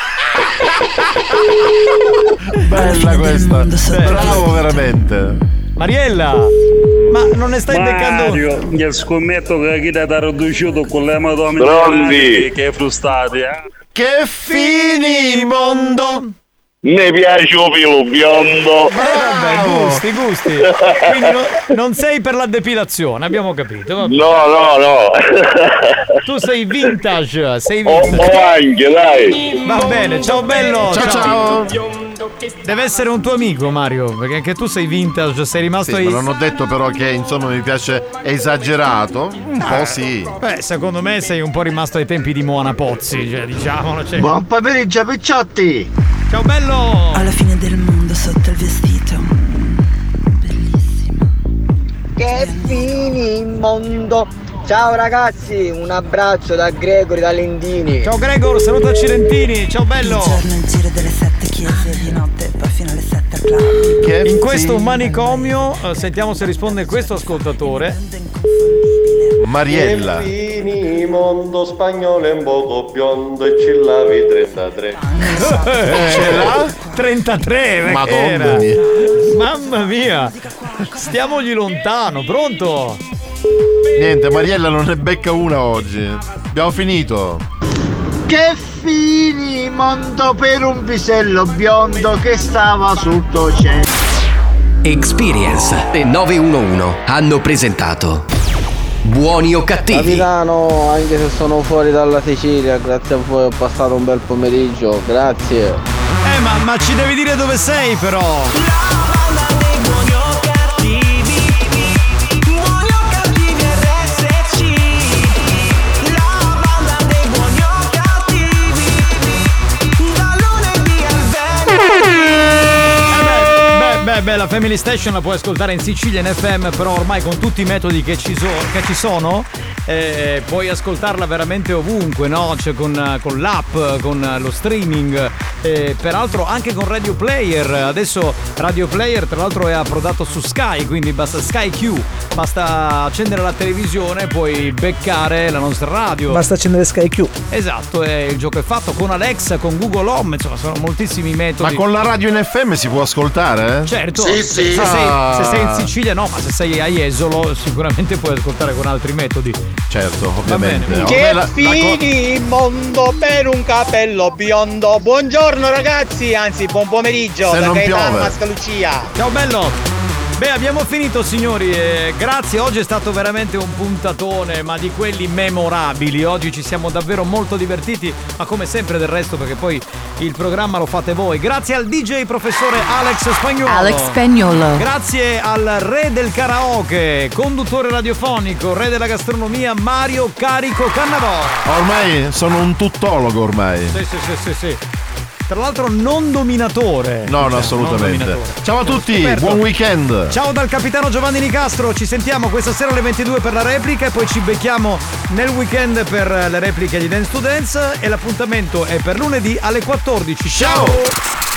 Bella questa. Bravo veramente. Mariella, ma non ne stai beccando? Mario, io scommetto che chi ti ha riduciuto con le madonna Pronti? che è frustrati, Che fini mondo. Ne piace un filo biondo. Vabbè, gusti. Quindi non sei per la depilazione, abbiamo capito. Vabbè. No. Tu sei vintage, O anche, dai. Va bene, ciao bello. Ciao. Deve essere un tuo amico, Mario, perché anche tu sei vintage, sei rimasto Sì, ma non ho detto però che insomma mi piace esagerato. Un po' sì. Beh, secondo me sei un po' rimasto ai tempi di Moana Pozzi, cioè diciamolo. Cioè. Buon pomeriggio, picciotti. Ciao bello. Alla fine del mondo sotto il vestito. Che fini il mondo. Ciao ragazzi, un abbraccio da Gregory da Lendini. Ciao Gregor, saluta Cilentini, ciao bello. Il giro delle 7 chiese di notte, poi fino alle 7 al club. In questo manicomio, sentiamo se risponde questo ascoltatore. Mariella. Che fini mondo spagnolo è un poco biondo e ci lavi 33. Ce l'ha? 33, Madonna mia. Mamma mia. Stiamogli lontano, pronto? Niente, Mariella non ne becca una oggi. Abbiamo finito. Che fini mondo per un pisello biondo che stava sul tuo centro. Experience e 911 hanno presentato Buoni o cattivi. Capitano, anche se sono fuori dalla Sicilia, grazie a voi ho passato un bel pomeriggio, grazie. Ma ci devi dire dove sei però. Beh, la Family Station la puoi ascoltare in Sicilia in FM, però ormai con tutti i metodi che ci sono puoi ascoltarla veramente ovunque, no? Cioè con l'app, con lo streaming, peraltro anche con Radio Player. Adesso Radio Player tra l'altro è approdato su Sky, quindi basta Sky Q, basta accendere la televisione, puoi beccare la nostra radio. Basta accendere Sky Q. Esatto, il gioco è fatto con Alexa, con Google Home, insomma sono moltissimi metodi. Ma con la radio in FM si può ascoltare? Certo, Sì. se sei in Sicilia no, ma se sei a Jesolo sicuramente puoi ascoltare con altri metodi. Certo, ovviamente. Che fini mondo per un capello biondo. Buongiorno ragazzi, anzi buon pomeriggio. Se da non Gaetano piove. Mascalucia. Ciao bello. Beh, abbiamo finito signori, grazie, oggi è stato veramente un puntatone, ma di quelli memorabili. Oggi ci siamo davvero molto divertiti, ma come sempre del resto, perché poi il programma lo fate voi. Grazie al DJ professore Alex Spagnuolo. Grazie al re del karaoke, conduttore radiofonico, re della gastronomia Mario Carico Cannavò. Ormai sono un tuttologo ormai. Sì. Tra l'altro non dominatore. No, assolutamente. Ciao a tutti, Scoperto. buon weekend. Ciao dal capitano Giovanni Nicastro. Ci sentiamo questa sera alle 22 per la replica e poi ci becchiamo nel weekend per le repliche di Dance to Dance e l'appuntamento è per lunedì alle 14. Ciao!